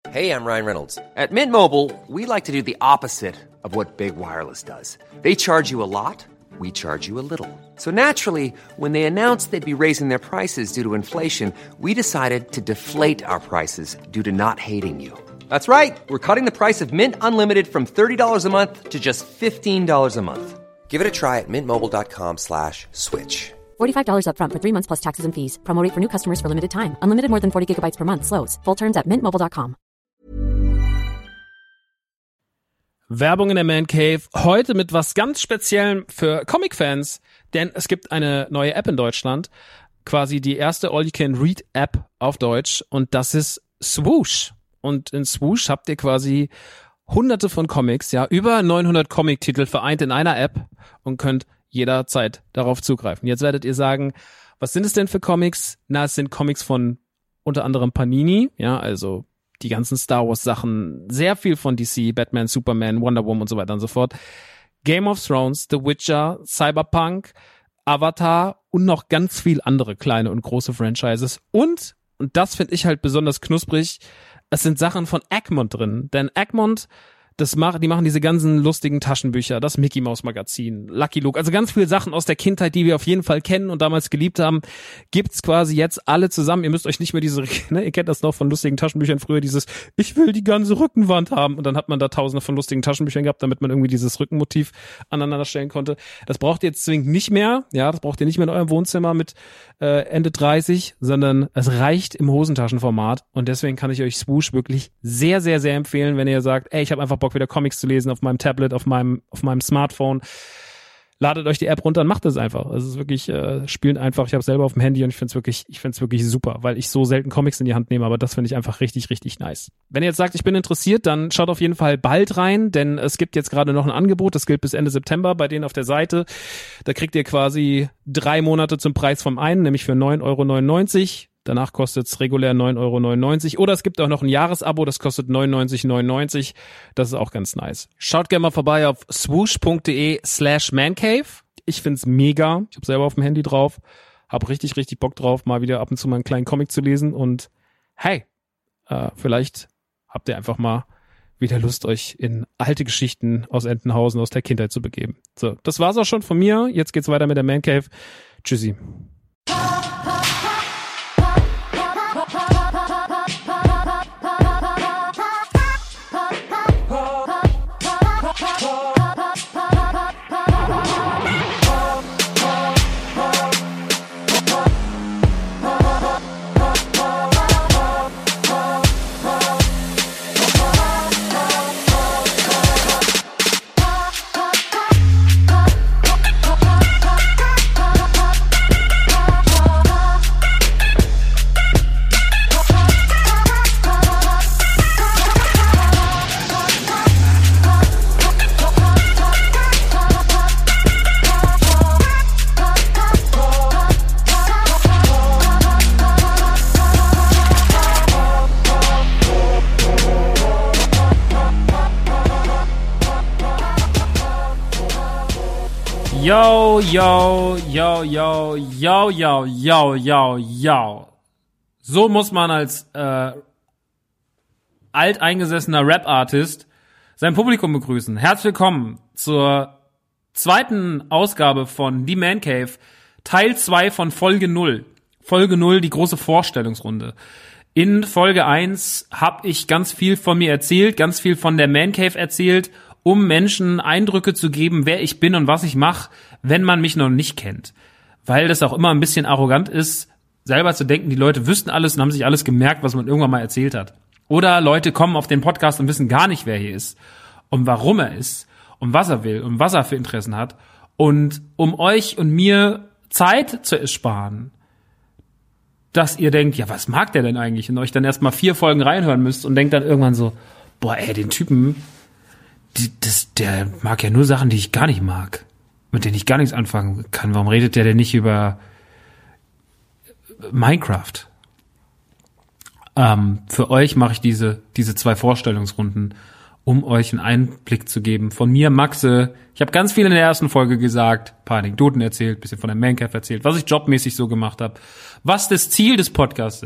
Hey, I'm Ryan Reynolds. At Mint Mobile, we like to do the opposite of what Big Wireless does. They charge you a lot, we charge you a little. So naturally, when they announced they'd be raising their prices due to inflation, we decided to deflate our prices due to not hating you. That's right. We're cutting the price of Mint Unlimited from $30 a month to just $15 a month. Give it a try at mintmobile.com/switch. $45 up front for 3 months plus taxes and fees. Promo rate for new customers for limited time. Unlimited more than 40 gigabytes per month. Slows full terms at mintmobile.com. Werbung in der Man Cave. Heute mit was ganz Speziellem für Comic-Fans. Denn es gibt eine neue App in Deutschland. Quasi die erste All-You-Can-Read-App auf Deutsch. Und das ist Swoosh. Und in Swoosh habt ihr quasi hunderte von Comics, ja, über 900 Comic-Titel vereint in einer App und könnt jederzeit darauf zugreifen. Jetzt werdet ihr sagen, was sind es denn für Comics? Na, es sind Comics von unter anderem Panini, ja, also die ganzen Star Wars Sachen, sehr viel von DC, Batman, Superman, Wonder Woman und so weiter und so fort. Game of Thrones, The Witcher, Cyberpunk, Avatar und noch ganz viel andere kleine und große Franchises. Und das finde ich halt besonders knusprig, es sind Sachen von Egmont drin, denn Egmont, die machen diese ganzen lustigen Taschenbücher, das Mickey Mouse Magazin, Lucky Luke, also ganz viele Sachen aus der Kindheit, die wir auf jeden Fall kennen und damals geliebt haben, gibt's quasi jetzt alle zusammen. Ihr müsst euch nicht mehr ihr kennt das noch von lustigen Taschenbüchern früher, dieses, ich will die ganze Rückenwand haben und dann hat man da tausende von lustigen Taschenbüchern gehabt, damit man irgendwie dieses Rückenmotiv aneinander stellen konnte. Das braucht ihr jetzt zwingend nicht mehr, ja, das braucht ihr nicht mehr in eurem Wohnzimmer mit Ende 30, sondern es reicht im Hosentaschenformat und deswegen kann ich euch Swoosh wirklich sehr, sehr, sehr empfehlen, wenn ihr sagt, ey, ich habe einfach Bock wieder Comics zu lesen auf meinem Tablet, auf meinem Smartphone. Ladet euch die App runter und macht es einfach. Es ist wirklich spielend einfach. Ich habe es selber auf dem Handy und ich finde es wirklich super, weil ich so selten Comics in die Hand nehme, aber das finde ich einfach richtig, richtig nice. Wenn ihr jetzt sagt, ich bin interessiert, dann schaut auf jeden Fall bald rein, denn es gibt jetzt gerade noch ein Angebot, das gilt bis Ende September bei denen auf der Seite. Da kriegt ihr quasi 3 Monate zum Preis vom einen, nämlich für 9,99 €. Danach kostet es regulär 9,99 €. Oder es gibt auch noch ein Jahresabo, das kostet 99,99 €. Das ist auch ganz nice. Schaut gerne mal vorbei auf swoosh.de/mancave. Ich find's mega. Ich habe selber auf dem Handy drauf. Hab richtig, richtig Bock drauf, mal wieder ab und zu mal einen kleinen Comic zu lesen. Und hey, vielleicht habt ihr einfach mal wieder Lust, euch in alte Geschichten aus Entenhausen, aus der Kindheit zu begeben. So, das war's auch schon von mir. Jetzt geht's weiter mit der Man Cave. Tschüssi. Yo, yo, yo, yo, yo, yo, yo, yo, yo. So muss man als alteingesessener Rap-Artist sein Publikum begrüßen. Herzlich willkommen zur zweiten Ausgabe von Die Man Cave, Teil 2 von Folge 0. Folge 0, die große Vorstellungsrunde. In Folge 1 habe ich ganz viel von mir erzählt, ganz viel von der Man Cave erzählt, um Menschen Eindrücke zu geben, wer ich bin und was ich mache, wenn man mich noch nicht kennt. Weil das auch immer ein bisschen arrogant ist, selber zu denken, die Leute wüssten alles und haben sich alles gemerkt, was man irgendwann mal erzählt hat. Oder Leute kommen auf den Podcast und wissen gar nicht, wer hier ist und warum er ist und was er will und was er für Interessen hat. Und um euch und mir Zeit zu ersparen, dass ihr denkt, ja, was mag der denn eigentlich? Und euch dann erstmal 4 Folgen reinhören müsst und denkt dann irgendwann so, boah, ey, den Typen, der mag ja nur Sachen, die ich gar nicht mag, mit denen ich gar nichts anfangen kann. Warum redet der denn nicht über Minecraft? Für euch mache ich diese 2 Vorstellungsrunden, um euch einen Einblick zu geben. Von mir, Maxe, ich habe ganz viel in der ersten Folge gesagt, ein paar Anekdoten erzählt, bisschen von der Man Cave erzählt, was ich jobmäßig so gemacht habe, was das Ziel des Podcasts ist.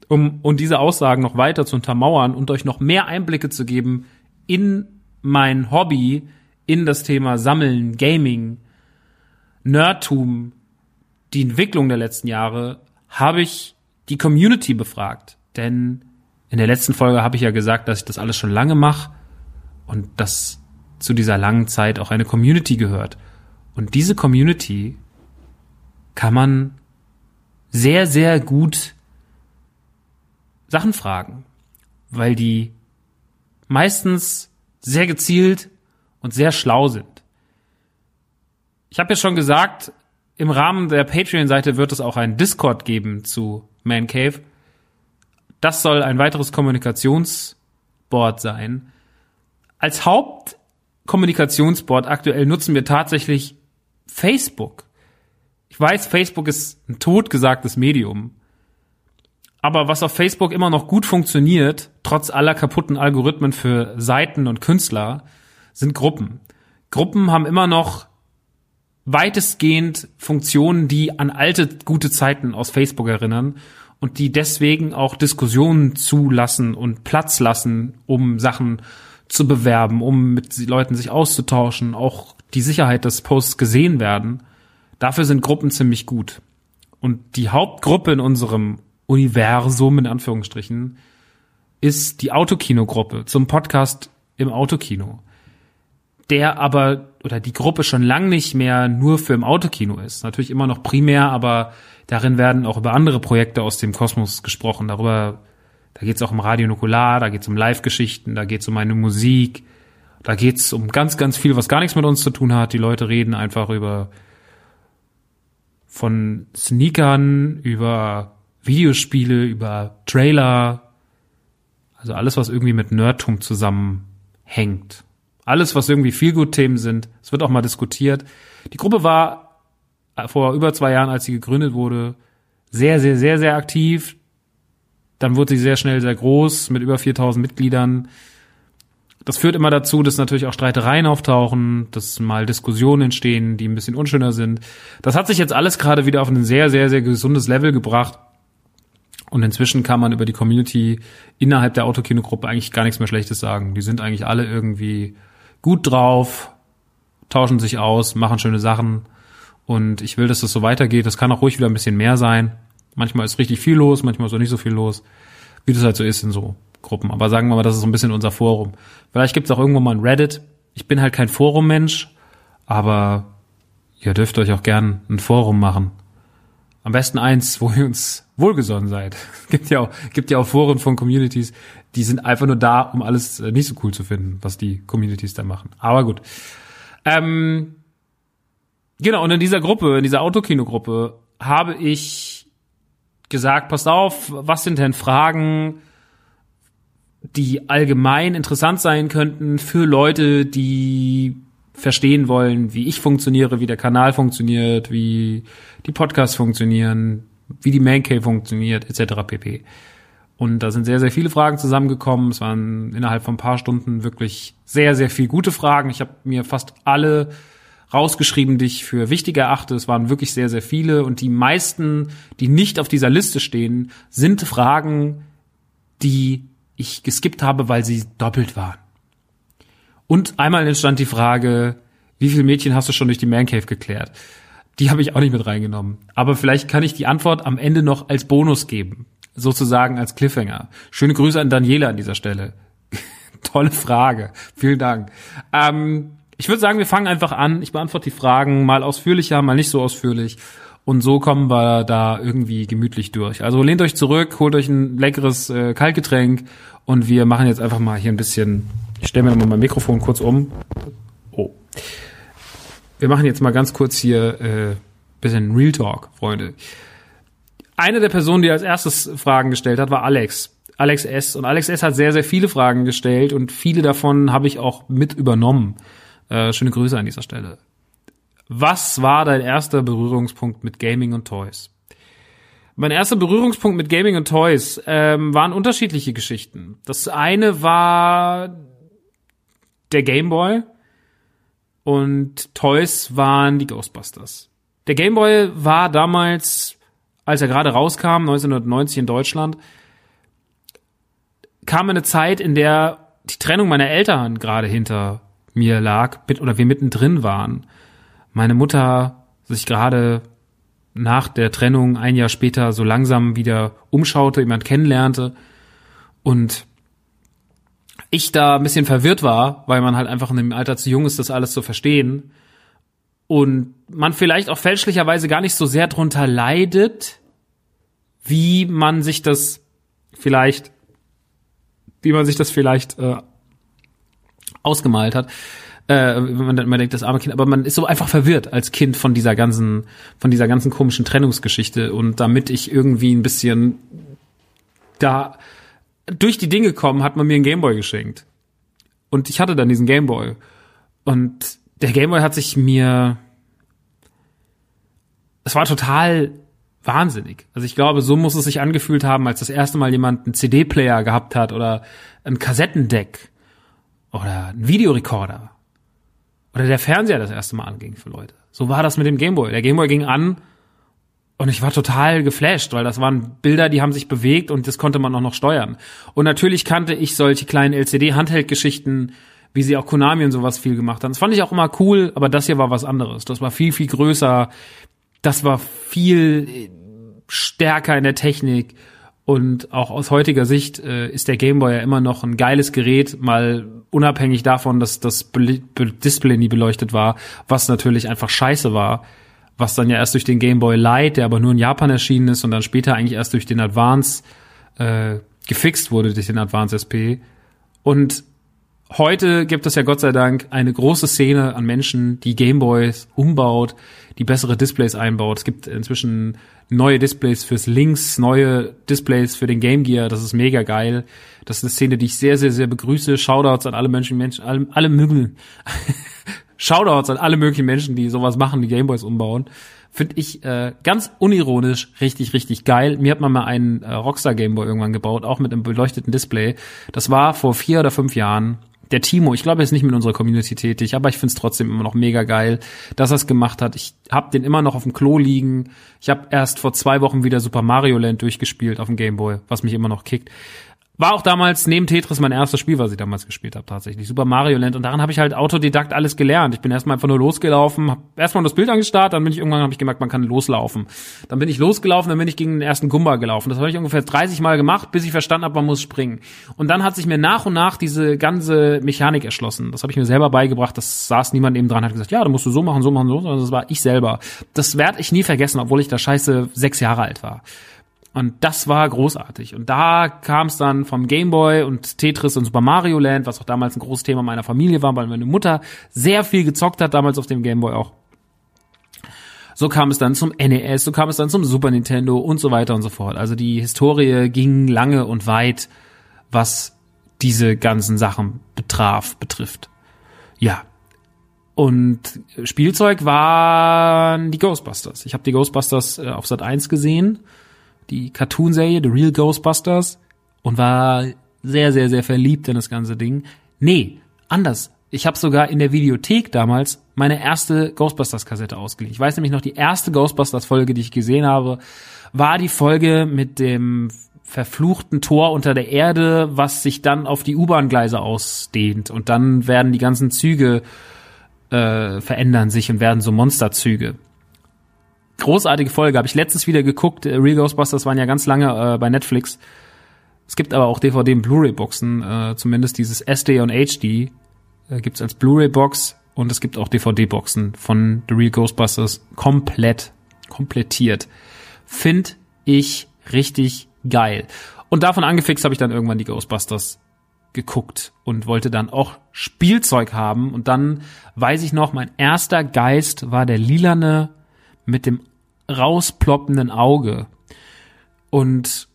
um diese Aussagen noch weiter zu untermauern und euch noch mehr Einblicke zu geben in mein Hobby, in das Thema Sammeln, Gaming, Nerdtum, die Entwicklung der letzten Jahre, habe ich die Community befragt. Denn in der letzten Folge habe ich ja gesagt, dass ich das alles schon lange mache und dass zu dieser langen Zeit auch eine Community gehört. Und diese Community kann man sehr, sehr gut Sachen fragen, weil die meistens sehr gezielt und sehr schlau sind. Ich habe ja schon gesagt, im Rahmen der Patreon-Seite wird es auch einen Discord geben zu Man Cave. Das soll ein weiteres Kommunikationsboard sein. Als Hauptkommunikationsboard aktuell nutzen wir tatsächlich Facebook. Ich weiß, Facebook ist ein totgesagtes Medium. Aber was auf Facebook immer noch gut funktioniert, trotz aller kaputten Algorithmen für Seiten und Künstler, sind Gruppen. Gruppen haben immer noch weitestgehend Funktionen, die an alte, gute Zeiten aus Facebook erinnern und die deswegen auch Diskussionen zulassen und Platz lassen, um Sachen zu bewerben, um mit Leuten sich auszutauschen, auch die Sicherheit, dass Posts gesehen werden. Dafür sind Gruppen ziemlich gut. Und die Hauptgruppe in unserem Universum, in Anführungsstrichen, ist die Autokino-Gruppe zum Podcast im Autokino. Der aber, oder die Gruppe schon lang nicht mehr nur für im Autokino ist. Natürlich immer noch primär, aber darin werden auch über andere Projekte aus dem Kosmos gesprochen. Da geht's auch um Radio Nukular, da geht's um Live-Geschichten, da geht's um meine Musik, da geht's um ganz, ganz viel, was gar nichts mit uns zu tun hat. Die Leute reden einfach von Sneakern, über Videospiele, über Trailer, also alles, was irgendwie mit Nerdtum zusammenhängt. Alles, was irgendwie Feelgood-Themen sind. Es wird auch mal diskutiert. Die Gruppe war vor über 2 Jahren, als sie gegründet wurde, sehr, sehr, sehr, sehr aktiv. Dann wurde sie sehr schnell sehr groß mit über 4.000 Mitgliedern. Das führt immer dazu, dass natürlich auch Streitereien auftauchen, dass mal Diskussionen entstehen, die ein bisschen unschöner sind. Das hat sich jetzt alles gerade wieder auf ein sehr, sehr, sehr gesundes Level gebracht. Und inzwischen kann man über die Community innerhalb der Autokino-Gruppe eigentlich gar nichts mehr Schlechtes sagen. Die sind eigentlich alle irgendwie gut drauf, tauschen sich aus, machen schöne Sachen. Und ich will, dass das so weitergeht. Das kann auch ruhig wieder ein bisschen mehr sein. Manchmal ist richtig viel los, manchmal ist auch nicht so viel los. Wie das halt so ist in so Gruppen. Aber sagen wir mal, das ist so ein bisschen unser Forum. Vielleicht gibt es auch irgendwo mal ein Reddit. Ich bin halt kein Forum-Mensch, aber ihr dürft euch auch gern ein Forum machen. Am besten eins, wo ihr uns wohlgesonnen seid. Gibt ja auch Foren von Communities, die sind einfach nur da, um alles nicht so cool zu finden, was die Communities da machen. Aber gut. Genau, und in dieser Gruppe, in dieser Autokino-Gruppe, habe ich gesagt, passt auf, was sind denn Fragen, die allgemein interessant sein könnten für Leute, die verstehen wollen, wie ich funktioniere, wie der Kanal funktioniert, wie die Podcasts funktionieren, wie die Man Cave funktioniert, etc. pp. Und da sind sehr, sehr viele Fragen zusammengekommen. Es waren innerhalb von ein paar Stunden wirklich sehr, sehr viele gute Fragen. Ich habe mir fast alle rausgeschrieben, die ich für wichtig erachte. Es waren wirklich sehr, sehr viele. Und die meisten, die nicht auf dieser Liste stehen, sind Fragen, die ich geskippt habe, weil sie doppelt waren. Und einmal entstand die Frage, wie viele Mädchen hast du schon durch die Man Cave geklärt? Die habe ich auch nicht mit reingenommen. Aber vielleicht kann ich die Antwort am Ende noch als Bonus geben. Sozusagen als Cliffhanger. Schöne Grüße an Daniela an dieser Stelle. Tolle Frage. Vielen Dank. Ich würde sagen, wir fangen einfach an. Ich beantworte die Fragen mal ausführlicher, mal nicht so ausführlich. Und so kommen wir da irgendwie gemütlich durch. Also lehnt euch zurück, holt euch ein leckeres Kaltgetränk und wir machen jetzt einfach mal hier ein bisschen. Ich stelle mir nochmal mein Mikrofon kurz um. Oh. Wir machen jetzt mal ganz kurz hier bisschen Real Talk, Freunde. Eine der Personen, die als erstes Fragen gestellt hat, war Alex S. Und Alex S. hat sehr, sehr viele Fragen gestellt und viele davon habe ich auch mit übernommen. Schöne Grüße an dieser Stelle. Was war dein erster Berührungspunkt mit Gaming und Toys? Mein erster Berührungspunkt mit Gaming und Toys waren unterschiedliche Geschichten. Das eine war der Game Boy und Toys waren die Ghostbusters. Der Game Boy war damals, als er gerade rauskam, 1990 in Deutschland, kam eine Zeit, in der die Trennung meiner Eltern gerade hinter mir lag, oder wir mittendrin waren. Meine Mutter sich gerade nach der Trennung ein Jahr später so langsam wieder umschaute, jemand kennenlernte und ich da ein bisschen verwirrt war, weil man halt einfach in dem Alter zu jung ist, das alles zu verstehen und man vielleicht auch fälschlicherweise gar nicht so sehr drunter leidet, wie man sich das vielleicht ausgemalt hat. Man denkt, das arme Kind, aber man ist so einfach verwirrt als Kind von dieser ganzen komischen Trennungsgeschichte. Und damit ich irgendwie ein bisschen da durch die Dinge komme, hat man mir einen Gameboy geschenkt. Und ich hatte dann diesen Gameboy. Und der Gameboy es war total wahnsinnig. Also ich glaube, so muss es sich angefühlt haben, als das erste Mal jemand einen CD-Player gehabt hat oder ein Kassettendeck oder ein Videorekorder oder der Fernseher das erste Mal anging für Leute. So war das mit dem Gameboy. Der Gameboy ging an und ich war total geflasht, weil das waren Bilder, die haben sich bewegt und das konnte man auch noch steuern. Und natürlich kannte ich solche kleinen LCD-Handheld-Geschichten, wie sie auch Konami und sowas viel gemacht haben. Das fand ich auch immer cool, aber das hier war was anderes. Das war viel, viel größer. Das war viel stärker in der Technik und auch aus heutiger Sicht ist der Gameboy ja immer noch ein geiles Gerät, mal unabhängig davon, dass das Display nie beleuchtet war, was natürlich einfach scheiße war, was dann ja erst durch den Gameboy Light, der aber nur in Japan erschienen ist und dann später eigentlich erst durch den Advance gefixt wurde, durch den Advance SP. Und heute gibt es ja Gott sei Dank eine große Szene an Menschen, die Gameboys umbaut, die bessere Displays einbaut. Es gibt inzwischen neue Displays fürs Lynx, neue Displays für den Game Gear. Das ist mega geil. Das ist eine Szene, die ich sehr, sehr, sehr begrüße. Shoutouts an alle Shoutouts an alle möglichen Menschen, die sowas machen, die Gameboys umbauen. Finde ich ganz unironisch richtig, richtig geil. Mir hat man mal einen Rockstar Gameboy irgendwann gebaut, auch mit einem beleuchteten Display. Das war vor 4 oder 5 Jahren. Der Timo, ich glaube, er ist nicht mit unserer Community tätig, aber ich finde es trotzdem immer noch mega geil, dass er es gemacht hat. Ich habe den immer noch auf dem Klo liegen. Ich habe erst vor 2 Wochen wieder Super Mario Land durchgespielt auf dem Gameboy, was mich immer noch kickt. War auch damals neben Tetris mein erstes Spiel, was ich damals gespielt habe, tatsächlich. Super Mario Land. Und daran habe ich halt Autodidakt alles gelernt. Ich bin erstmal einfach nur losgelaufen, habe erstmal das Bild angestarrt, dann habe ich gemerkt, man kann loslaufen. Dann bin ich losgelaufen, dann bin ich gegen den ersten Gumba gelaufen. Das habe ich ungefähr 30 Mal gemacht, bis ich verstanden habe, man muss springen. Und dann hat sich mir nach und nach diese ganze Mechanik erschlossen. Das habe ich mir selber beigebracht. Das saß niemand eben dran, hat gesagt, ja, da musst du so machen, so. Sondern das war ich selber. Das werde ich nie vergessen, obwohl ich da scheiße 6 Jahre alt war. Und das war großartig. Und da kam es dann vom Gameboy und Tetris und Super Mario Land, was auch damals ein großes Thema meiner Familie war, weil meine Mutter sehr viel gezockt hat, damals auf dem Gameboy auch. So kam es dann zum NES, so kam es dann zum Super Nintendo und so weiter und so fort. Also die Historie ging lange und weit, was diese ganzen Sachen betrifft. Ja. Und Spielzeug waren die Ghostbusters. Ich habe die Ghostbusters auf Sat.1 gesehen, die Cartoon-Serie, The Real Ghostbusters, und war sehr, sehr, sehr verliebt in das ganze Ding. Nee, anders. Ich habe sogar in der Videothek damals meine erste Ghostbusters-Kassette ausgeliehen. Ich weiß nämlich noch, die erste Ghostbusters-Folge, die ich gesehen habe, war die Folge mit dem verfluchten Tor unter der Erde, was sich dann auf die U-Bahn-Gleise ausdehnt. Und dann werden die ganzen Züge verändern sich und werden so Monsterzüge. Großartige Folge, habe ich letztens wieder geguckt. Real Ghostbusters waren ja ganz lange bei Netflix. Es gibt aber auch DVD- und Blu-ray-Boxen, zumindest dieses SD und HD gibt's als Blu-ray-Box, und es gibt auch DVD-Boxen von The Real Ghostbusters komplettiert. Find ich richtig geil. Und davon angefixt habe ich dann irgendwann die Ghostbusters geguckt und wollte dann auch Spielzeug haben. Und dann weiß ich noch, mein erster Geist war der lilane mit dem rausploppenden Auge. Und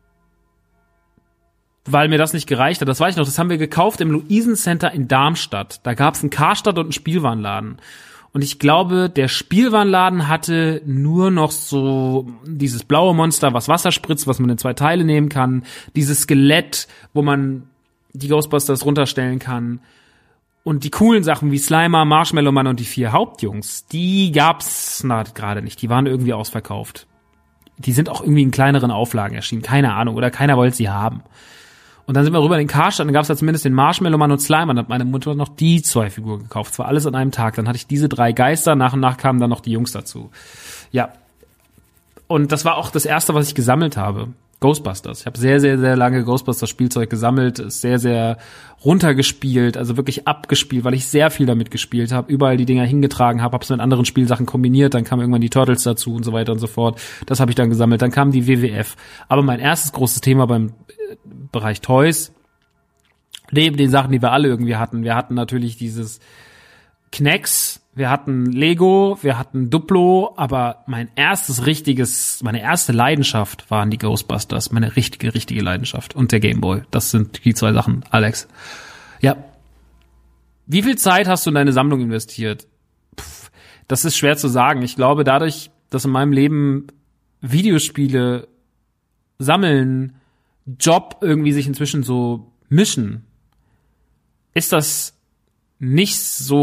weil mir das nicht gereicht hat, das weiß ich noch, das haben wir gekauft im Luisen Center in Darmstadt. Da gab es einen Karstadt und einen Spielwarenladen. Und ich glaube, der Spielwarenladen hatte nur noch so dieses blaue Monster, was Wasser spritzt, was man in 2 Teile nehmen kann. Dieses Skelett, wo man die Ghostbusters runterstellen kann. Und die coolen Sachen wie Slimer, Marshmallow Man und die 4 Hauptjungs, die gab's gerade nicht. Die waren irgendwie ausverkauft. Die sind auch irgendwie in kleineren Auflagen erschienen. Keine Ahnung. Oder keiner wollte sie haben. Und dann sind wir rüber in den Karstadt, dann gab es da zumindest den Marshmallow Mann und Slimer, dann hat meine Mutter noch die 2 Figuren gekauft. Das war alles an einem Tag. Dann hatte ich diese 3 Geister, nach und nach kamen dann noch die Jungs dazu. Ja. Und das war auch das erste, was ich gesammelt habe. Ghostbusters. Ich habe sehr, sehr, sehr lange Ghostbusters-Spielzeug gesammelt, ist sehr, sehr runtergespielt, also wirklich abgespielt, weil ich sehr viel damit gespielt habe, überall die Dinger hingetragen habe, habe es mit anderen Spielsachen kombiniert, dann kamen irgendwann die Turtles dazu und so weiter und so fort. Das habe ich dann gesammelt. Dann kam die WWF. Aber mein erstes großes Thema beim Bereich Toys, neben den Sachen, die wir alle irgendwie hatten, wir hatten natürlich dieses Knex, wir hatten Lego, wir hatten Duplo, aber meine erste Leidenschaft waren die Ghostbusters, meine richtige Leidenschaft und der Gameboy. Das sind die 2 Sachen, Alex. Ja. Wie viel Zeit hast du in deine Sammlung investiert? Das ist schwer zu sagen. Ich glaube, dadurch, dass in meinem Leben Videospiele, Sammeln, Job irgendwie sich inzwischen so mischen, ist es nicht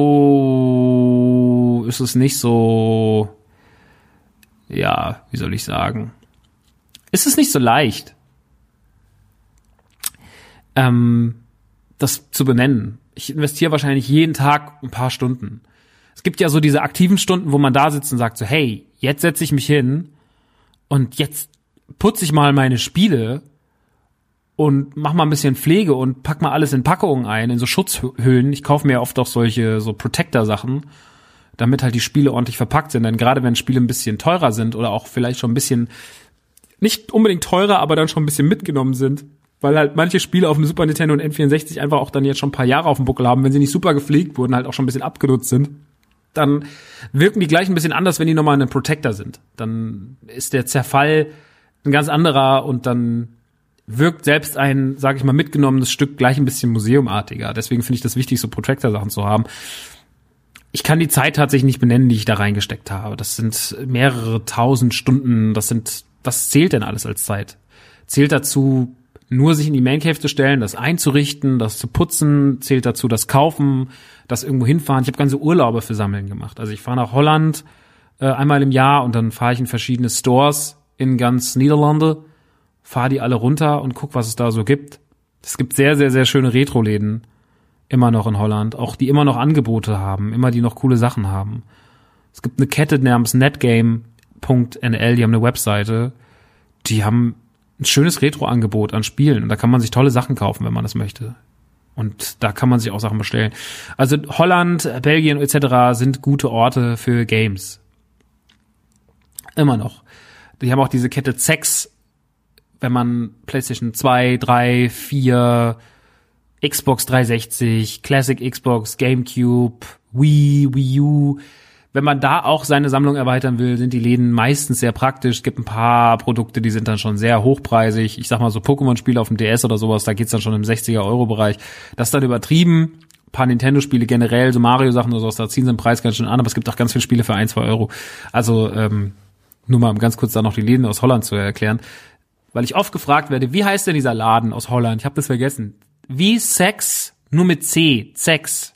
so, ja, wie soll ich sagen, ist es nicht so leicht, das zu benennen. Ich investiere wahrscheinlich jeden Tag ein paar Stunden. Es gibt ja so diese aktiven Stunden, wo man da sitzt und sagt so, hey, jetzt setze ich mich hin und jetzt putze ich mal meine Spiele und mach mal ein bisschen Pflege und pack mal alles in Packungen ein, in so Schutzhüllen. Ich kaufe mir oft auch solche so Protector-Sachen, damit halt die Spiele ordentlich verpackt sind. Denn gerade wenn Spiele ein bisschen teurer sind oder auch vielleicht schon ein bisschen, nicht unbedingt teurer, aber dann schon ein bisschen mitgenommen sind, weil halt manche Spiele auf dem Super Nintendo und N64 einfach auch dann jetzt schon ein paar Jahre auf dem Buckel haben, wenn sie nicht super gepflegt wurden, halt auch schon ein bisschen abgenutzt sind, dann wirken die gleich ein bisschen anders, wenn die nochmal in einem Protector sind. Dann ist der Zerfall ein ganz anderer und dann wirkt selbst ein, sag ich mal, mitgenommenes Stück gleich ein bisschen museumartiger. Deswegen finde ich das wichtig, so Protector-Sachen zu haben. Ich kann die Zeit tatsächlich nicht benennen, die ich da reingesteckt habe. Das sind mehrere 1000 Stunden. Was zählt denn alles als Zeit? Zählt dazu, nur sich in die Man Cave zu stellen, das einzurichten, das zu putzen, zählt dazu das Kaufen, das irgendwo hinfahren. Ich habe ganze Urlaube für Sammeln gemacht. Also ich fahre nach Holland einmal im Jahr und dann fahre ich in verschiedene Stores in ganz Niederlande, fahre die alle runter und guck, was es da so gibt. Es gibt sehr, sehr, sehr schöne Retro-Läden immer noch in Holland, auch die immer noch Angebote haben, immer die noch coole Sachen haben. Es gibt eine Kette namens netgame.nl, die haben eine Webseite, die haben ein schönes Retro-Angebot an Spielen und da kann man sich tolle Sachen kaufen, wenn man das möchte. Und da kann man sich auch Sachen bestellen. Also Holland, Belgien etc. sind gute Orte für Games. Immer noch. Die haben auch diese Kette Zex, wenn man PlayStation 2, 3, 4, Xbox 360, Classic Xbox, GameCube, Wii U, wenn man da auch seine Sammlung erweitern will, sind die Läden meistens sehr praktisch. Es gibt ein paar Produkte, die sind dann schon sehr hochpreisig. Ich sag mal so Pokémon-Spiele auf dem DS oder sowas, da geht's dann schon im 60er-Euro-Bereich. Das ist dann übertrieben. Ein paar Nintendo-Spiele generell, so Mario-Sachen oder sowas, da ziehen sie den Preis ganz schön an, aber es gibt auch ganz viele Spiele für 1, 2 Euro. Also nur mal ganz kurz da noch die Läden aus Holland zu erklären. Weil ich oft gefragt werde, wie heißt denn dieser Laden aus Holland? Ich habe das vergessen. Wie Sex, nur mit C. Sex.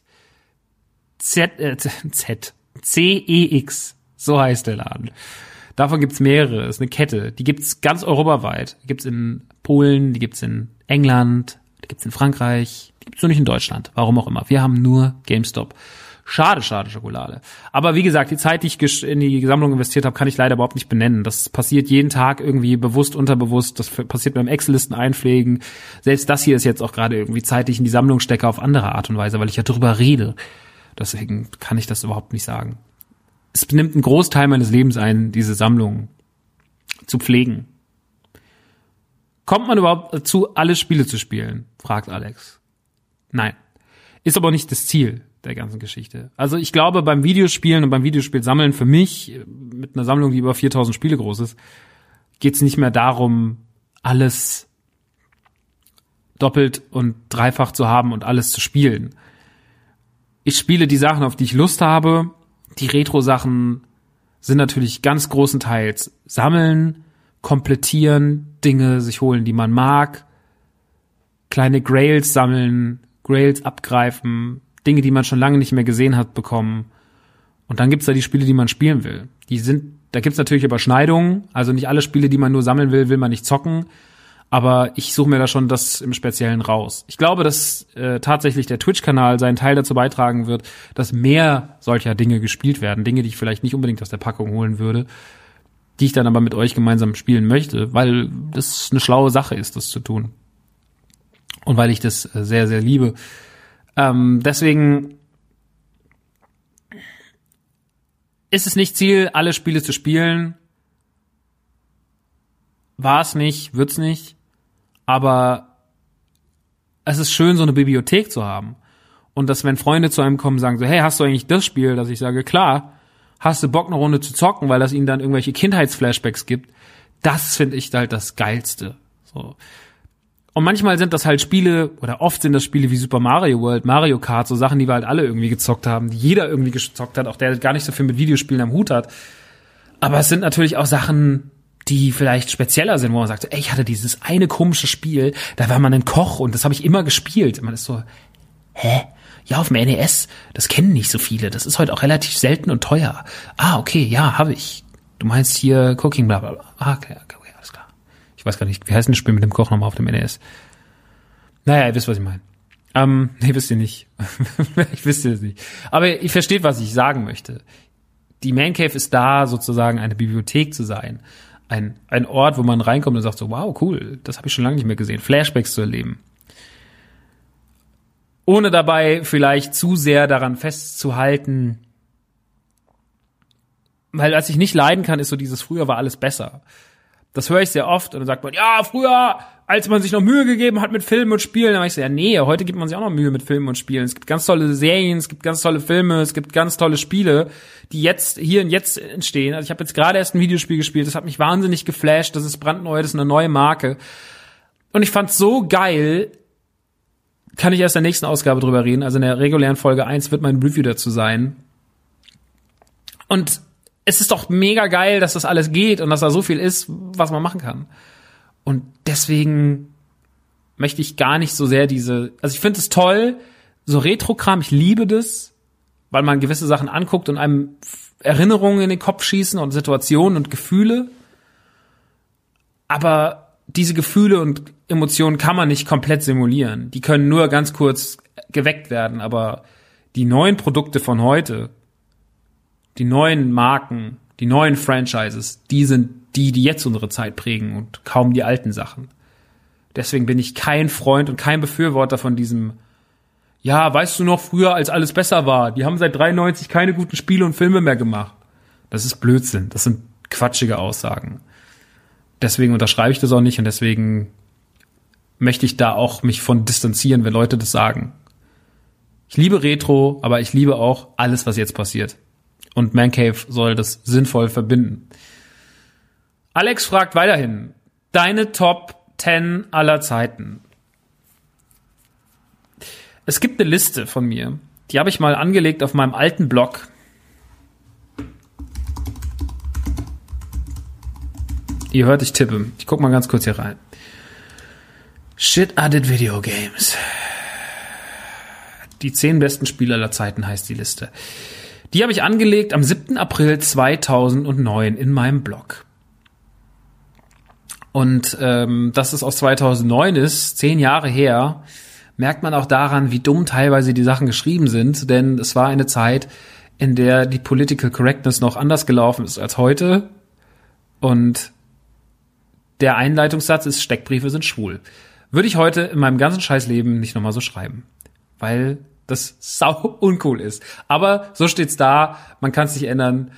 C-E-X. So heißt der Laden. Davon gibt's mehrere. Das ist eine Kette. Die gibt's ganz europaweit. Die gibt's in Polen, die gibt's in England, die gibt's in Frankreich. Die gibt's nur nicht in Deutschland. Warum auch immer. Wir haben nur GameStop. Schade Schokolade. Aber wie gesagt, die Zeit, die ich in die Sammlung investiert habe, kann ich leider überhaupt nicht benennen. Das passiert jeden Tag irgendwie bewusst, unterbewusst. Das passiert beim Excel-Listen einpflegen. Selbst das hier ist jetzt auch gerade irgendwie Zeit, die ich in die Sammlung stecke auf andere Art und Weise, weil ich ja drüber rede. Deswegen kann ich das überhaupt nicht sagen. Es nimmt einen Großteil meines Lebens ein, diese Sammlung zu pflegen. Kommt man überhaupt dazu, alle Spiele zu spielen? Fragt Alex. Nein. Ist aber nicht das Ziel der ganzen Geschichte. Also ich glaube, beim Videospielen und beim Videospielsammeln für mich, mit einer Sammlung, die über 4000 Spiele groß ist, geht's nicht mehr darum, alles doppelt und dreifach zu haben und alles zu spielen. Ich spiele die Sachen, auf die ich Lust habe. Die Retro-Sachen sind natürlich ganz großenteils sammeln, komplettieren, Dinge sich holen, die man mag, kleine Grails sammeln, Grails abgreifen, Dinge, die man schon lange nicht mehr gesehen hat, bekommen. Und dann gibt's da die Spiele, die man spielen will. Da gibt's natürlich Überschneidungen. Also nicht alle Spiele, die man nur sammeln will, will man nicht zocken. Aber ich suche mir da schon das im Speziellen raus. Ich glaube, dass tatsächlich der Twitch-Kanal seinen Teil dazu beitragen wird, dass mehr solcher Dinge gespielt werden. Dinge, die ich vielleicht nicht unbedingt aus der Packung holen würde, die ich dann aber mit euch gemeinsam spielen möchte, weil das eine schlaue Sache ist, das zu tun. Und weil ich das sehr, sehr liebe. Deswegen ist es nicht Ziel, alle Spiele zu spielen. War es nicht, wird's nicht. Aber es ist schön, so eine Bibliothek zu haben. Und dass, wenn Freunde zu einem kommen, sagen so, hey, hast du eigentlich das Spiel? Dass ich sage, klar, hast du Bock, eine Runde zu zocken, weil das ihnen dann irgendwelche Kindheitsflashbacks gibt. Das finde ich halt das Geilste. So. Und manchmal sind das halt Spiele, oder oft sind das Spiele wie Super Mario World, Mario Kart, so Sachen, die wir halt alle irgendwie gezockt haben, die jeder irgendwie gezockt hat, auch der gar nicht so viel mit Videospielen am Hut hat. Aber es sind natürlich auch Sachen, die vielleicht spezieller sind, wo man sagt, ey, ich hatte dieses eine komische Spiel, da war man ein Koch und das habe ich immer gespielt. Und man ist so, hä? Ja, auf dem NES, das kennen nicht so viele, das ist heute auch relativ selten und teuer. Ah, okay, ja, habe ich. Du meinst hier Cooking, bla bla bla. Ah, okay, alles klar. Ich weiß gar nicht, wie heißt denn das Spiel mit dem Koch nochmal auf dem NES? Naja, ihr wisst, was ich meine. Nee, wisst ihr nicht. Ich wisst ihr das nicht. Aber ihr versteht, was ich sagen möchte. Die Man Cave ist da, sozusagen eine Bibliothek zu sein. Ein Ort, wo man reinkommt und sagt so, wow, cool, das habe ich schon lange nicht mehr gesehen. Flashbacks zu erleben. Ohne dabei vielleicht zu sehr daran festzuhalten, weil was ich nicht leiden kann, ist so dieses, früher war alles besser. Das höre ich sehr oft und dann sagt man, ja, früher, als man sich noch Mühe gegeben hat mit Filmen und Spielen, dann war ich so, ja, nee, heute gibt man sich auch noch Mühe mit Filmen und Spielen. Es gibt ganz tolle Serien, es gibt ganz tolle Filme, es gibt ganz tolle Spiele, die jetzt, hier und jetzt entstehen. Also ich habe jetzt gerade erst ein Videospiel gespielt, das hat mich wahnsinnig geflasht, das ist brandneu, das ist eine neue Marke. Und ich fand's so geil, kann ich erst in der nächsten Ausgabe drüber reden, also in der regulären Folge 1 wird mein Review dazu sein. Und es ist doch mega geil, dass das alles geht und dass da so viel ist, was man machen kann. Und deswegen möchte ich gar nicht so sehr also ich finde es toll, so Retro-Kram, ich liebe das, weil man gewisse Sachen anguckt und einem Erinnerungen in den Kopf schießen und Situationen und Gefühle. Aber diese Gefühle und Emotionen kann man nicht komplett simulieren. Die können nur ganz kurz geweckt werden, aber die neuen Produkte von heute, die neuen Marken, die neuen Franchises, die sind die jetzt unsere Zeit prägen und kaum die alten Sachen. Deswegen bin ich kein Freund und kein Befürworter von diesem, ja, weißt du noch, früher, als alles besser war, die haben seit 93 keine guten Spiele und Filme mehr gemacht. Das ist Blödsinn, das sind quatschige Aussagen. Deswegen unterschreibe ich das auch nicht und deswegen möchte ich da auch mich von distanzieren, wenn Leute das sagen. Ich liebe Retro, aber ich liebe auch alles, was jetzt passiert. Und Man Cave soll das sinnvoll verbinden. Alex fragt weiterhin, deine Top 10 aller Zeiten. Es gibt eine Liste von mir, die habe ich mal angelegt auf meinem alten Blog. Ihr hört, ich tippe. Ich guck mal ganz kurz hier rein. Shit I did Video Games. Die 10 besten Spiele aller Zeiten heißt die Liste. Die habe ich angelegt am 7. April 2009 in meinem Blog. Und dass es aus 2009 ist, 10 Jahre her, merkt man auch daran, wie dumm teilweise die Sachen geschrieben sind. Denn es war eine Zeit, in der die Political Correctness noch anders gelaufen ist als heute. Und der Einleitungssatz ist, Steckbriefe sind schwul. Würde ich heute in meinem ganzen Scheißleben nicht nochmal so schreiben. Weil das sau uncool ist. Aber so steht's da, man kann es nicht ändern.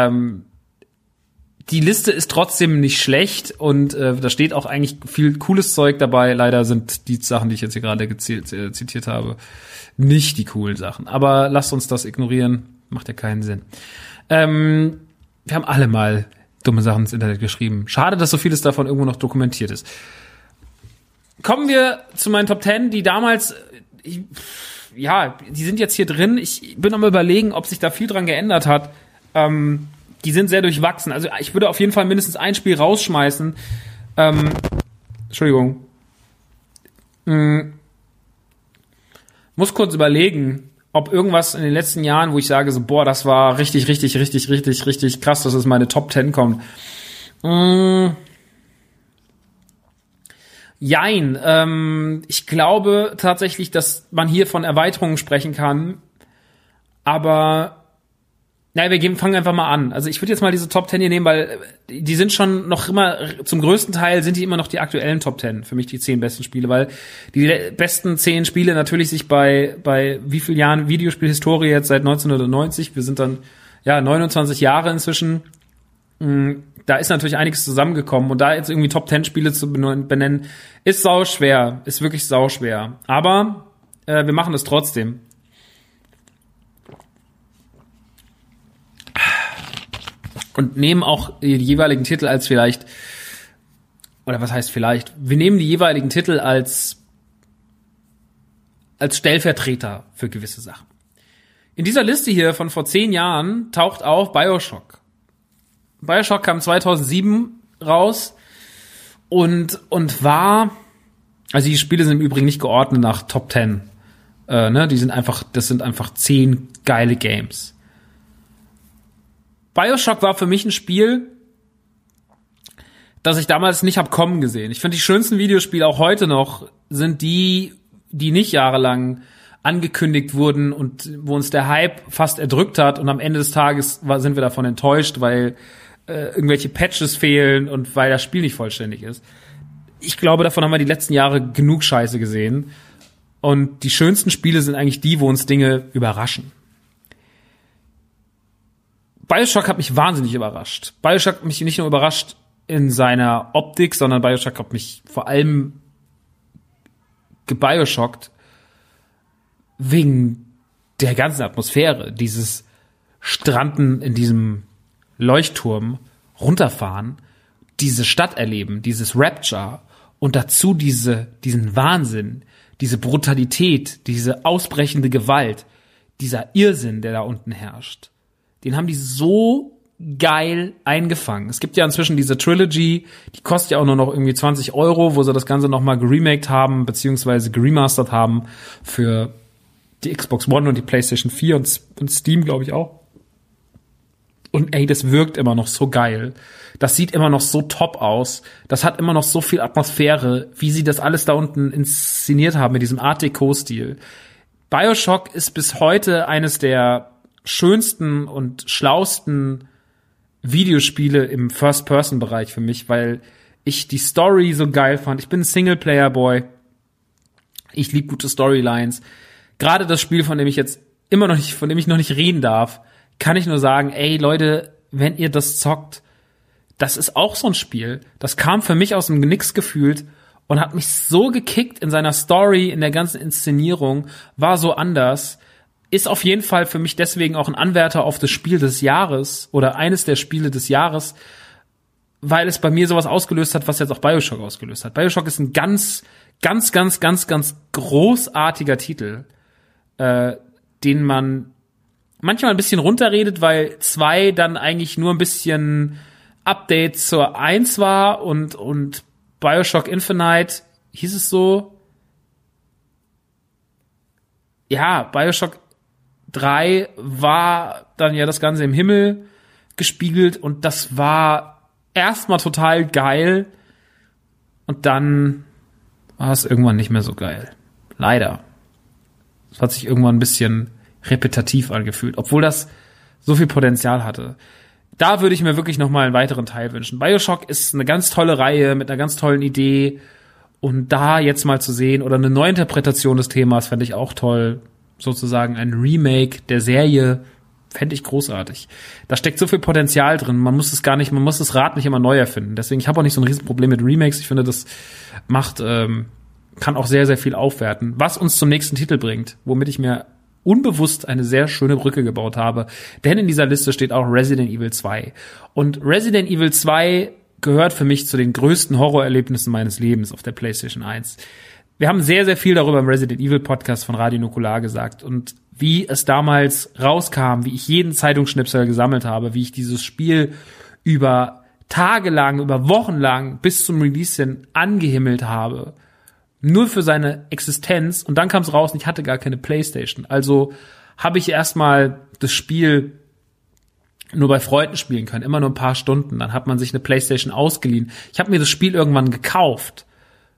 Die Liste ist trotzdem nicht schlecht und da steht auch eigentlich viel cooles Zeug dabei. Leider sind die Sachen, die ich jetzt hier gerade zitiert habe, nicht die coolen Sachen. Aber lasst uns das ignorieren, macht ja keinen Sinn. Wir haben alle mal dumme Sachen ins Internet geschrieben. Schade, dass so vieles davon irgendwo noch dokumentiert ist. Kommen wir zu meinen Top 10, die damals... die sind jetzt hier drin. Ich bin am Überlegen, ob sich da viel dran geändert hat. Die sind sehr durchwachsen. Also ich würde auf jeden Fall mindestens ein Spiel rausschmeißen. Entschuldigung. Muss kurz überlegen, ob irgendwas in den letzten Jahren, wo ich sage so, boah, das war richtig krass, dass es meine Top 10 kommt. Jein. Ich glaube tatsächlich, dass man hier von Erweiterungen sprechen kann. Aber fangen einfach mal an. Also ich würde jetzt mal diese Top 10 hier nehmen, weil die sind schon noch immer, zum größten Teil sind die immer noch die aktuellen Top 10. Für mich die 10 besten Spiele, weil die besten 10 Spiele natürlich sich bei wie vielen Jahren Videospielhistorie jetzt seit 1990, wir sind dann 29 Jahre inzwischen, da ist natürlich einiges zusammengekommen und da jetzt irgendwie Top 10 Spiele zu benennen, ist sauschwer, ist wirklich sauschwer. Aber wir machen es trotzdem. Und nehmen auch die jeweiligen Titel als vielleicht, oder was heißt vielleicht, wir nehmen die jeweiligen Titel als Stellvertreter für gewisse Sachen. In dieser Liste hier von vor 10 Jahren taucht auf BioShock. BioShock kam 2007 raus und war, also die Spiele sind im Übrigen nicht geordnet nach Top 10. Das sind einfach 10 geile Games. BioShock war für mich ein Spiel, das ich damals nicht hab kommen gesehen. Ich finde, die schönsten Videospiele auch heute noch sind die nicht jahrelang angekündigt wurden und wo uns der Hype fast erdrückt hat und am Ende des Tages sind wir davon enttäuscht, weil irgendwelche Patches fehlen und weil das Spiel nicht vollständig ist. Ich glaube, davon haben wir die letzten Jahre genug Scheiße gesehen. Und die schönsten Spiele sind eigentlich die, wo uns Dinge überraschen. BioShock hat mich wahnsinnig überrascht. BioShock hat mich nicht nur überrascht in seiner Optik, sondern BioShock hat mich vor allem geBioshockt wegen der ganzen Atmosphäre. Dieses Stranden in diesem Leuchtturm, runterfahren, diese Stadt erleben, dieses Rapture und dazu diesen Wahnsinn, diese Brutalität, diese ausbrechende Gewalt, dieser Irrsinn, der da unten herrscht. Den haben die so geil eingefangen. Es gibt ja inzwischen diese Trilogy, die kostet ja auch nur noch irgendwie 20 €, wo sie das Ganze nochmal geremaked haben, beziehungsweise geremastert haben für die Xbox One und die PlayStation 4 und Steam, glaube ich, auch. Und das wirkt immer noch so geil. Das sieht immer noch so top aus. Das hat immer noch so viel Atmosphäre, wie sie das alles da unten inszeniert haben mit diesem Art Deco-Stil. BioShock ist bis heute eines der schönsten und schlausten Videospiele im First-Person-Bereich für mich, weil ich die Story so geil fand. Ich bin ein Singleplayer-Boy. Ich liebe gute Storylines. Gerade das Spiel, von dem ich noch nicht reden darf, kann ich nur sagen, Leute, wenn ihr das zockt, das ist auch so ein Spiel. Das kam für mich aus dem Nix gefühlt und hat mich so gekickt in seiner Story, in der ganzen Inszenierung, war so anders. Ist auf jeden Fall für mich deswegen auch ein Anwärter auf das Spiel des Jahres oder eines der Spiele des Jahres, weil es bei mir sowas ausgelöst hat, was jetzt auch BioShock ausgelöst hat. BioShock ist ein ganz, ganz, ganz, ganz, ganz großartiger Titel, den man manchmal ein bisschen runterredet, weil 2 dann eigentlich nur ein bisschen Update zur 1 war und BioShock Infinite, hieß es so? Ja, BioShock 3 war dann ja das Ganze im Himmel gespiegelt und das war erstmal total geil und dann war es irgendwann nicht mehr so geil. Leider. Es hat sich irgendwann ein bisschen repetitiv angefühlt, obwohl das so viel Potenzial hatte. Da würde ich mir wirklich noch mal einen weiteren Teil wünschen. BioShock ist eine ganz tolle Reihe mit einer ganz tollen Idee und da jetzt mal zu sehen oder eine Neuinterpretation des Themas fände ich auch toll. Sozusagen ein Remake der Serie fände ich großartig. Da steckt so viel Potenzial drin. Man muss das Rad nicht immer neu erfinden. Deswegen, ich habe auch nicht so ein Riesenproblem mit Remakes. Ich finde, das kann auch sehr, sehr viel aufwerten. Was uns zum nächsten Titel bringt, womit ich mir unbewusst eine sehr schöne Brücke gebaut habe. Denn in dieser Liste steht auch Resident Evil 2. Und Resident Evil 2 gehört für mich zu den größten Horrorerlebnissen meines Lebens auf der PlayStation 1. Wir haben sehr, sehr viel darüber im Resident Evil Podcast von Radio Nukular gesagt und wie es damals rauskam, wie ich jeden Zeitungsschnipsel gesammelt habe, wie ich dieses Spiel über Tage lang, über Wochen lang bis zum Release hin angehimmelt habe. Nur für seine Existenz. Und dann kam es raus und ich hatte gar keine PlayStation. Also habe ich erstmal das Spiel nur bei Freunden spielen können. Immer nur ein paar Stunden. Dann hat man sich eine PlayStation ausgeliehen. Ich habe mir das Spiel irgendwann gekauft.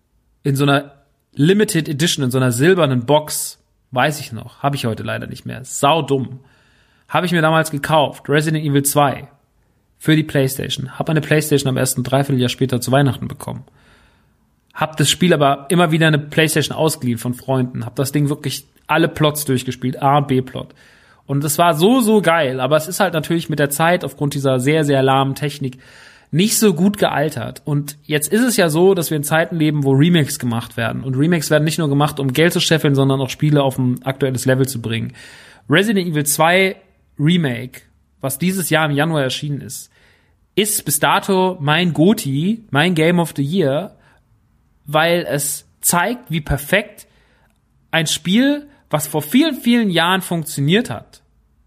in so einer Limited Edition, in so einer silbernen Box, weiß ich noch, habe ich heute leider nicht mehr, saudumm, habe ich mir damals gekauft, Resident Evil 2 für die Playstation, habe eine Playstation am ersten Dreivierteljahr später zu Weihnachten bekommen, habe das Spiel aber immer wieder eine Playstation ausgeliehen von Freunden, habe das Ding wirklich alle Plots durchgespielt, A- und B-Plot. Und es war so geil, aber es ist halt natürlich mit der Zeit aufgrund dieser sehr, sehr lahmen Technik nicht so gut gealtert. Und jetzt ist es ja so, dass wir in Zeiten leben, wo Remakes gemacht werden. Und Remakes werden nicht nur gemacht, um Geld zu scheffeln, sondern auch Spiele auf ein aktuelles Level zu bringen. Resident Evil 2 Remake, was dieses Jahr im Januar erschienen ist bis dato mein GOTY, mein Game of the Year, weil es zeigt, wie perfekt ein Spiel, was vor vielen, vielen Jahren funktioniert hat,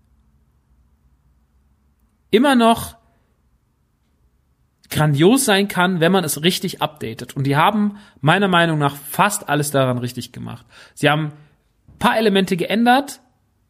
immer noch grandios sein kann, wenn man es richtig updatet. Und die haben meiner Meinung nach fast alles daran richtig gemacht. Sie haben ein paar Elemente geändert,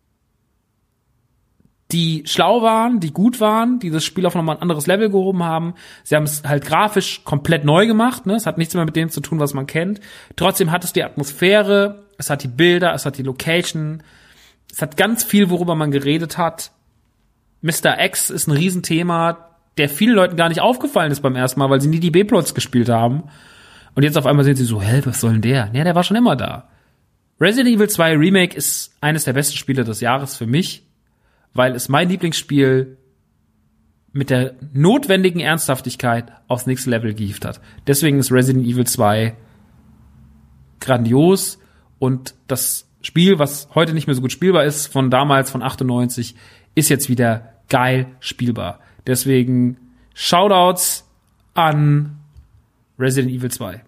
die schlau waren, die gut waren, die das Spiel auf nochmal ein anderes Level gehoben haben. Sie haben es halt grafisch komplett neu gemacht, ne? Es hat nichts mehr mit dem zu tun, was man kennt. Trotzdem hat es die Atmosphäre, es hat die Bilder, es hat die Location, es hat ganz viel, worüber man geredet hat. Mr. X ist ein Riesenthema, der vielen Leuten gar nicht aufgefallen ist beim ersten Mal, weil sie nie die B-Plots gespielt haben. Und jetzt auf einmal sind sie so, was soll denn der? Ja, der war schon immer da. Resident Evil 2 Remake ist eines der besten Spiele des Jahres für mich, weil es mein Lieblingsspiel mit der notwendigen Ernsthaftigkeit aufs nächste Level gehievt hat. Deswegen ist Resident Evil 2 grandios und das Spiel, was heute nicht mehr so gut spielbar ist, von damals, von 98, ist jetzt wieder geil spielbar. Deswegen Shoutouts an Resident Evil 2.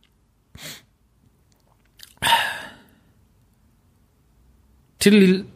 Till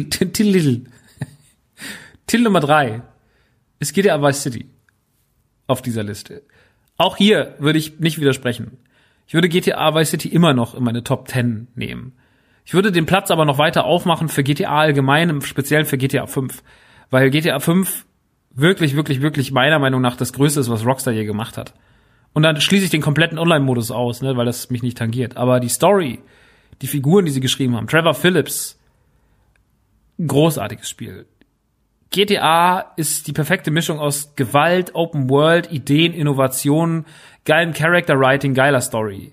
Nummer 3 ist GTA Vice City auf dieser Liste. Auch hier würde ich nicht widersprechen. Ich würde GTA Vice City immer noch in meine Top 10 nehmen. Ich würde den Platz aber noch weiter aufmachen für GTA allgemein, im Speziellen für GTA 5. Weil GTA 5 wirklich meiner Meinung nach das Größte ist, was Rockstar je gemacht hat. Und dann schließe ich den kompletten Online-Modus aus, ne, weil das mich nicht tangiert. Aber die Story, die Figuren, die sie geschrieben haben, Trevor Phillips, großartiges Spiel. GTA ist die perfekte Mischung aus Gewalt, Open World, Ideen, Innovationen, geilem Character Writing, geiler Story.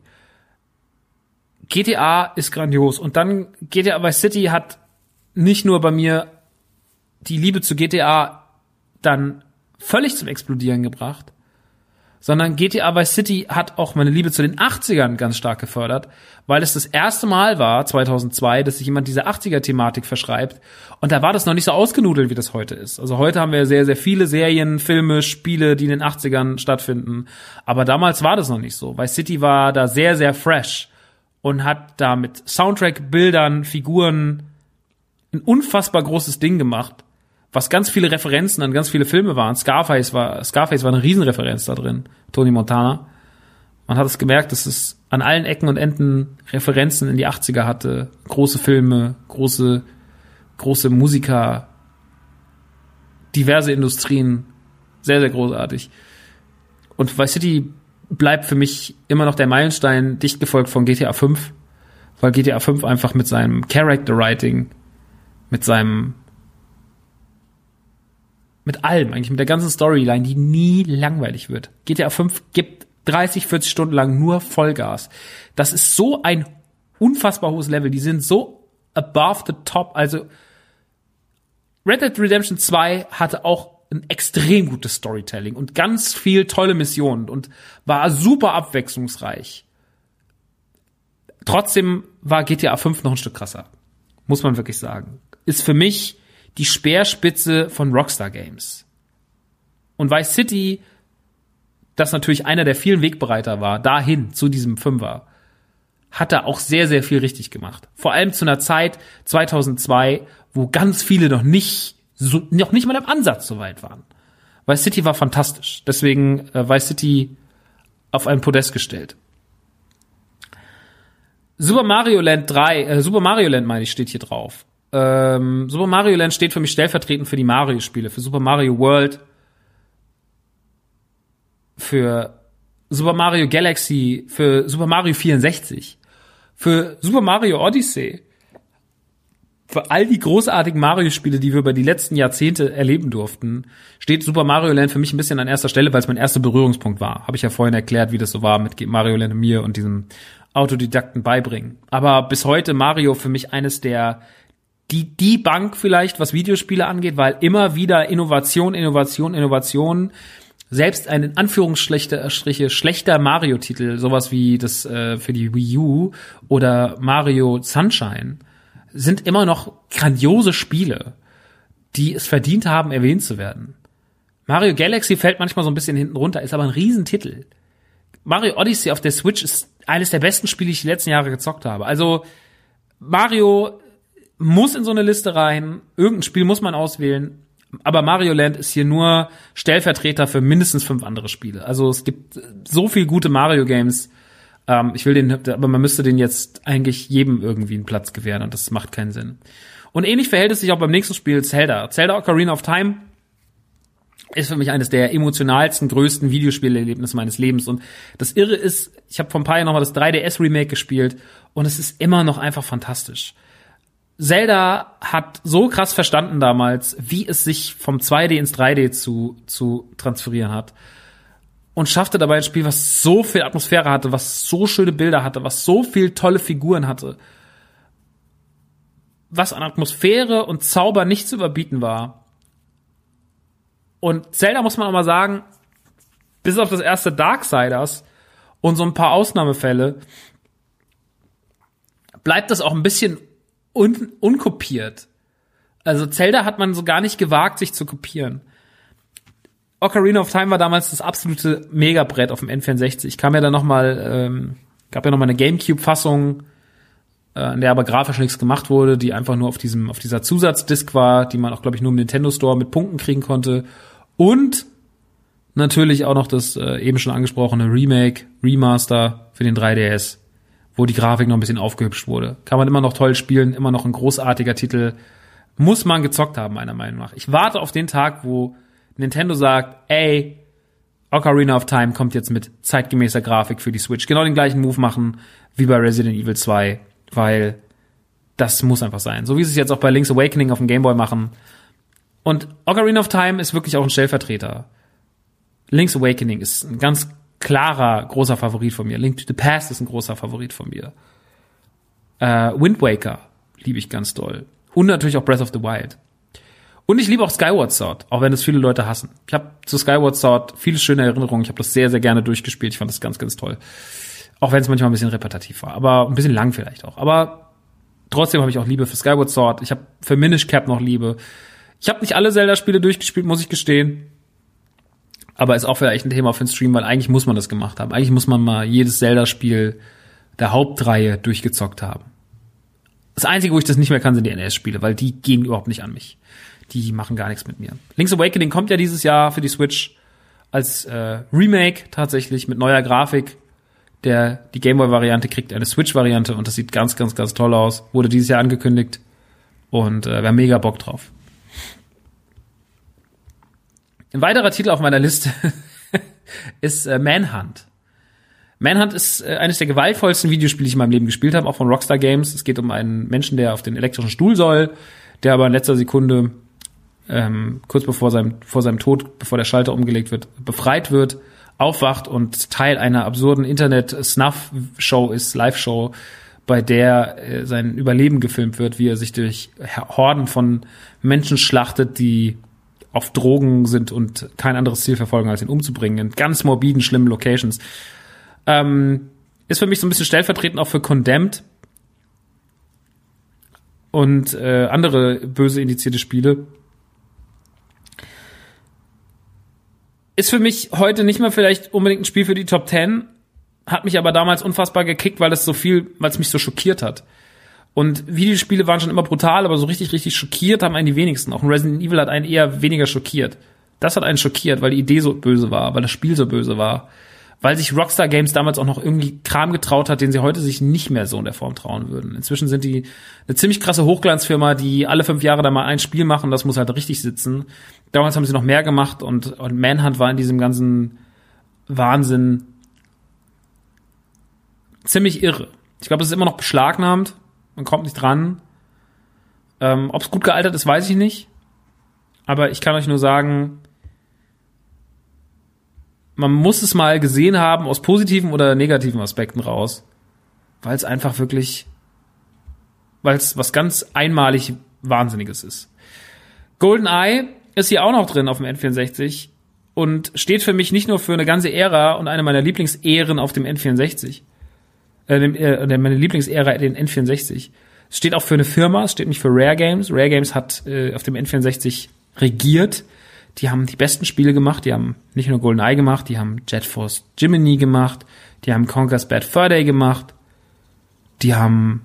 GTA ist grandios. Und dann GTA Vice City hat nicht nur bei mir die Liebe zu GTA dann völlig zum Explodieren gebracht, sondern GTA Vice City hat auch meine Liebe zu den 80ern ganz stark gefördert, weil es das erste Mal war, 2002, dass sich jemand dieser 80er-Thematik verschreibt. Und da war das noch nicht so ausgenudelt, wie das heute ist. Also heute haben wir sehr, sehr viele Serien, Filme, Spiele, die in den 80ern stattfinden. Aber damals war das noch nicht so. Vice City war da sehr, sehr fresh und hat da mit Soundtrack, Bildern, Figuren ein unfassbar großes Ding gemacht, was ganz viele Referenzen an ganz viele Filme waren. Scarface war eine Riesenreferenz da drin. Tony Montana. Man hat es gemerkt, dass es an allen Ecken und Enden Referenzen in die 80er hatte. Große Filme, große Musiker, diverse Industrien. Sehr, sehr großartig. Und Vice City bleibt für mich immer noch der Meilenstein, dicht gefolgt von GTA 5. Weil GTA 5 einfach mit seinem Character Writing, mit allem, eigentlich mit der ganzen Storyline, die nie langweilig wird. GTA 5 gibt 30, 40 Stunden lang nur Vollgas. Das ist so ein unfassbar hohes Level. Die sind so above the top. Also Red Dead Redemption 2 hatte auch ein extrem gutes Storytelling und ganz viel tolle Missionen und war super abwechslungsreich. Trotzdem war GTA 5 noch ein Stück krasser. Muss man wirklich sagen. Ist für mich die Speerspitze von Rockstar Games. Und Vice City, das natürlich einer der vielen Wegbereiter war, dahin, zu diesem Fünfer, hat er auch sehr, sehr viel richtig gemacht. Vor allem zu einer Zeit, 2002, wo ganz viele noch nicht mal im Ansatz so weit waren. Vice City war fantastisch. Deswegen Vice City auf ein Podest gestellt. Super Mario Land meine ich, steht hier drauf. Super Mario Land steht für mich stellvertretend für die Mario-Spiele, für Super Mario World, für Super Mario Galaxy, für Super Mario 64, für Super Mario Odyssey, für all die großartigen Mario-Spiele, die wir über die letzten Jahrzehnte erleben durften, steht Super Mario Land für mich ein bisschen an erster Stelle, weil es mein erster Berührungspunkt war. Habe ich ja vorhin erklärt, wie das so war mit Mario Land und mir und diesem Autodidakten beibringen. Aber bis heute Mario für mich eines der die Bank vielleicht, was Videospiele angeht, weil immer wieder Innovation. Selbst ein in Anführungsstriche schlechter Mario-Titel, sowas wie das für die Wii U oder Mario Sunshine, sind immer noch grandiose Spiele, die es verdient haben, erwähnt zu werden. Mario Galaxy fällt manchmal so ein bisschen hinten runter, ist aber ein Riesentitel. Mario Odyssey auf der Switch ist eines der besten Spiele, die ich die letzten Jahre gezockt habe. Also Mario muss in so eine Liste rein, irgendein Spiel muss man auswählen, aber Mario Land ist hier nur Stellvertreter für mindestens 5 andere Spiele. Also es gibt so viel gute Mario-Games, aber man müsste den jetzt eigentlich jedem irgendwie einen Platz gewähren und das macht keinen Sinn. Und ähnlich verhält es sich auch beim nächsten Spiel, Zelda. Zelda Ocarina of Time ist für mich eines der emotionalsten, größten Videospielerlebnisse meines Lebens. Und das Irre ist, ich habe vor ein paar Jahren nochmal das 3DS-Remake gespielt und es ist immer noch einfach fantastisch. Zelda hat so krass verstanden damals, wie es sich vom 2D ins 3D zu transferieren hat. Und schaffte dabei ein Spiel, was so viel Atmosphäre hatte, was so schöne Bilder hatte, was so viel tolle Figuren hatte. Was an Atmosphäre und Zauber nicht zu überbieten war. Und Zelda, muss man auch mal sagen, bis auf das erste Darksiders und so ein paar Ausnahmefälle, bleibt das auch ein bisschen unkopiert. Also Zelda hat man so gar nicht gewagt, sich zu kopieren. Ocarina of Time war damals das absolute Megabrett auf dem N64. Gab ja noch mal eine Gamecube-Fassung, in der aber grafisch nichts gemacht wurde, die einfach nur auf dieser Zusatzdisc war, die man auch, glaube ich, nur im Nintendo Store mit Punkten kriegen konnte. Und natürlich auch noch das eben schon angesprochene Remaster für den 3DS, wo die Grafik noch ein bisschen aufgehübscht wurde. Kann man immer noch toll spielen, immer noch ein großartiger Titel. Muss man gezockt haben, meiner Meinung nach. Ich warte auf den Tag, wo Nintendo sagt, ey, Ocarina of Time kommt jetzt mit zeitgemäßer Grafik für die Switch. Genau den gleichen Move machen wie bei Resident Evil 2, weil das muss einfach sein. So wie sie es jetzt auch bei Link's Awakening auf dem Game Boy machen. Und Ocarina of Time ist wirklich auch ein Stellvertreter. Link's Awakening ist ein ganz klarer, großer Favorit von mir. Link to the Past ist ein großer Favorit von mir. Wind Waker liebe ich ganz doll. Und natürlich auch Breath of the Wild. Und ich liebe auch Skyward Sword, auch wenn es viele Leute hassen. Ich habe zu Skyward Sword viele schöne Erinnerungen. Ich habe das sehr, sehr gerne durchgespielt. Ich fand das ganz, ganz toll. Auch wenn es manchmal ein bisschen repetitiv war. Aber ein bisschen lang vielleicht auch. Aber trotzdem habe ich auch Liebe für Skyward Sword. Ich habe für Minish Cap noch Liebe. Ich habe nicht alle Zelda-Spiele durchgespielt, muss ich gestehen. Aber ist auch vielleicht ein Thema für den Stream, weil eigentlich muss man das gemacht haben. Eigentlich muss man mal jedes Zelda-Spiel der Hauptreihe durchgezockt haben. Das Einzige, wo ich das nicht mehr kann, sind die NES-Spiele, weil die gehen überhaupt nicht an mich. Die machen gar nichts mit mir. Link's Awakening kommt ja dieses Jahr für die Switch als Remake tatsächlich mit neuer Grafik. Die Gameboy-Variante kriegt eine Switch-Variante und das sieht ganz, ganz, ganz toll aus. Wurde dieses Jahr angekündigt und wir haben mega Bock drauf. Ein weiterer Titel auf meiner Liste ist Manhunt. Manhunt ist eines der gewaltvollsten Videospiele, die ich in meinem Leben gespielt habe, auch von Rockstar Games. Es geht um einen Menschen, der auf den elektrischen Stuhl soll, der aber in letzter Sekunde, kurz vor seinem Tod, bevor der Schalter umgelegt wird, befreit wird, aufwacht und Teil einer absurden Internet-Snuff-Show ist, Live-Show, bei der sein Überleben gefilmt wird, wie er sich durch Horden von Menschen schlachtet, die auf Drogen sind und kein anderes Ziel verfolgen, als ihn umzubringen, in ganz morbiden, schlimmen Locations. Ist für mich so ein bisschen stellvertretend auch für Condemned und andere böse indizierte Spiele. Ist für mich heute nicht mehr vielleicht unbedingt ein Spiel für die Top 10, hat mich aber damals unfassbar gekickt, weil es mich so schockiert hat. Und Videospiele waren schon immer brutal, aber so richtig, richtig schockiert haben einen die wenigsten. Auch ein Resident Evil hat einen eher weniger schockiert. Das hat einen schockiert, weil die Idee so böse war, weil das Spiel so böse war. Weil sich Rockstar Games damals auch noch irgendwie Kram getraut hat, den sie heute sich nicht mehr so in der Form trauen würden. Inzwischen sind die eine ziemlich krasse Hochglanzfirma, die alle 5 Jahre da mal ein Spiel machen, das muss halt richtig sitzen. Damals haben sie noch mehr gemacht und Manhunt war in diesem ganzen Wahnsinn ziemlich irre. Ich glaube, es ist immer noch beschlagnahmt. Man kommt nicht dran. Ob es gut gealtert ist, weiß ich nicht. Aber ich kann euch nur sagen, man muss es mal gesehen haben, aus positiven oder negativen Aspekten raus. Weil es einfach wirklich, weil es was ganz einmalig Wahnsinniges ist. GoldenEye ist hier auch noch drin auf dem N64 und steht für mich nicht nur für eine ganze Ära und eine meiner Lieblingsehren auf dem N64. Meine Lieblingsära, den N64. Es steht auch für eine Firma, es steht nicht für Rare Games. Rare Games hat auf dem N64 regiert. Die haben die besten Spiele gemacht. Die haben nicht nur GoldenEye gemacht, die haben Jet Force Gemini gemacht, die haben Conker's Bad Fur Day gemacht, die haben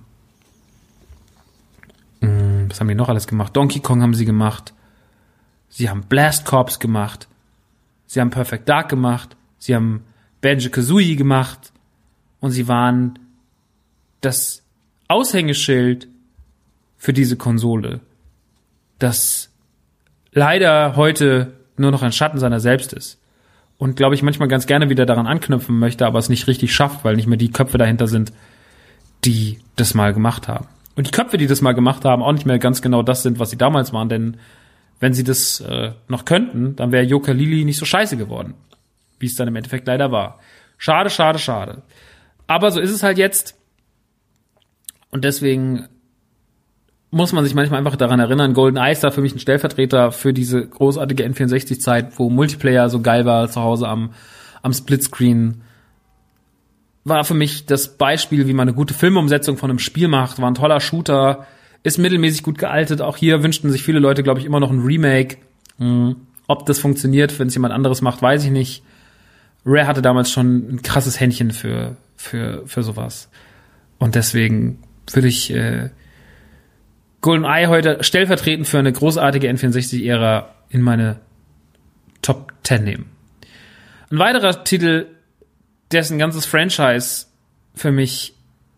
was haben die noch alles gemacht? Donkey Kong haben sie gemacht. Sie haben Blast Corps gemacht. Sie haben Perfect Dark gemacht. Sie haben Banjo-Kazooie gemacht. Und sie waren das Aushängeschild für diese Konsole, das leider heute nur noch ein Schatten seiner selbst ist. Und, glaube ich, manchmal ganz gerne wieder daran anknüpfen möchte, aber es nicht richtig schafft, weil nicht mehr die Köpfe dahinter sind, die das mal gemacht haben. Und die Köpfe, die das mal gemacht haben, auch nicht mehr ganz genau das sind, was sie damals waren, denn wenn sie das noch könnten, dann wäre Yooka-Laylee nicht so scheiße geworden, wie es dann im Endeffekt leider war. Schade, schade, schade. Aber so ist es halt jetzt. Und deswegen muss man sich manchmal einfach daran erinnern, GoldenEye ist da für mich ein Stellvertreter für diese großartige N64-Zeit, wo Multiplayer so geil war zu Hause am Splitscreen. War für mich das Beispiel, wie man eine gute Filmumsetzung von einem Spiel macht. War ein toller Shooter, ist mittelmäßig gut gealtet. Auch hier wünschten sich viele Leute, glaube ich, immer noch ein Remake. Ob das funktioniert, wenn es jemand anderes macht, weiß ich nicht. Rare hatte damals schon ein krasses Händchen für sowas. Und deswegen würde ich GoldenEye heute stellvertretend für eine großartige N64-Ära in meine Top 10 nehmen. Ein weiterer Titel, dessen ganzes Franchise für mich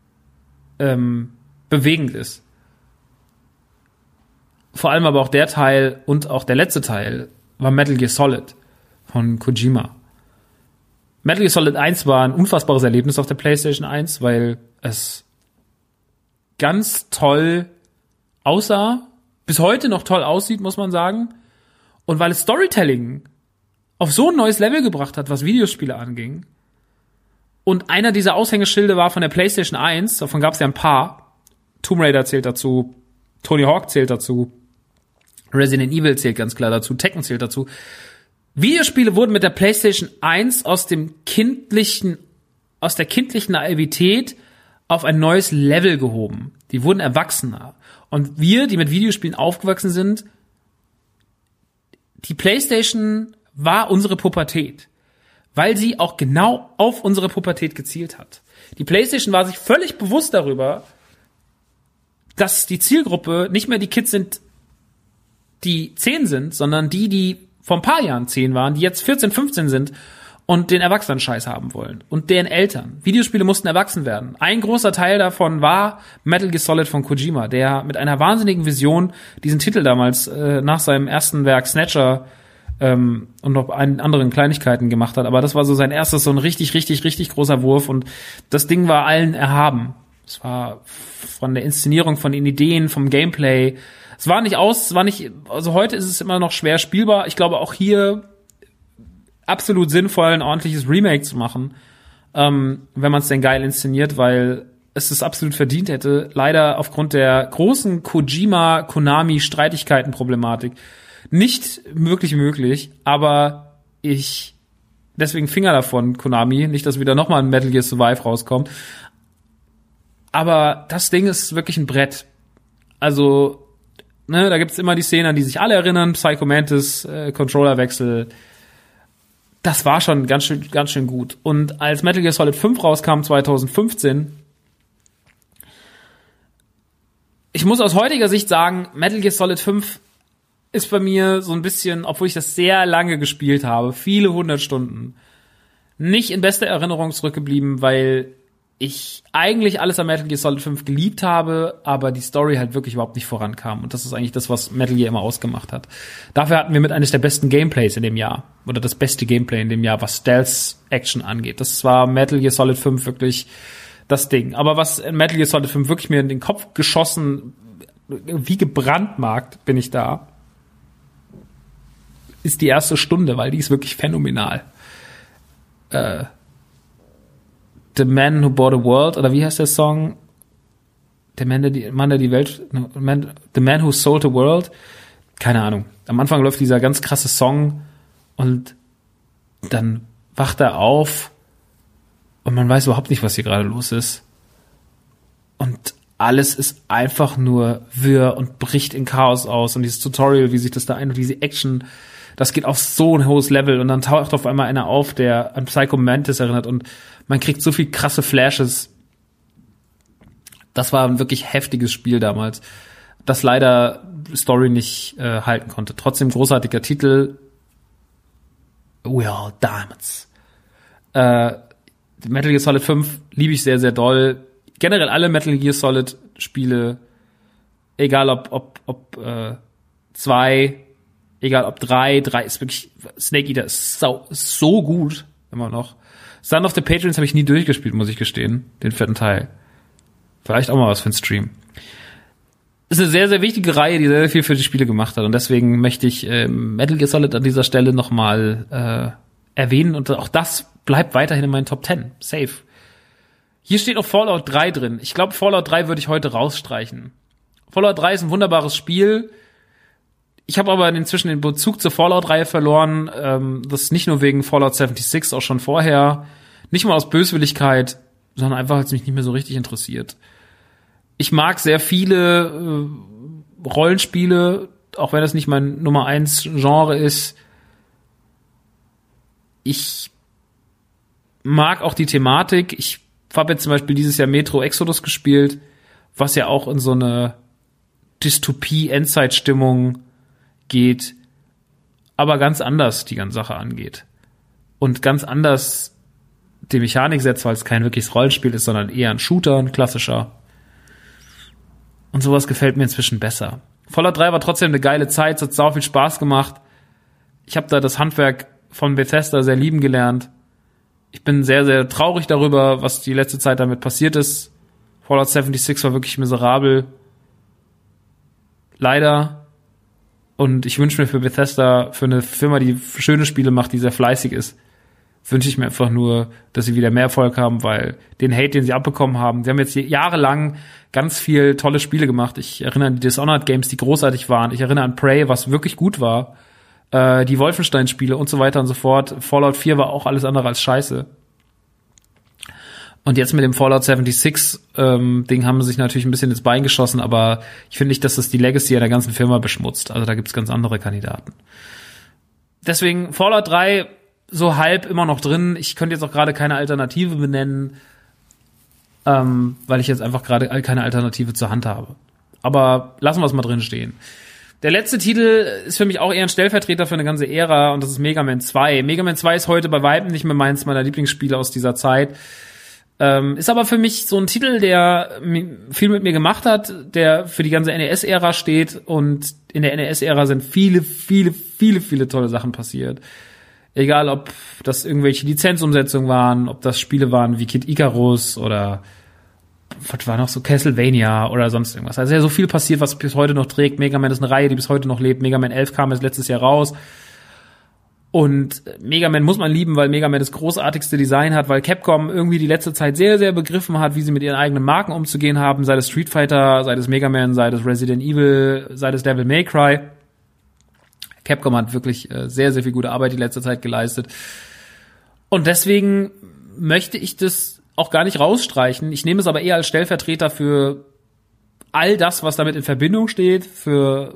bewegend ist. Vor allem aber auch der Teil und auch der letzte Teil war Metal Gear Solid von Kojima. Metal Gear Solid 1 war ein unfassbares Erlebnis auf der PlayStation 1, weil es ganz toll aussah, bis heute noch toll aussieht, muss man sagen, und weil es Storytelling auf so ein neues Level gebracht hat, was Videospiele anging. Und einer dieser Aushängeschilde war von der PlayStation 1, davon gab es ja ein paar. Tomb Raider zählt dazu, Tony Hawk zählt dazu, Resident Evil zählt ganz klar dazu, Tekken zählt dazu. Videospiele wurden mit der PlayStation 1 aus der kindlichen Naivität auf ein neues Level gehoben. Die wurden erwachsener. Und wir, die mit Videospielen aufgewachsen sind, die PlayStation war unsere Pubertät, weil sie auch genau auf unsere Pubertät gezielt hat. Die PlayStation war sich völlig bewusst darüber, dass die Zielgruppe nicht mehr die Kids sind, die 10 sind, sondern die vor ein paar Jahren 10 waren, die jetzt 14, 15 sind und den Erwachsenen-Scheiß haben wollen. Und deren Eltern. Videospiele mussten erwachsen werden. Ein großer Teil davon war Metal Gear Solid von Kojima, der mit einer wahnsinnigen Vision diesen Titel damals nach seinem ersten Werk Snatcher und noch anderen Kleinigkeiten gemacht hat. Aber das war so sein erstes, so ein richtig, richtig, richtig großer Wurf. Und das Ding war allen erhaben. Es war von der Inszenierung, von den Ideen, vom Gameplay. Also heute ist es immer noch schwer spielbar. Ich glaube auch hier absolut sinnvoll, ein ordentliches Remake zu machen, wenn man es denn geil inszeniert, weil es absolut verdient hätte. Leider aufgrund der großen Kojima-Konami-Streitigkeiten-Problematik nicht wirklich möglich, aber deswegen Finger davon, Konami, nicht, dass wieder nochmal ein Metal Gear Survive rauskommt. Aber das Ding ist wirklich ein Brett. Also, da gibt's immer die Szenen, an die sich alle erinnern, Psycho Mantis, Controllerwechsel. Das war schon ganz schön gut. Und als Metal Gear Solid 5 rauskam 2015, ich muss aus heutiger Sicht sagen, Metal Gear Solid 5 ist bei mir so ein bisschen, obwohl ich das sehr lange gespielt habe, viele 100 Stunden, nicht in bester Erinnerung zurückgeblieben, weil ich eigentlich alles an Metal Gear Solid 5 geliebt habe, aber die Story halt wirklich überhaupt nicht vorankam. Und das ist eigentlich das, was Metal Gear immer ausgemacht hat. Dafür hatten wir mit eines der besten Gameplays in dem Jahr. Oder das beste Gameplay in dem Jahr, was Stealth-Action angeht. Das war Metal Gear Solid 5 wirklich das Ding. Aber was in Metal Gear Solid 5 wirklich mir in den Kopf geschossen, wie gebrandmarkt bin ich da, ist die erste Stunde, weil die ist wirklich phänomenal. The Man Who Bought a World, oder wie heißt der Song? The Man Who Sold the World. Keine Ahnung. Am Anfang läuft dieser ganz krasse Song und dann wacht er auf und man weiß überhaupt nicht, was hier gerade los ist. Und alles ist einfach nur wirr und bricht in Chaos aus. Und dieses Tutorial, wie sich das da und diese Action, das geht auf so ein hohes Level. Und dann taucht auf einmal einer auf, der an Psycho Mantis erinnert. Und man kriegt so viel krasse Flashes. Das war ein wirklich heftiges Spiel damals, das leider Story nicht halten konnte. Trotzdem großartiger Titel. We are diamonds. Metal Gear Solid 5 liebe ich sehr, sehr doll. Generell alle Metal Gear Solid Spiele, egal ob 2, egal ob 3 ist wirklich, Snake Eater ist so gut, immer noch. Son of the Patriots habe ich nie durchgespielt, muss ich gestehen, den 4. Teil. Vielleicht auch mal was für einen Stream. Ist eine sehr, sehr wichtige Reihe, die sehr, sehr viel für die Spiele gemacht hat. Und deswegen möchte ich Metal Gear Solid an dieser Stelle nochmal erwähnen. Und auch das bleibt weiterhin in meinen Top 10. Safe. Hier steht noch Fallout 3 drin. Ich glaube, Fallout 3 würde ich heute rausstreichen. Fallout 3 ist ein wunderbares Spiel. Ich habe aber inzwischen den Bezug zur Fallout-Reihe verloren. Das nicht nur wegen Fallout 76, auch schon vorher. Nicht mal aus Böswilligkeit, sondern einfach, weil es mich nicht mehr so richtig interessiert. Ich mag sehr viele Rollenspiele, auch wenn das nicht mein Nummer 1 Genre ist. Ich mag auch die Thematik. Ich habe jetzt zum Beispiel dieses Jahr Metro Exodus gespielt, was ja auch in so eine Dystopie-Endzeit-Stimmung geht, aber ganz anders die ganze Sache angeht. Und ganz anders die Mechanik setzt, weil es kein wirkliches Rollenspiel ist, sondern eher ein Shooter, ein klassischer. Und sowas gefällt mir inzwischen besser. Fallout 3 war trotzdem eine geile Zeit, es hat sau viel Spaß gemacht. Ich habe da das Handwerk von Bethesda sehr lieben gelernt. Ich bin sehr, sehr traurig darüber, was die letzte Zeit damit passiert ist. Fallout 76 war wirklich miserabel. Leider. Und ich wünsche mir für Bethesda, für eine Firma, die schöne Spiele macht, die sehr fleißig ist, wünsche ich mir einfach nur, dass sie wieder mehr Erfolg haben, weil den Hate, den sie abbekommen haben, sie haben jetzt jahrelang ganz viel tolle Spiele gemacht. Ich erinnere an die Dishonored Games, die großartig waren. Ich erinnere an Prey, was wirklich gut war. Die Wolfenstein-Spiele und so weiter und so fort. Fallout 4 war auch alles andere als scheiße. Und jetzt mit dem Fallout 76 Ding haben sie sich natürlich ein bisschen ins Bein geschossen, aber ich finde nicht, dass das die Legacy der ganzen Firma beschmutzt. Also da gibt's ganz andere Kandidaten. Deswegen Fallout 3 so halb immer noch drin. Ich könnte jetzt auch gerade keine Alternative benennen, weil ich jetzt einfach gerade keine Alternative zur Hand habe. Aber lassen wir es mal drin stehen. Der letzte Titel ist für mich auch eher ein Stellvertreter für eine ganze Ära und das ist Mega Man 2. Mega Man 2 ist heute bei weitem nicht mehr meins meiner Lieblingsspiele aus dieser Zeit. Ist aber für mich so ein Titel, der viel mit mir gemacht hat, der für die ganze NES-Ära steht und in der NES-Ära sind viele, viele, viele, viele tolle Sachen passiert. Egal, ob das irgendwelche Lizenzumsetzungen waren, ob das Spiele waren wie Kid Icarus oder was war noch so, Castlevania oder sonst irgendwas. Also ja, so viel passiert, was bis heute noch trägt. Mega Man ist eine Reihe, die bis heute noch lebt. Mega Man 11 kam erst letztes Jahr raus. Und Mega Man muss man lieben, weil Mega Man das großartigste Design hat, weil Capcom irgendwie die letzte Zeit sehr, sehr begriffen hat, wie sie mit ihren eigenen Marken umzugehen haben, sei das Street Fighter, sei das Mega Man, sei das Resident Evil, sei das Devil May Cry. Capcom hat wirklich sehr, sehr viel gute Arbeit die letzte Zeit geleistet. Und deswegen möchte ich das auch gar nicht rausstreichen. Ich nehme es aber eher als Stellvertreter für all das, was damit in Verbindung steht, für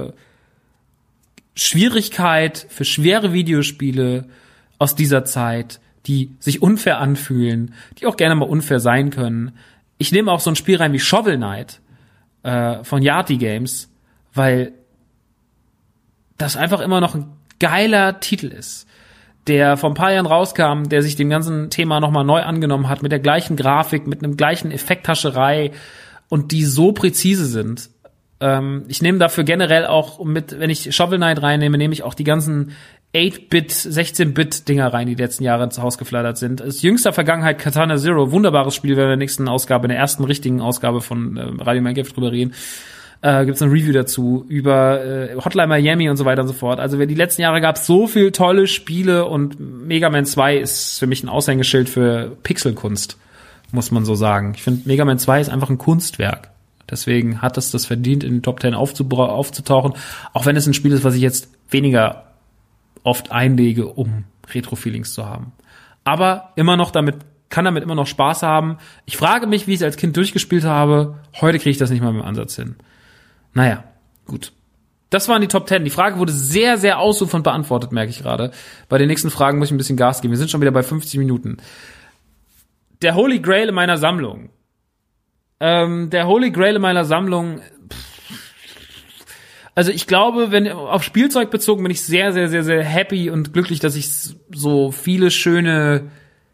Schwierigkeit, für schwere Videospiele aus dieser Zeit, die sich unfair anfühlen, die auch gerne mal unfair sein können. Ich nehme auch so ein Spiel rein wie Shovel Knight von Yati Games, weil das einfach immer noch ein geiler Titel ist, der vor ein paar Jahren rauskam, der sich dem ganzen Thema nochmal neu angenommen hat, mit der gleichen Grafik, mit einem gleichen Effekthascherei und die so präzise sind. Ich nehme dafür generell auch mit, wenn ich Shovel Knight reinnehme, nehme ich auch die ganzen 8-Bit, 16-Bit-Dinger rein, die letzten Jahre ins Haus geflattert sind. Aus jüngster Vergangenheit Katana Zero, wunderbares Spiel, werden wir in der nächsten Ausgabe, in der ersten richtigen Ausgabe von Radio Man Cave drüber reden. Gibt's ein Review dazu über Hotline Miami und so weiter und so fort. Also die letzten Jahre gab's so viel tolle Spiele und Mega Man 2 ist für mich ein Aushängeschild für Pixelkunst, muss man so sagen. Ich finde, Mega Man 2 ist einfach ein Kunstwerk. Deswegen hat es das verdient, in den Top 10 aufzutauchen, auch wenn es ein Spiel ist, was ich jetzt weniger oft einlege, um Retro-Feelings zu haben. Aber kann damit immer noch Spaß haben. Ich frage mich, wie ich es als Kind durchgespielt habe. Heute kriege ich das nicht mal mit dem Ansatz hin. Naja, gut. Das waren die Top 10. Die Frage wurde sehr, sehr ausufernd beantwortet, merke ich gerade. Bei den nächsten Fragen muss ich ein bisschen Gas geben. Wir sind schon wieder bei 50 Minuten. Der Holy Grail in meiner Sammlung. Also ich glaube, wenn auf Spielzeug bezogen, bin ich sehr, sehr, sehr, sehr happy und glücklich, dass ich so viele schöne...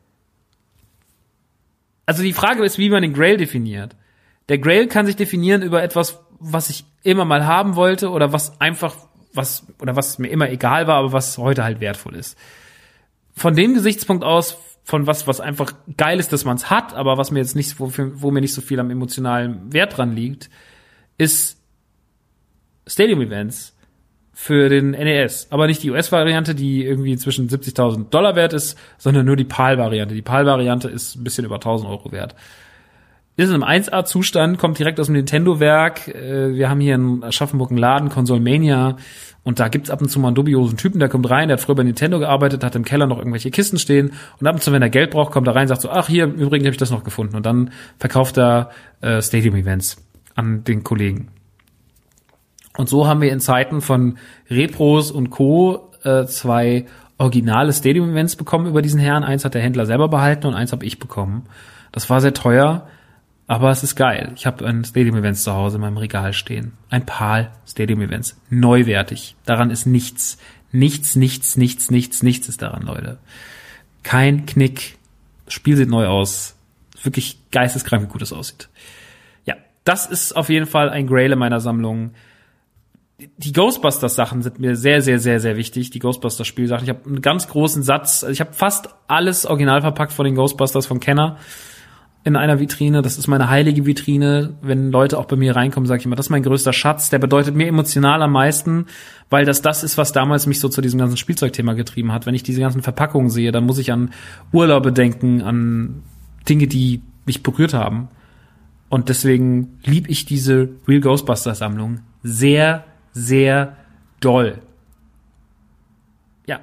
Also die Frage ist, wie man den Grail definiert. Der Grail kann sich definieren über etwas, was ich immer mal haben wollte oder was mir immer egal war, aber was heute halt wertvoll ist. Von dem Gesichtspunkt aus, von was einfach geil ist, dass man es hat, aber was mir jetzt nicht, wo mir nicht so viel am emotionalen Wert dran liegt, ist Stadium Events für den NES. Aber nicht die US-Variante, die irgendwie zwischen $70.000 wert ist, sondern nur die PAL-Variante. Die PAL-Variante ist ein bisschen über 1.000 Euro wert. Ist in einem 1A-Zustand, kommt direkt aus dem Nintendo-Werk. Wir haben hier in Aschaffenburg einen Laden, Consolmania. Und da gibt's ab und zu mal einen dubiosen Typen, der kommt rein, der hat früher bei Nintendo gearbeitet, hat im Keller noch irgendwelche Kisten stehen. Und ab und zu, wenn er Geld braucht, kommt er rein und sagt so, ach, hier, übrigens habe ich das noch gefunden. Und dann verkauft er Stadium Events an den Kollegen. Und so haben wir in Zeiten von Repros und Co. 2 originale Stadium-Events bekommen über diesen Herrn. Eins hat der Händler selber behalten und eins habe ich bekommen. Das war sehr teuer, aber es ist geil. Ich habe ein Stadium-Events zu Hause in meinem Regal stehen. Ein PAL Stadium-Events. Neuwertig. Daran ist nichts. Nichts ist daran, Leute. Kein Knick. Das Spiel sieht neu aus. Wirklich geisteskrank, wie gut es aussieht. Ja, das ist auf jeden Fall ein Grail in meiner Sammlung. Die Ghostbusters-Sachen sind mir sehr, sehr, sehr, sehr wichtig. Die Ghostbusters-Spielsachen. Ich habe einen ganz großen Satz. Also ich habe fast alles original verpackt von den Ghostbusters von Kenner in einer Vitrine. Das ist meine heilige Vitrine. Wenn Leute auch bei mir reinkommen, sage ich immer, das ist mein größter Schatz. Der bedeutet mir emotional am meisten, weil das ist, was damals mich so zu diesem ganzen Spielzeugthema getrieben hat. Wenn ich diese ganzen Verpackungen sehe, dann muss ich an Urlaube denken, an Dinge, die mich berührt haben. Und deswegen liebe ich diese Real Ghostbusters-Sammlung sehr, sehr doll. Ja.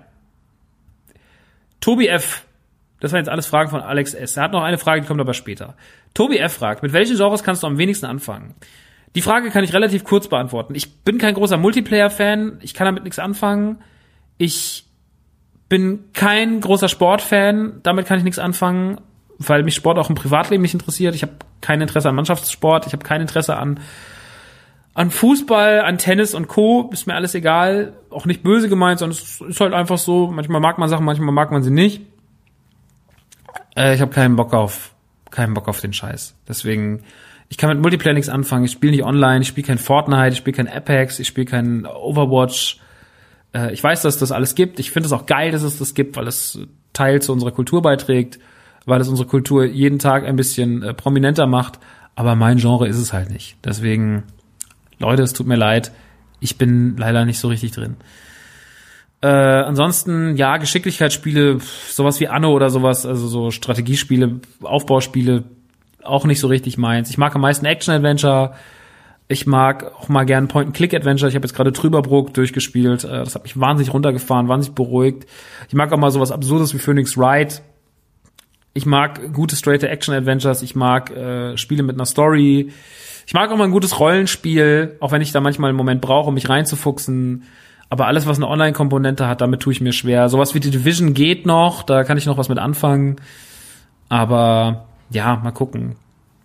Tobi F. Das waren jetzt alles Fragen von Alex S. Er hat noch eine Frage, die kommt aber später. Tobi F. fragt, mit welchen Genres kannst du am wenigsten anfangen? Die Frage kann ich relativ kurz beantworten. Ich bin kein großer Multiplayer-Fan. Ich kann damit nichts anfangen. Ich bin kein großer Sportfan. Damit kann ich nichts anfangen, weil mich Sport auch im Privatleben nicht interessiert. Ich habe kein Interesse an Mannschaftssport. Ich habe kein Interesse an Fußball, an Tennis und Co. Ist mir alles egal. Auch nicht böse gemeint, sondern es ist halt einfach so. Manchmal mag man Sachen, manchmal mag man sie nicht. Ich habe keinen Bock auf den Scheiß. Deswegen, ich kann mit Multiplayer nichts anfangen. Ich spiele nicht online, ich spiele kein Fortnite, ich spiele kein Apex, ich spiele kein Overwatch. Ich weiß, dass es das alles gibt. Ich finde es auch geil, dass es das gibt, weil es Teil zu unserer Kultur beiträgt, weil es unsere Kultur jeden Tag ein bisschen prominenter macht. Aber mein Genre ist es halt nicht. Deswegen, Leute, es tut mir leid. Ich bin leider nicht so richtig drin. Ansonsten, ja, Geschicklichkeitsspiele, sowas wie Anno oder sowas, also so Strategiespiele, Aufbauspiele, auch nicht so richtig meins. Ich mag am meisten Action-Adventure. Ich mag auch mal gern Point-and-Click-Adventure. Ich habe jetzt gerade Trüberbrook durchgespielt. Das hat mich wahnsinnig runtergefahren, wahnsinnig beruhigt. Ich mag auch mal sowas Absurdes wie Phoenix Wright. Ich mag gute, straighte Action-Adventures. Ich mag Spiele mit einer Story. Ich mag auch mal ein gutes Rollenspiel, auch wenn ich da manchmal einen Moment brauche, um mich reinzufuchsen. Aber alles, was eine Online-Komponente hat, damit tue ich mir schwer. Sowas wie die Division geht noch, da kann ich noch was mit anfangen. Aber ja, mal gucken.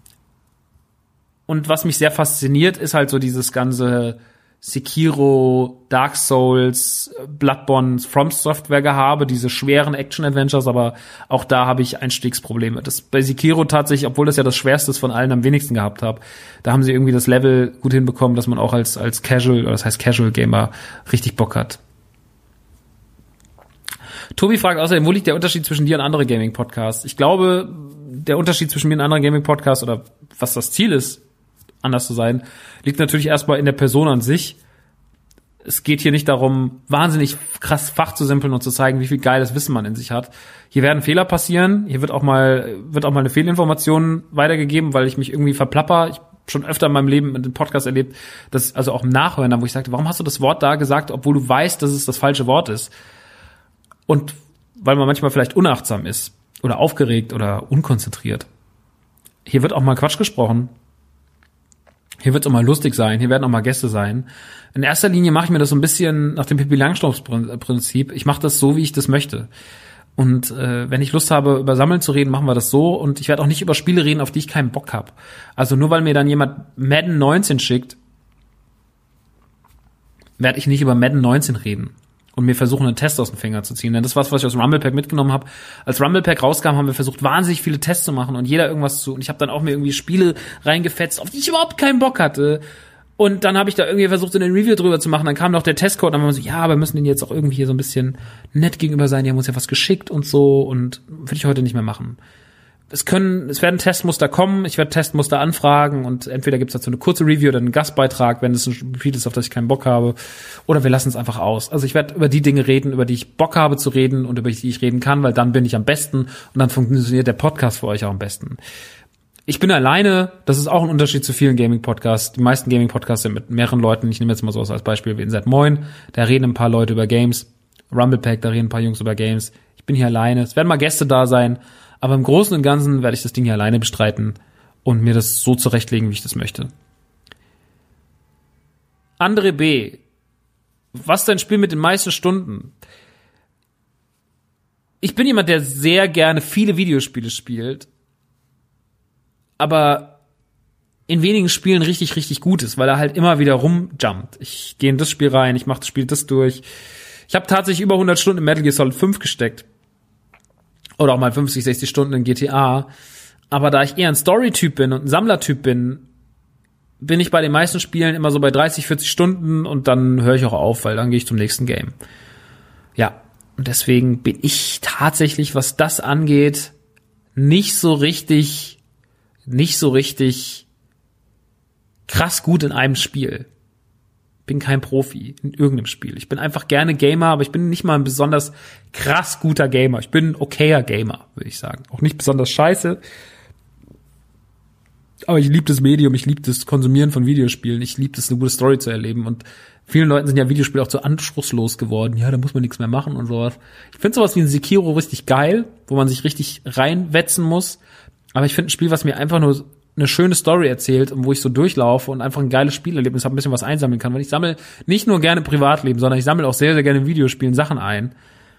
Und was mich sehr fasziniert, ist halt so dieses ganze Sekiro, Dark Souls, Bloodborne, From Software Gehabe, diese schweren Action-Adventures, aber auch da habe ich Einstiegsprobleme. Das bei Sekiro tatsächlich, obwohl das ja das Schwerste ist von allen, am wenigsten gehabt habe, da haben sie irgendwie das Level gut hinbekommen, dass man auch als Casual, oder das heißt Casual Gamer, richtig Bock hat. Tobi fragt außerdem, wo liegt der Unterschied zwischen dir und anderen Gaming-Podcasts? Ich glaube, der Unterschied zwischen mir und anderen Gaming-Podcasts oder was das Ziel ist, anders zu sein, liegt natürlich erstmal in der Person an sich. Es geht hier nicht darum, wahnsinnig krass Fach zu simpeln und zu zeigen, wie viel geiles Wissen man in sich hat. Hier werden Fehler passieren. Hier wird auch mal eine Fehlinformation weitergegeben, weil ich mich irgendwie verplapper. Ich schon öfter in meinem Leben in dem Podcast erlebt, dass also auch im Nachhören, wo ich sagte, warum hast du das Wort da gesagt, obwohl du weißt, dass es das falsche Wort ist? Und weil man manchmal vielleicht unachtsam ist oder aufgeregt oder unkonzentriert. Hier wird auch mal Quatsch gesprochen. Hier wird es auch mal lustig sein. Hier werden auch mal Gäste sein. In erster Linie mache ich mir das so ein bisschen nach dem Pippi-Langstrumpf-Prinzip. Ich mache das so, wie ich das möchte. Und wenn ich Lust habe, über Sammeln zu reden, machen wir das so. Und ich werde auch nicht über Spiele reden, auf die ich keinen Bock habe. Also nur weil mir dann jemand Madden 19 schickt, werde ich nicht über Madden 19 reden und mir versuchen, einen Test aus dem Finger zu ziehen. Denn das war was ich aus Rumble Pack mitgenommen habe. Als Rumble Pack rauskam, haben wir versucht, wahnsinnig viele Tests zu machen und jeder irgendwas zu. Und ich habe dann auch mir irgendwie Spiele reingefetzt, auf die ich überhaupt keinen Bock hatte. Und dann habe ich da irgendwie versucht, so eine Review drüber zu machen. Dann kam noch der Testcode, dann haben wir so, ja, aber wir müssen denen jetzt auch irgendwie hier so ein bisschen nett gegenüber sein. Die haben uns ja was geschickt und so. Und würde ich heute nicht mehr machen. Es werden Testmuster kommen. Ich werde Testmuster anfragen. Und entweder gibt's dazu eine kurze Review oder einen Gastbeitrag, wenn es ein Spiel ist, auf das ich keinen Bock habe. Oder wir lassen es einfach aus. Also ich werde über die Dinge reden, über die ich Bock habe zu reden und über die ich reden kann, weil dann bin ich am besten. Und dann funktioniert der Podcast für euch auch am besten. Ich bin alleine, das ist auch ein Unterschied zu vielen Gaming-Podcasts. Die meisten Gaming-Podcasts sind mit mehreren Leuten. Ich nehme jetzt mal so als Beispiel wie Inside Moin. Da reden ein paar Leute über Games. Rumble Pack, da reden ein paar Jungs über Games. Ich bin hier alleine. Es werden mal Gäste da sein. Aber im Großen und Ganzen werde ich das Ding hier alleine bestreiten und mir das so zurechtlegen, wie ich das möchte. André B. Was ist dein Spiel mit den meisten Stunden? Ich bin jemand, der sehr gerne viele Videospiele spielt, aber in wenigen Spielen richtig, richtig gut ist, weil er halt immer wieder rumjumpt. Ich gehe in das Spiel rein, ich mache das Spiel das durch. Ich habe tatsächlich über 100 Stunden in Metal Gear Solid 5 gesteckt. Oder auch mal 50, 60 Stunden in GTA. Aber da ich eher ein Story-Typ bin und ein Sammler-Typ bin ich bei den meisten Spielen immer so bei 30, 40 Stunden und dann höre ich auch auf, weil dann gehe ich zum nächsten Game. Ja, und deswegen bin ich tatsächlich, was das angeht, nicht so richtig krass gut in einem Spiel. Bin kein Profi in irgendeinem Spiel. Ich bin einfach gerne Gamer, aber ich bin nicht mal ein besonders krass guter Gamer. Ich bin ein okayer Gamer, würde ich sagen. Auch nicht besonders scheiße. Aber ich liebe das Medium, ich liebe das Konsumieren von Videospielen, ich liebe das, eine gute Story zu erleben. Und vielen Leuten sind ja Videospiele auch zu anspruchslos geworden. Ja, da muss man nichts mehr machen und sowas. Ich finde sowas wie ein Sekiro richtig geil, wo man sich richtig reinwetzen muss. Aber ich finde ein Spiel, was mir einfach nur eine schöne Story erzählt und wo ich so durchlaufe und einfach ein geiles Spielerlebnis habe, ein bisschen was einsammeln kann. Weil ich sammle nicht nur gerne Privatleben, sondern ich sammle auch sehr, sehr gerne in Videospielen Sachen ein.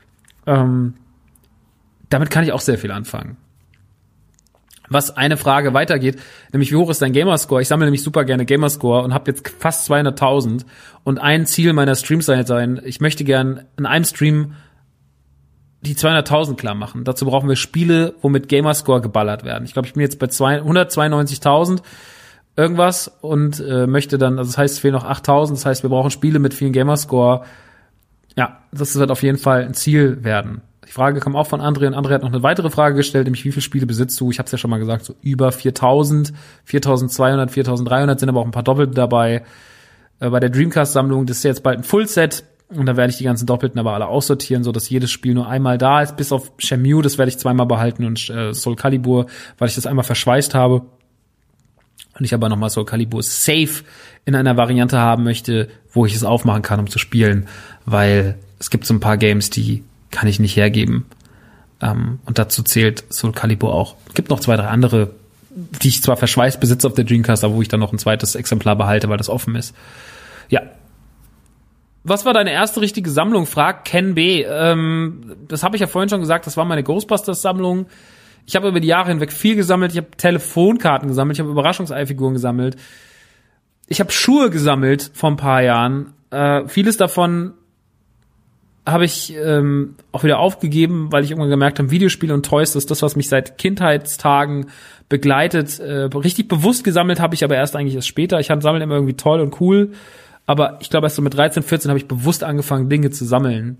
Damit kann ich auch sehr viel anfangen. Was eine Frage weitergeht, nämlich wie hoch ist dein Gamerscore? Ich sammle nämlich super gerne Gamerscore und habe jetzt fast 200.000. Und ein Ziel meiner Streams soll sein, ich möchte gern in einem Stream die 200.000 klar machen. Dazu brauchen wir Spiele, wo mit Gamerscore geballert werden. Ich glaube, ich bin jetzt bei 192.000 irgendwas und möchte dann, also das heißt, es fehlen noch 8.000. Das heißt, wir brauchen Spiele mit vielen Gamerscore. Ja, das wird auf jeden Fall ein Ziel werden. Die Frage kam auch von André und André hat noch eine weitere Frage gestellt, nämlich wie viele Spiele besitzt du? Ich habe es ja schon mal gesagt, so über 4.000, 4.200, 4.300 sind aber auch ein paar Doppelte dabei. Bei der Dreamcast-Sammlung, das ist jetzt bald ein Fullset. Und da werde ich die ganzen Doppelten aber alle aussortieren, so dass jedes Spiel nur einmal da ist, bis auf Shenmue, das werde ich zweimal behalten und Soul Calibur, weil ich das einmal verschweißt habe. Und ich aber nochmal Soul Calibur safe in einer Variante haben möchte, wo ich es aufmachen kann, um zu spielen, weil es gibt so ein paar Games, die kann ich nicht hergeben. Und dazu zählt Soul Calibur auch. Es gibt noch 2, 3 andere, die ich zwar verschweißt besitze auf der Dreamcast, aber wo ich dann noch ein zweites Exemplar behalte, weil das offen ist. Ja. Was war deine erste richtige Sammlung? Fragt Ken B. Das habe ich ja vorhin schon gesagt, das war meine Ghostbusters-Sammlung. Ich habe über die Jahre hinweg viel gesammelt. Ich habe Telefonkarten gesammelt, ich habe Überraschungseifiguren gesammelt. Ich habe Schuhe gesammelt vor ein paar Jahren. Vieles davon habe ich auch wieder aufgegeben, weil ich irgendwann gemerkt habe, Videospiele und Toys, das ist das, was mich seit Kindheitstagen begleitet. Richtig bewusst gesammelt habe ich aber erst eigentlich erst später. Ich fand Sammeln immer irgendwie toll und cool. Aber ich glaube, erst so mit 13, 14 habe ich bewusst angefangen, Dinge zu sammeln.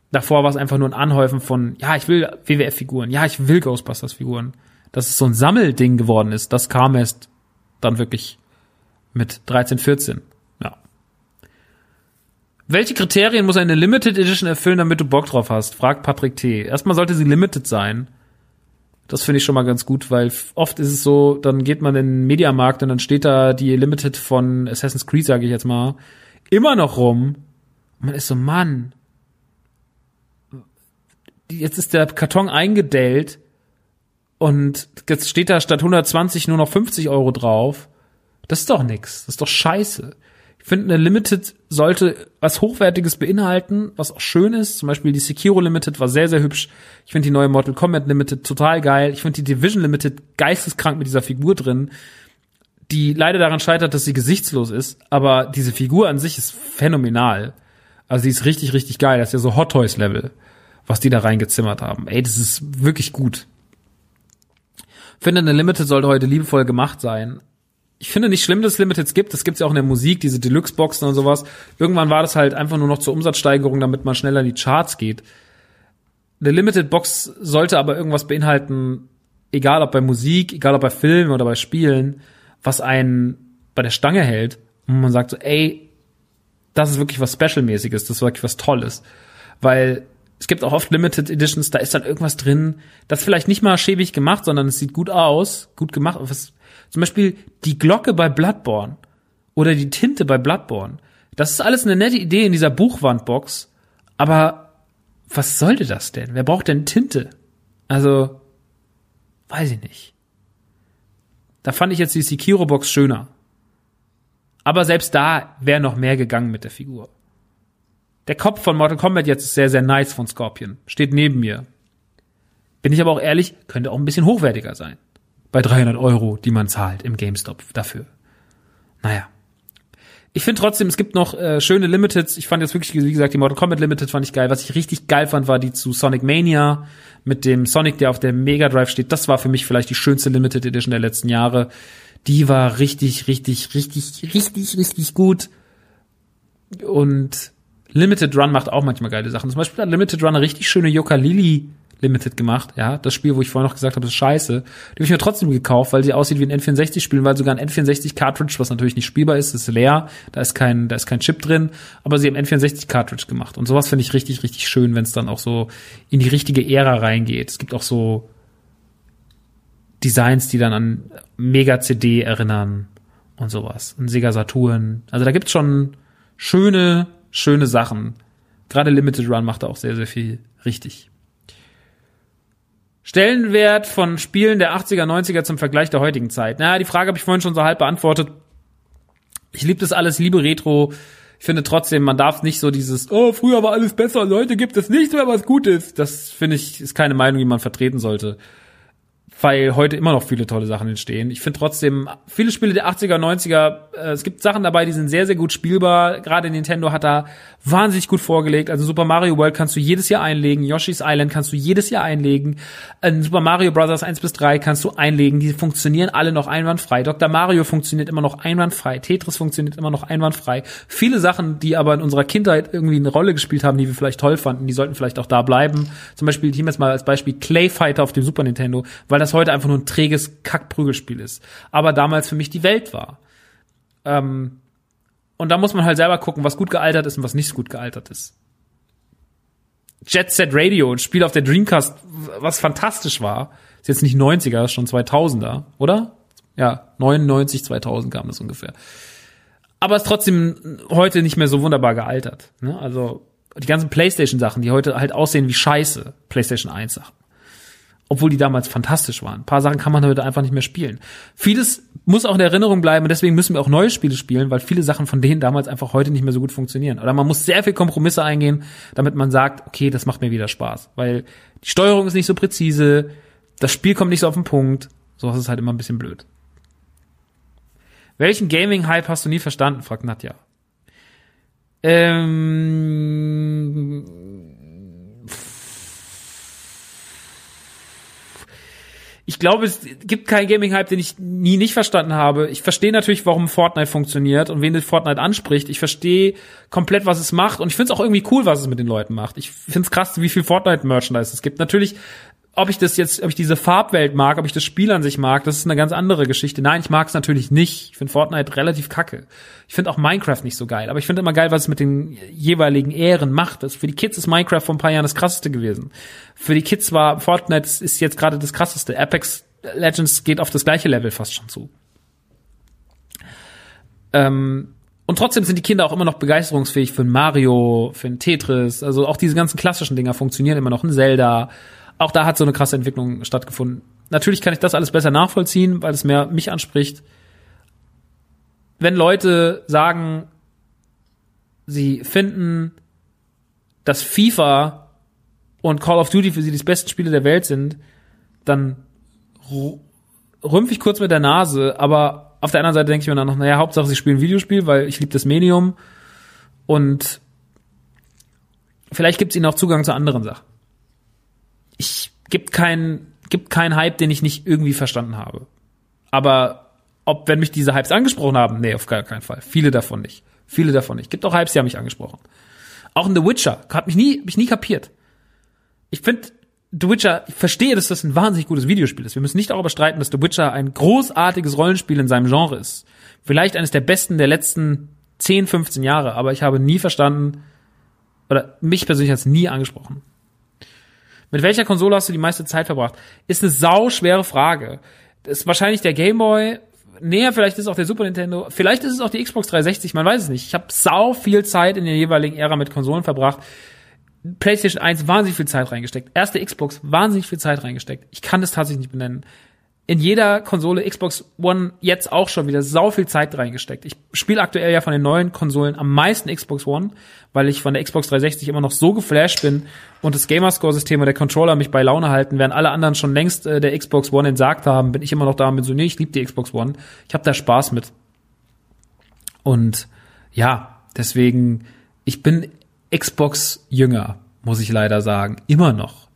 Davor war es einfach nur ein Anhäufen von, ja, ich will WWF-Figuren, ja, ich will Ghostbusters-Figuren. Dass es so ein Sammelding geworden ist, das kam erst dann wirklich mit 13, 14. Ja. Welche Kriterien muss eine Limited Edition erfüllen, damit du Bock drauf hast? Fragt Patrick T. Erstmal sollte sie limited sein. Das finde ich schon mal ganz gut, weil oft ist es so, dann geht man in den Mediamarkt und dann steht da die Limited von Assassin's Creed, sage ich jetzt mal, immer noch rum. Und man ist so, Mann, jetzt ist der Karton eingedellt und jetzt steht da statt 120 nur noch 50 € drauf. Das ist doch nix. Das ist doch scheiße. Ich finde, eine Limited sollte was Hochwertiges beinhalten, was auch schön ist. Zum Beispiel die Sekiro Limited war sehr, sehr hübsch. Ich finde die neue Mortal Kombat Limited total geil. Ich finde die Division Limited geisteskrank mit dieser Figur drin, die leider daran scheitert, dass sie gesichtslos ist. Aber diese Figur an sich ist phänomenal. Also die ist richtig, richtig geil. Das ist ja so Hot Toys Level, was die da reingezimmert haben. Ey, das ist wirklich gut. Ich finde, eine Limited sollte heute liebevoll gemacht sein. Ich finde nicht schlimm, dass es Limiteds gibt. Das gibt's ja auch in der Musik, diese Deluxe-Boxen und sowas. Irgendwann war das halt einfach nur noch zur Umsatzsteigerung, damit man schneller in die Charts geht. Eine Limited-Box sollte aber irgendwas beinhalten, egal ob bei Musik, egal ob bei Filmen oder bei Spielen, was einen bei der Stange hält. Und man sagt so, ey, das ist wirklich was Special-mäßiges, das ist wirklich was Tolles. Weil es gibt auch oft Limited Editions, da ist dann irgendwas drin, das ist vielleicht nicht mal schäbig gemacht, sondern es sieht gut aus, gut gemacht. Zum Beispiel die Glocke bei Bloodborne oder die Tinte bei Bloodborne. Das ist alles eine nette Idee in dieser Buchwandbox, aber was sollte das denn? Wer braucht denn Tinte? Also, weiß ich nicht. Da fand ich jetzt die Sekiro-Box schöner. Aber selbst da wäre noch mehr gegangen mit der Figur. Der Kopf von Mortal Kombat jetzt ist sehr, sehr nice von Scorpion. Steht neben mir. Bin ich aber auch ehrlich, könnte auch ein bisschen hochwertiger sein. Bei 300 €, die man zahlt im GameStop dafür. Naja. Ich finde trotzdem, es gibt noch schöne Limiteds. Ich fand jetzt wirklich, wie gesagt, die Mortal Kombat Limited fand ich geil. Was ich richtig geil fand, war die zu Sonic Mania mit dem Sonic, der auf der Mega Drive steht. Das war für mich vielleicht die schönste Limited Edition der letzten Jahre. Die war richtig, richtig, richtig, richtig, richtig gut. Und Limited Run macht auch manchmal geile Sachen. Zum Beispiel hat Limited Run eine richtig schöne Yooka-Laylee Limited gemacht, ja, das Spiel, wo ich vorhin noch gesagt habe, das ist scheiße. Die habe ich mir trotzdem gekauft, weil sie aussieht wie ein N64-Spiel, weil sogar ein N64-Cartridge, was natürlich nicht spielbar ist leer, da ist kein Chip drin, aber sie haben N64-Cartridge gemacht. Und sowas finde ich richtig, richtig schön, wenn es dann auch so in die richtige Ära reingeht. Es gibt auch so Designs, die dann an Mega-CD erinnern und sowas. Ein Sega Saturn. Also da gibt's schon schöne Sachen. Gerade Limited Run macht da auch sehr, sehr viel richtig. Stellenwert von Spielen der 80er, 90er zum Vergleich der heutigen Zeit. Naja, die Frage habe ich vorhin schon so halb beantwortet. Ich liebe das alles, liebe Retro. Ich finde trotzdem, man darf nicht so dieses, oh, früher war alles besser und heute gibt es nichts mehr, was gut ist. Das, finde ich, ist keine Meinung, die man vertreten sollte. Weil heute immer noch viele tolle Sachen entstehen. Ich finde trotzdem, viele Spiele der 80er, 90er, es gibt Sachen dabei, die sind sehr, sehr gut spielbar. Gerade Nintendo hat da wahnsinnig gut vorgelegt. Also Super Mario World kannst du jedes Jahr einlegen. Yoshi's Island kannst du jedes Jahr einlegen. Super Mario Bros. 1 bis 3 kannst du einlegen. Die funktionieren alle noch einwandfrei. Dr. Mario funktioniert immer noch einwandfrei. Tetris funktioniert immer noch einwandfrei. Viele Sachen, die aber in unserer Kindheit irgendwie eine Rolle gespielt haben, die wir vielleicht toll fanden, die sollten vielleicht auch da bleiben. Zum Beispiel, ich nehme jetzt mal als Beispiel Clay Fighter auf dem Super Nintendo, weil das heute einfach nur ein träges Kack-Prügelspiel ist. Aber damals für mich die Welt war. Und da muss man halt selber gucken, was gut gealtert ist und was nicht so gut gealtert ist. Jet Set Radio, ein Spiel auf der Dreamcast, was fantastisch war. Ist jetzt nicht 90er, ist schon 2000er, oder? Ja, 99, 2000 kam das ungefähr. Aber ist trotzdem heute nicht mehr so wunderbar gealtert. Ne? Also die ganzen PlayStation-Sachen, die heute halt aussehen wie Scheiße, PlayStation 1-Sachen. Obwohl die damals fantastisch waren. Ein paar Sachen kann man heute einfach nicht mehr spielen. Vieles muss auch in der Erinnerung bleiben und deswegen müssen wir auch neue Spiele spielen, weil viele Sachen von denen damals einfach heute nicht mehr so gut funktionieren. Oder man muss sehr viel Kompromisse eingehen, damit man sagt, okay, das macht mir wieder Spaß. Weil die Steuerung ist nicht so präzise, das Spiel kommt nicht so auf den Punkt. So ist es halt immer ein bisschen blöd. Welchen Gaming-Hype hast du nie verstanden, fragt Nadja. Ich glaube, es gibt keinen Gaming-Hype, den ich nie nicht verstanden habe. Ich verstehe natürlich, warum Fortnite funktioniert und wen Fortnite anspricht. Ich verstehe komplett, was es macht. Und ich finde es auch irgendwie cool, was es mit den Leuten macht. Ich finde es krass, wie viel Fortnite-Merchandise es gibt. Natürlich, ob ich diese Farbwelt mag, ob ich das Spiel an sich mag, das ist eine ganz andere Geschichte. Nein, ich mag es natürlich nicht. Ich finde Fortnite relativ kacke. Ich finde auch Minecraft nicht so geil. Aber ich finde immer geil, was es mit den jeweiligen Ähren macht. Für die Kids ist Minecraft vor ein paar Jahren das krasseste gewesen. Für die Kids war Fortnite ist jetzt gerade das krasseste. Apex Legends geht auf das gleiche Level fast schon zu. Und trotzdem sind die Kinder auch immer noch begeisterungsfähig für ein Mario, für ein Tetris. Also auch diese ganzen klassischen Dinger funktionieren immer noch. Ein Zelda. Auch da hat so eine krasse Entwicklung stattgefunden. Natürlich kann ich das alles besser nachvollziehen, weil es mehr mich anspricht. Wenn Leute sagen, sie finden, dass FIFA und Call of Duty für sie die besten Spiele der Welt sind, dann rümpfe ich kurz mit der Nase, aber auf der anderen Seite denke ich mir dann noch, naja, Hauptsache sie spielen Videospiel, weil ich liebe das Medium und vielleicht gibt es ihnen auch Zugang zu anderen Sachen. Gibt keinen Hype, den ich nicht irgendwie verstanden habe. Aber wenn mich diese Hypes angesprochen haben, nee, auf gar keinen Fall. Viele davon nicht. Gibt auch Hypes, die haben mich angesprochen. Auch in The Witcher hab ich nie kapiert. Ich finde The Witcher, ich verstehe, dass das ein wahnsinnig gutes Videospiel ist. Wir müssen nicht darüber streiten, dass The Witcher ein großartiges Rollenspiel in seinem Genre ist. Vielleicht eines der besten der letzten 10, 15 Jahre, aber ich habe nie verstanden, oder mich persönlich hat es nie angesprochen. Mit welcher Konsole hast du die meiste Zeit verbracht? Ist eine sauschwere Frage. Das ist wahrscheinlich der Game Boy. Nee, vielleicht ist es auch der Super Nintendo. Vielleicht ist es auch die Xbox 360, man weiß es nicht. Ich habe sau viel Zeit in der jeweiligen Ära mit Konsolen verbracht. PlayStation 1 wahnsinnig viel Zeit reingesteckt. Erste Xbox wahnsinnig viel Zeit reingesteckt. Ich kann das tatsächlich nicht benennen. In jeder Konsole, Xbox One jetzt auch schon wieder sau viel Zeit reingesteckt. Ich spiele aktuell ja von den neuen Konsolen am meisten Xbox One, weil ich von der Xbox 360 immer noch so geflasht bin und das Gamerscore-System und der Controller mich bei Laune halten, während alle anderen schon längst der Xbox One entsagt haben, bin ich immer noch da und bin so, nee, ich liebe die Xbox One. Ich habe da Spaß mit. Und ja, deswegen, ich bin Xbox-Jünger, muss ich leider sagen. Immer noch.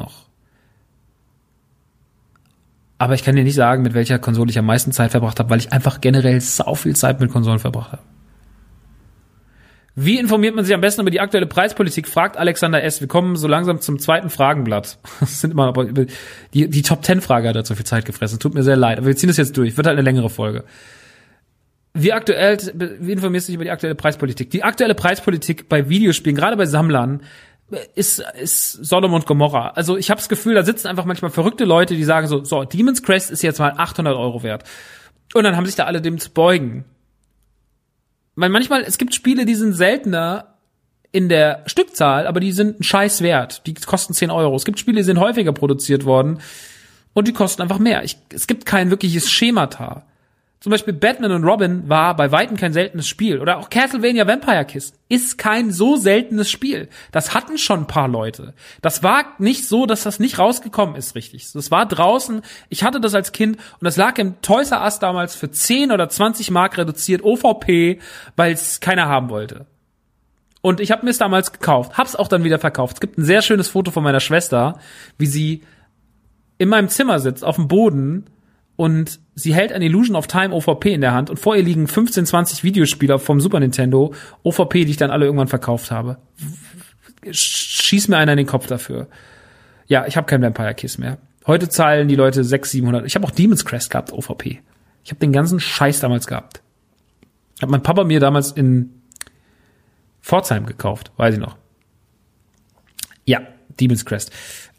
Aber ich kann dir nicht sagen, mit welcher Konsole ich am meisten Zeit verbracht habe, weil ich einfach generell sau viel Zeit mit Konsolen verbracht habe. Wie informiert man sich am besten über die aktuelle Preispolitik, fragt Alexander S. Wir kommen so langsam zum zweiten Fragenblatt. Das sind immer die Top-10-Frage hat dazu viel Zeit gefressen. Tut mir sehr leid, aber wir ziehen das jetzt durch. Wird halt eine längere Folge. Wie informierst du dich über die aktuelle Preispolitik? Die aktuelle Preispolitik bei Videospielen, gerade bei Sammlern, ist Sodom und Gomorra. Also ich habe das Gefühl, da sitzen einfach manchmal verrückte Leute, die sagen so, Demon's Crest ist jetzt mal 800 € wert. Und dann haben sich da alle dem zu beugen. Weil manchmal, es gibt Spiele, die sind seltener in der Stückzahl, aber die sind ein Scheiß wert. Die kosten 10 €. Es gibt Spiele, die sind häufiger produziert worden und die kosten einfach mehr. Es gibt kein wirkliches Schemata. Zum Beispiel Batman und Robin war bei Weitem kein seltenes Spiel. Oder auch Castlevania Vampire Kiss ist kein so seltenes Spiel. Das hatten schon ein paar Leute. Das war nicht so, dass das nicht rausgekommen ist, richtig. Das war draußen. Ich hatte das als Kind und das lag im Toys R Us damals für 10 oder 20 Mark reduziert, OVP, weil es keiner haben wollte. Und ich habe mir es damals gekauft, hab's auch dann wieder verkauft. Es gibt ein sehr schönes Foto von meiner Schwester, wie sie in meinem Zimmer sitzt, auf dem Boden, und sie hält ein Illusion of Time OVP in der Hand und vor ihr liegen 15, 20 Videospiele vom Super Nintendo, OVP, die ich dann alle irgendwann verkauft habe. Schieß mir einer in den Kopf dafür. Ja, ich habe kein Vampire Kiss mehr. Heute zahlen die Leute 600, 700. Ich habe auch Demon's Crest gehabt, OVP. Ich habe den ganzen Scheiß damals gehabt. Hat mein Papa mir damals in Pforzheim gekauft, weiß ich noch. Ja, Demon's Crest.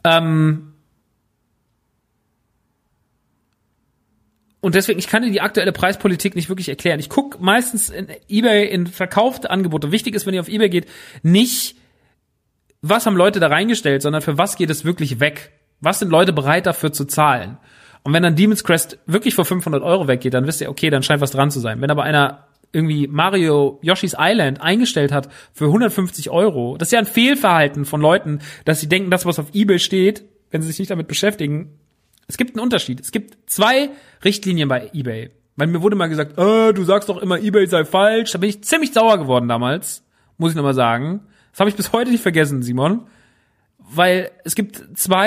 Und deswegen, ich kann dir die aktuelle Preispolitik nicht wirklich erklären. Ich gucke meistens in eBay in verkaufte Angebote. Wichtig ist, wenn ihr auf eBay geht, nicht, was haben Leute da reingestellt, sondern für was geht es wirklich weg? Was sind Leute bereit dafür zu zahlen? Und wenn dann Demon's Crest wirklich für 500 € weggeht, dann wisst ihr, okay, dann scheint was dran zu sein. Wenn aber einer irgendwie Mario Yoshi's Island eingestellt hat für 150 €, das ist ja ein Fehlverhalten von Leuten, dass sie denken, das, was auf eBay steht, wenn sie sich nicht damit beschäftigen. Es gibt einen Unterschied. Es gibt 2 Richtlinien bei eBay. Weil mir wurde mal gesagt, du sagst doch immer, eBay sei falsch. Da bin ich ziemlich sauer geworden damals, muss ich nochmal sagen. Das habe ich bis heute nicht vergessen, Simon. Weil es gibt 2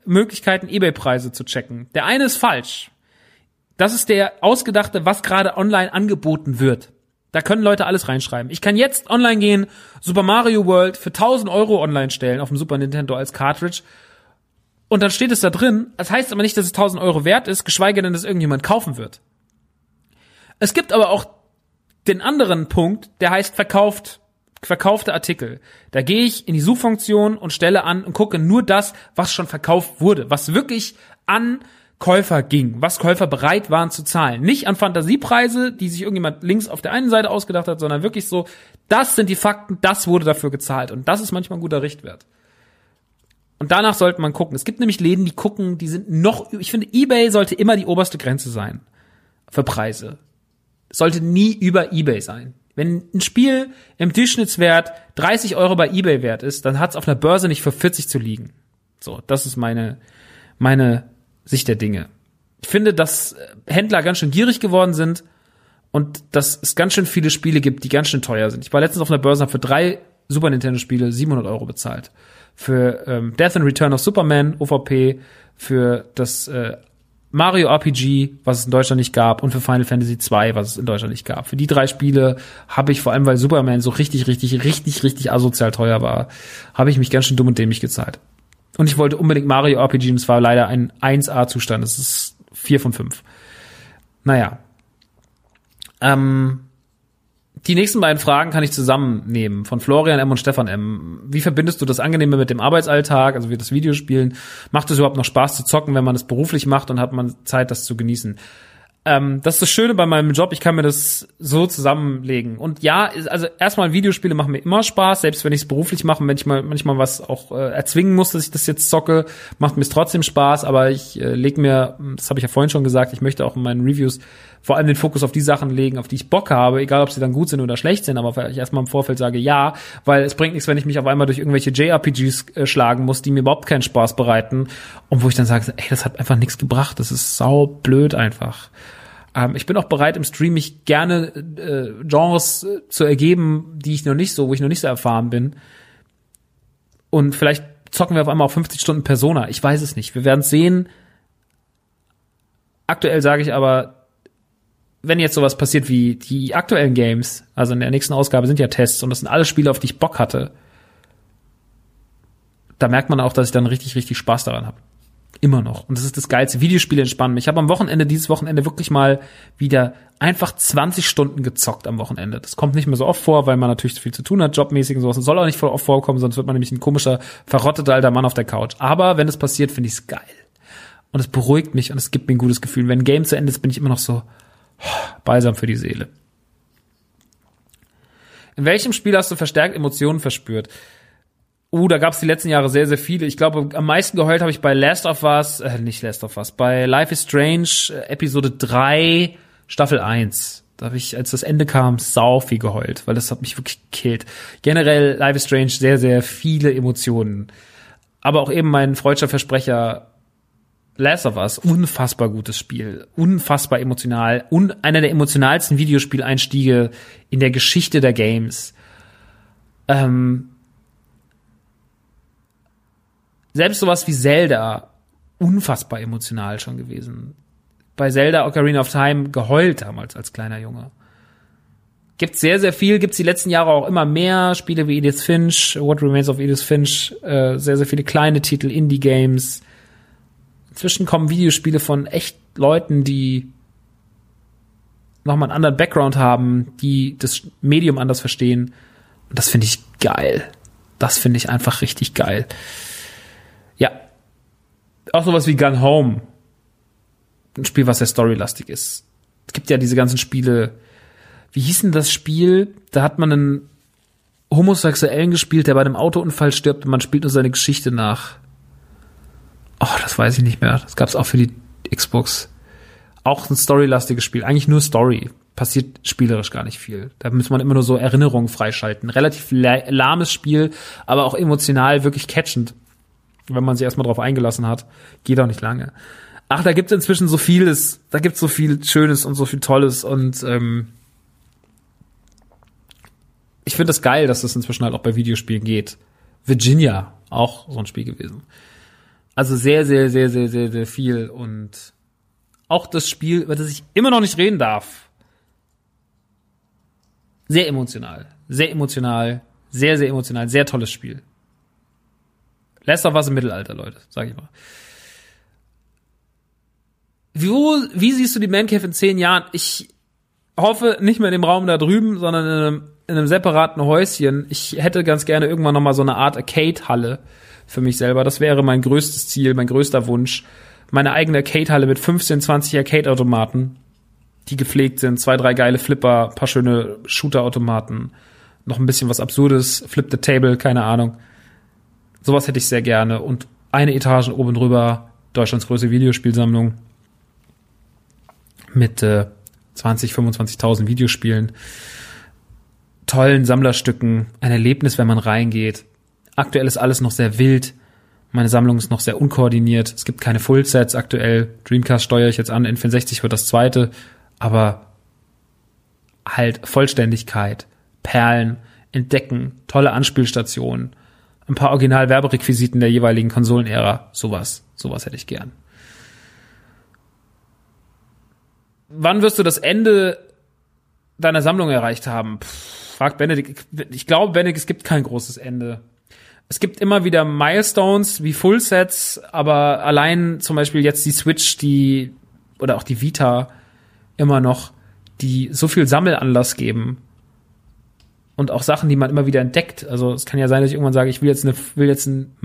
Möglichkeiten, eBay-Preise zu checken. Der eine ist falsch. Das ist der ausgedachte, was gerade online angeboten wird. Da können Leute alles reinschreiben. Ich kann jetzt online gehen, Super Mario World für 1.000 Euro online stellen auf dem Super Nintendo als Cartridge. Und dann steht es da drin. Das heißt aber nicht, dass es 1.000 Euro wert ist, geschweige denn, dass irgendjemand kaufen wird. Es gibt aber auch den anderen Punkt, der heißt verkaufte Artikel. Da gehe ich in die Suchfunktion und stelle an und gucke nur das, was schon verkauft wurde, was wirklich an Käufer ging, was Käufer bereit waren zu zahlen. Nicht an Fantasiepreise, die sich irgendjemand links auf der einen Seite ausgedacht hat, sondern wirklich so, das sind die Fakten, das wurde dafür gezahlt. Und das ist manchmal ein guter Richtwert. Und danach sollte man gucken. Es gibt nämlich Läden, die gucken, die sind noch, ich finde, eBay sollte immer die oberste Grenze sein für Preise. Es sollte nie über eBay sein. Wenn ein Spiel im Durchschnittswert 30 Euro bei eBay wert ist, dann hat es auf einer Börse nicht für 40 zu liegen. So, das ist meine Sicht der Dinge. Ich finde, dass Händler ganz schön gierig geworden sind und dass es ganz schön viele Spiele gibt, die ganz schön teuer sind. Ich war letztens auf einer Börse und habe für 3 Super Nintendo Spiele 700 Euro bezahlt. Für Death and Return of Superman, OVP, für das Mario RPG, was es in Deutschland nicht gab, und für Final Fantasy 2, was es in Deutschland nicht gab. Für die 3 Spiele habe ich, vor allem weil Superman so richtig asozial teuer war, habe ich mich ganz schön dumm und dämlich gezahlt. Und ich wollte unbedingt Mario RPG und es war leider ein 1A-Zustand. Das ist 4 von 5. Naja. Die nächsten beiden Fragen kann ich zusammennehmen. Von Florian M. und Stefan M. Wie verbindest du das Angenehme mit dem Arbeitsalltag, also wie das Videospielen? Macht es überhaupt noch Spaß zu zocken, wenn man es beruflich macht, und hat man Zeit, das zu genießen? Das ist das Schöne bei meinem Job, ich kann mir das so zusammenlegen. Und ja, also erstmal Videospiele machen mir immer Spaß, selbst wenn ich es beruflich mache, wenn ich mal manchmal was auch erzwingen muss, dass ich das jetzt zocke, macht mir es trotzdem Spaß, aber ich lege mir, das habe ich ja vorhin schon gesagt, ich möchte auch in meinen Reviews vor allem den Fokus auf die Sachen legen, auf die ich Bock habe, egal ob sie dann gut sind oder schlecht sind, aber weil ich erstmal im Vorfeld sage ja, weil es bringt nichts, wenn ich mich auf einmal durch irgendwelche JRPGs schlagen muss, die mir überhaupt keinen Spaß bereiten und wo ich dann sage, ey, das hat einfach nichts gebracht, das ist sau blöd einfach. Ich bin auch bereit, im Stream mich gerne Genres zu ergeben, wo ich noch nicht so erfahren bin. Und vielleicht zocken wir auf einmal auf 50 Stunden Persona. Ich weiß es nicht. Wir werden es sehen. Aktuell sage ich aber, wenn jetzt sowas passiert wie die aktuellen Games, also in der nächsten Ausgabe sind ja Tests und das sind alle Spiele, auf die ich Bock hatte, da merkt man auch, dass ich dann richtig Spaß daran habe. Immer noch. Und das ist das Geilste. Videospiele entspannen mich. Ich habe dieses Wochenende wirklich mal wieder einfach 20 Stunden gezockt am Wochenende. Das kommt nicht mehr so oft vor, weil man natürlich so viel zu tun hat, jobmäßig und sowas. Das soll auch nicht oft vorkommen, sonst wird man nämlich ein komischer, verrotteter alter Mann auf der Couch. Aber wenn es passiert, finde ich es geil. Und es beruhigt mich und es gibt mir ein gutes Gefühl. Wenn ein Game zu Ende ist, bin ich immer noch so balsam für die Seele. In welchem Spiel hast du verstärkt Emotionen verspürt? Da gab es die letzten Jahre sehr, sehr viele. Ich glaube, am meisten geheult habe ich bei bei Life is Strange, Episode 3, Staffel 1. Da habe ich, als das Ende kam, sau viel geheult, weil das hat mich wirklich gekillt. Generell Life is Strange, sehr, sehr viele Emotionen. Aber auch eben mein freudscher Versprecher Last of Us, unfassbar gutes Spiel, unfassbar emotional und einer der emotionalsten Videospieleinstiege in der Geschichte der Games. Selbst sowas wie Zelda, unfassbar emotional schon gewesen. Bei Zelda Ocarina of Time geheult damals als kleiner Junge. Gibt's sehr, sehr viel, gibt's die letzten Jahre auch immer mehr. Spiele wie Edith Finch, What Remains of Edith Finch, sehr, sehr viele kleine Titel, Indie-Games. Inzwischen kommen Videospiele von echt Leuten, die nochmal einen anderen Background haben, die das Medium anders verstehen. Und das finde ich geil. Das finde ich einfach richtig geil. Ja, auch sowas wie Gun Home. Ein Spiel, was sehr storylastig ist. Es gibt ja diese ganzen Spiele. Wie hieß denn das Spiel? Da hat man einen Homosexuellen gespielt, der bei einem Autounfall stirbt und man spielt nur seine Geschichte nach. Das weiß ich nicht mehr. Das gab's auch für die Xbox. Auch ein storylastiges Spiel. Eigentlich nur Story. Passiert spielerisch gar nicht viel. Da muss man immer nur so Erinnerungen freischalten. Relativ lahmes Spiel, aber auch emotional wirklich catchend. Wenn man sich erstmal drauf eingelassen hat, geht auch nicht lange. Da gibt's inzwischen so vieles, da gibt's so viel Schönes und so viel Tolles und ich finde es geil, dass das inzwischen halt auch bei Videospielen geht. Virginia, auch so ein Spiel gewesen. Also sehr, sehr, sehr, sehr, sehr, sehr viel. Und auch das Spiel, über das ich immer noch nicht reden darf. Sehr emotional. Sehr emotional. Sehr, sehr emotional. Sehr tolles Spiel. Last of Us im Mittelalter, Leute, sag ich mal. Wie siehst du die Man Cave in 10 Jahren? Ich hoffe nicht mehr in dem Raum da drüben, sondern in einem separaten Häuschen. Ich hätte ganz gerne irgendwann nochmal so eine Art Arcade-Halle für mich selber. Das wäre mein größtes Ziel, mein größter Wunsch. Meine eigene Arcade-Halle mit 15, 20 Arcade-Automaten, die gepflegt sind, 2, 3 geile Flipper, paar schöne Shooter-Automaten, noch ein bisschen was Absurdes, Flip the Table, keine Ahnung. Sowas hätte ich sehr gerne. Und eine Etage oben drüber, Deutschlands größte Videospielsammlung mit 20, 25.000 Videospielen, tollen Sammlerstücken, ein Erlebnis, wenn man reingeht. Aktuell ist alles noch sehr wild. Meine Sammlung ist noch sehr unkoordiniert. Es gibt keine Fullsets aktuell. Dreamcast steuere ich jetzt an, N64 wird das zweite. Aber halt Vollständigkeit, Perlen, Entdecken, tolle Anspielstationen, ein paar Original-Werberequisiten der jeweiligen Konsolenära. Sowas hätte ich gern. Wann wirst du das Ende deiner Sammlung erreicht haben? Fragt Benedikt. Ich glaube, Benedikt, es gibt kein großes Ende. Es gibt immer wieder Milestones wie Fullsets, aber allein zum Beispiel jetzt die Switch, oder auch die Vita immer noch, die so viel Sammelanlass geben. Und auch Sachen, die man immer wieder entdeckt. Also es kann ja sein, dass ich irgendwann sage, ich will jetzt ein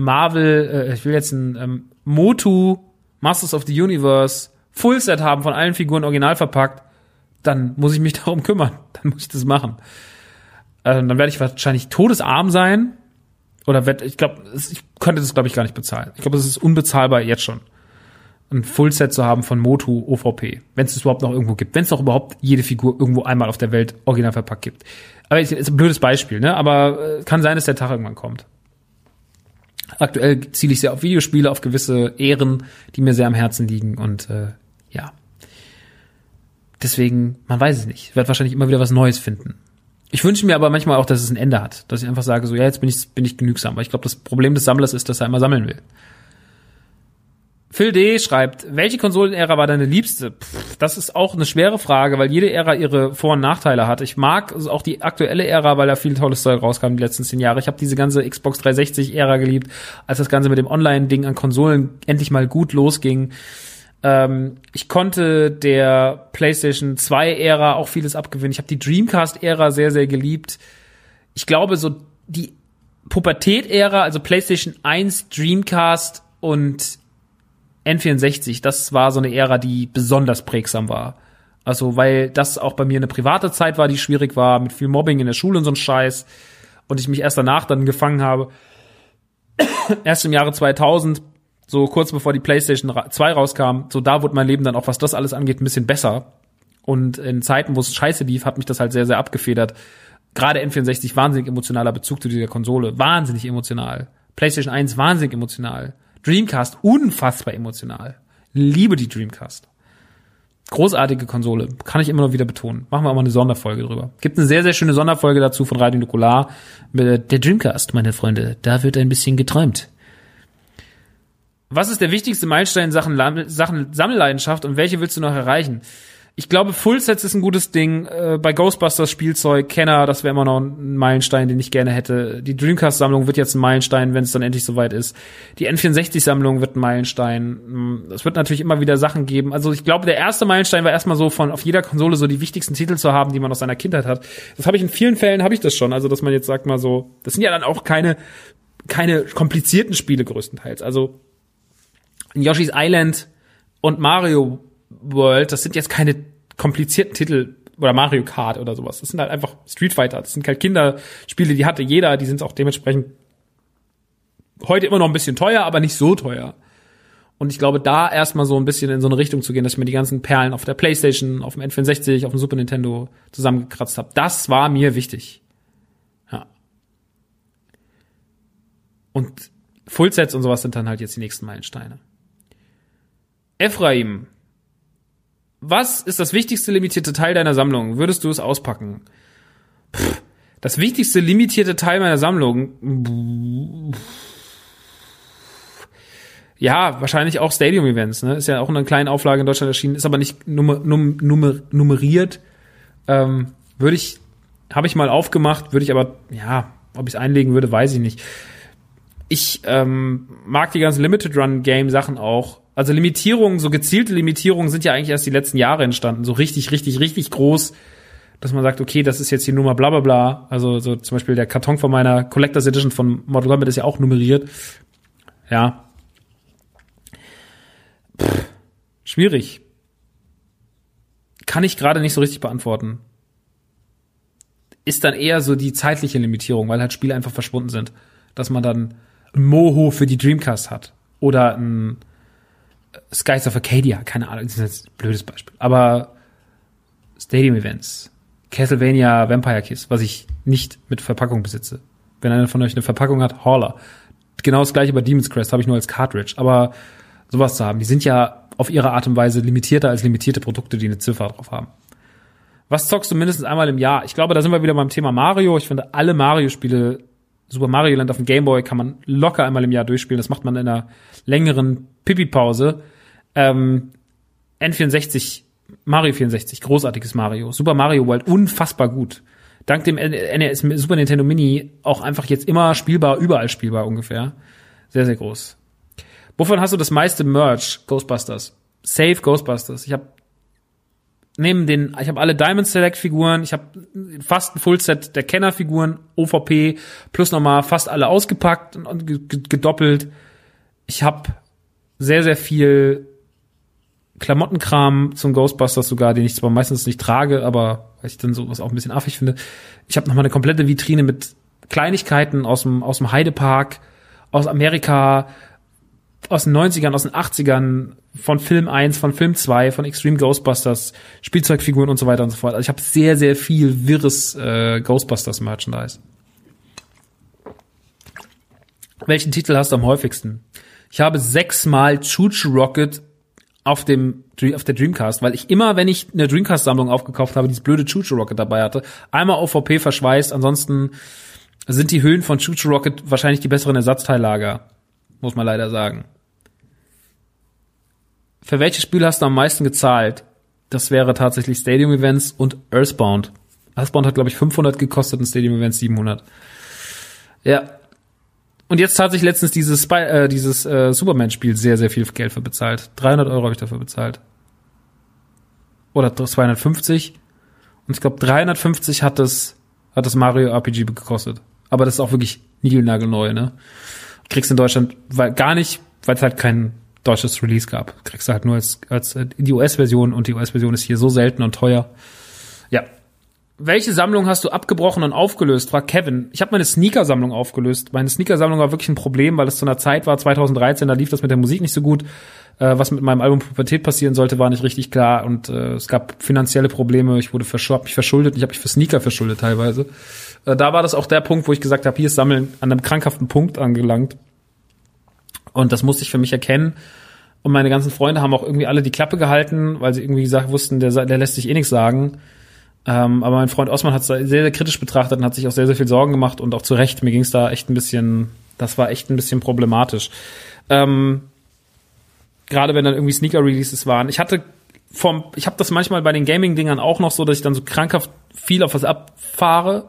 Motu Masters of the Universe Fullset haben, von allen Figuren original verpackt. Dann muss ich mich darum kümmern. Dann muss ich das machen. Dann werde ich wahrscheinlich todesarm sein. Oder ich könnte das, glaube ich, gar nicht bezahlen. Ich glaube, es ist unbezahlbar jetzt schon, ein Fullset zu haben von Motu OVP, wenn es überhaupt noch irgendwo gibt, wenn es noch überhaupt jede Figur irgendwo einmal auf der Welt original verpackt gibt. Aber ist ein blödes Beispiel, ne? Aber kann sein, dass der Tag irgendwann kommt. Aktuell ziele ich sehr auf Videospiele, auf gewisse Ehren, die mir sehr am Herzen liegen und ja. Deswegen, man weiß es nicht. Ich werde wahrscheinlich immer wieder was Neues finden. Ich wünsche mir aber manchmal auch, dass es ein Ende hat. Dass ich einfach sage, so, ja, jetzt bin ich genügsam. Weil ich glaube, das Problem des Sammlers ist, dass er immer sammeln will. Phil D. schreibt, welche Konsolenära war deine liebste? Das ist auch eine schwere Frage, weil jede Ära ihre Vor- und Nachteile hat. Ich mag auch die aktuelle Ära, weil da viel tolles Zeug rauskam die letzten 10 Jahre. Ich habe diese ganze Xbox 360-Ära geliebt, als das Ganze mit dem Online-Ding an Konsolen endlich mal gut losging. Ich konnte der PlayStation 2-Ära auch vieles abgewinnen. Ich habe die Dreamcast-Ära sehr, sehr geliebt. Ich glaube, so die Pubertät-Ära, also PlayStation 1, Dreamcast und N64, das war so eine Ära, die besonders prägsam war. Also, weil das auch bei mir eine private Zeit war, die schwierig war, mit viel Mobbing in der Schule und so ein Scheiß. Und ich mich erst danach dann gefangen habe. Erst im Jahre 2000, so kurz bevor die PlayStation 2 rauskam, so da wurde mein Leben dann auch, was das alles angeht, ein bisschen besser. Und in Zeiten, wo es scheiße lief, hat mich das halt sehr, sehr abgefedert. Gerade N64, wahnsinnig emotionaler Bezug zu dieser Konsole. Wahnsinnig emotional. PlayStation 1, wahnsinnig emotional. Dreamcast, unfassbar emotional. Liebe die Dreamcast. Großartige Konsole. Kann ich immer noch wieder betonen. Machen wir auch mal eine Sonderfolge drüber. Gibt eine sehr, sehr schöne Sonderfolge dazu von Radio Nukular. Der Dreamcast, meine Freunde. Da wird ein bisschen geträumt. Was ist der wichtigste Meilenstein in Sachen Sammelleidenschaft und welche willst du noch erreichen? Ich glaube, Fullsets ist ein gutes Ding. Bei Ghostbusters Spielzeug, Kenner, das wäre immer noch ein Meilenstein, den ich gerne hätte. Die Dreamcast-Sammlung wird jetzt ein Meilenstein, wenn es dann endlich soweit ist. Die N64-Sammlung wird ein Meilenstein. Es wird natürlich immer wieder Sachen geben. Also ich glaube, der erste Meilenstein war erstmal so, von auf jeder Konsole so die wichtigsten Titel zu haben, die man aus seiner Kindheit hat. Das habe ich in vielen Fällen, habe ich das schon. Also dass man jetzt sagt mal so, das sind ja dann auch keine komplizierten Spiele größtenteils. Also Yoshi's Island und Mario World, das sind jetzt keine komplizierten Titel oder Mario Kart oder sowas. Das sind halt einfach Street Fighter. Das sind halt Kinderspiele, die hatte jeder. Die sind auch dementsprechend heute immer noch ein bisschen teuer, aber nicht so teuer. Und ich glaube, da erstmal so ein bisschen in so eine Richtung zu gehen, dass ich mir die ganzen Perlen auf der PlayStation, auf dem N64, auf dem Super Nintendo zusammengekratzt habe, das war mir wichtig. Ja. Und Fullsets und sowas sind dann halt jetzt die nächsten Meilensteine. Ephraim, was ist das wichtigste limitierte Teil deiner Sammlung? Würdest du es auspacken? Das wichtigste limitierte Teil meiner Sammlung? Ja, wahrscheinlich auch Stadium-Events, ne? Ist ja auch in einer kleinen Auflage in Deutschland erschienen, ist aber nicht nummeriert. Habe ich mal aufgemacht, würde ich aber, ja, ob ich es einlegen würde, weiß ich nicht. Ich mag die ganzen Limited-Run-Game-Sachen auch. Also Limitierungen, so gezielte Limitierungen sind ja eigentlich erst die letzten Jahre entstanden. So richtig groß, dass man sagt, okay, das ist jetzt die Nummer bla bla bla. Also so zum Beispiel der Karton von meiner Collector's Edition von Mortal Kombat ist ja auch nummeriert. Ja. Schwierig. Kann ich gerade nicht so richtig beantworten. Ist dann eher so die zeitliche Limitierung, weil halt Spiele einfach verschwunden sind. Dass man dann ein Moho für die Dreamcast hat. Oder ein Skies of Arcadia, keine Ahnung, das ist jetzt ein blödes Beispiel. Aber Stadium Events, Castlevania Vampire Kiss, was ich nicht mit Verpackung besitze. Wenn einer von euch eine Verpackung hat, Holler. Genau das gleiche bei Demon's Crest, habe ich nur als Cartridge. Aber sowas zu haben, die sind ja auf ihre Art und Weise limitierter als limitierte Produkte, die eine Ziffer drauf haben. Was zockst du mindestens einmal im Jahr? Ich glaube, da sind wir wieder beim Thema Mario. Ich finde, alle Mario-Spiele, Super Mario Land auf dem Game Boy, kann man locker einmal im Jahr durchspielen. Das macht man in einer längeren Pipi-Pause. N64, Mario 64, großartiges Mario. Super Mario World, unfassbar gut. Dank dem NES, Super Nintendo Mini auch einfach jetzt immer spielbar, überall spielbar ungefähr. Sehr, sehr groß. Wovon hast du das meiste Merch? Ghostbusters. Safe Ghostbusters. Ich habe alle Diamond Select Figuren, ich habe fast ein Fullset der Kenner-Figuren, OVP, plus nochmal fast alle ausgepackt und gedoppelt. Ich habe sehr, sehr viel Klamottenkram zum Ghostbusters sogar, den ich zwar meistens nicht trage, aber weil ich dann sowas auch ein bisschen affig finde. Ich habe nochmal eine komplette Vitrine mit Kleinigkeiten aus dem Heidepark, aus Amerika, aus den 90ern, aus den 80ern, von Film 1, von Film 2, von Extreme Ghostbusters, Spielzeugfiguren und so weiter und so fort. Also ich habe sehr, sehr viel wirres Ghostbusters-Merchandise. Welchen Titel hast du am häufigsten? Ich habe 6-mal Choo-Choo Rocket auf der Dreamcast, weil ich immer, wenn ich eine Dreamcast-Sammlung aufgekauft habe, dieses blöde Choo-Choo Rocket dabei hatte, einmal OVP verschweißt, ansonsten sind die Höhen von Choo-Choo Rocket wahrscheinlich die besseren Ersatzteillager, muss man leider sagen. Für welches Spiel hast du am meisten gezahlt? Das wäre tatsächlich Stadium Events und Earthbound. Earthbound hat, glaube ich, 500 gekostet und Stadium Events 700. Ja. Und jetzt tatsächlich letztens dieses Superman-Spiel sehr, sehr viel Geld für bezahlt. 300 € habe ich dafür bezahlt. Oder 250. Und ich glaube, 350 hat das Mario RPG gekostet. Aber das ist auch wirklich niegelnagelneu, ne? Kriegst in Deutschland weil es halt kein deutsches Release gab. Kriegst du halt nur als die US-Version und die US-Version ist hier so selten und teuer. Ja. Welche Sammlung hast du abgebrochen und aufgelöst? Fragt Kevin. Ich habe meine Sneaker-Sammlung aufgelöst. Meine Sneaker-Sammlung war wirklich ein Problem, weil es zu einer Zeit war, 2013, da lief das mit der Musik nicht so gut. Was mit meinem Album Pubertät passieren sollte, war nicht richtig klar und es gab finanzielle Probleme. Ich wurde hab mich verschuldet und ich habe mich für Sneaker verschuldet teilweise. Da war das auch der Punkt, wo ich gesagt habe, hier ist Sammeln an einem krankhaften Punkt angelangt. Und das musste ich für mich erkennen. Und meine ganzen Freunde haben auch irgendwie alle die Klappe gehalten, weil sie irgendwie wussten, der lässt sich eh nichts sagen. Aber mein Freund Osman hat es sehr, sehr kritisch betrachtet und hat sich auch sehr, sehr viel Sorgen gemacht und auch zu Recht. Mir ging es da echt das war echt ein bisschen problematisch. Gerade wenn dann irgendwie Sneaker-Releases waren. Ich habe das manchmal bei den Gaming-Dingern auch noch so, dass ich dann so krankhaft viel auf was abfahre.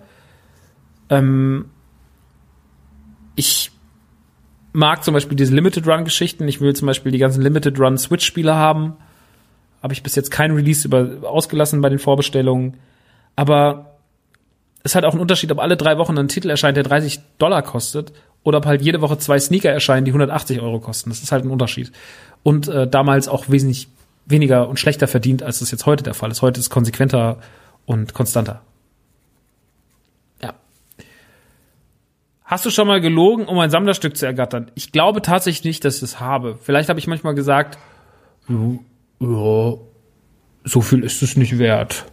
Ich mag zum Beispiel diese Limited-Run-Geschichten. Ich will zum Beispiel die ganzen Limited-Run-Switch-Spiele haben. Habe ich bis jetzt kein Release ausgelassen bei den Vorbestellungen. Aber es hat auch einen Unterschied, ob alle 3 Wochen ein Titel erscheint, der $30 kostet, oder ob halt jede Woche 2 Sneaker erscheinen, die 180 € kosten. Das ist halt ein Unterschied. Und damals auch wesentlich weniger und schlechter verdient, als das jetzt heute der Fall ist. Heute ist es konsequenter und konstanter. Ja. Hast du schon mal gelogen, um ein Sammlerstück zu ergattern? Ich glaube tatsächlich nicht, dass ich das habe. Vielleicht habe ich manchmal gesagt, ja, so viel ist es nicht wert.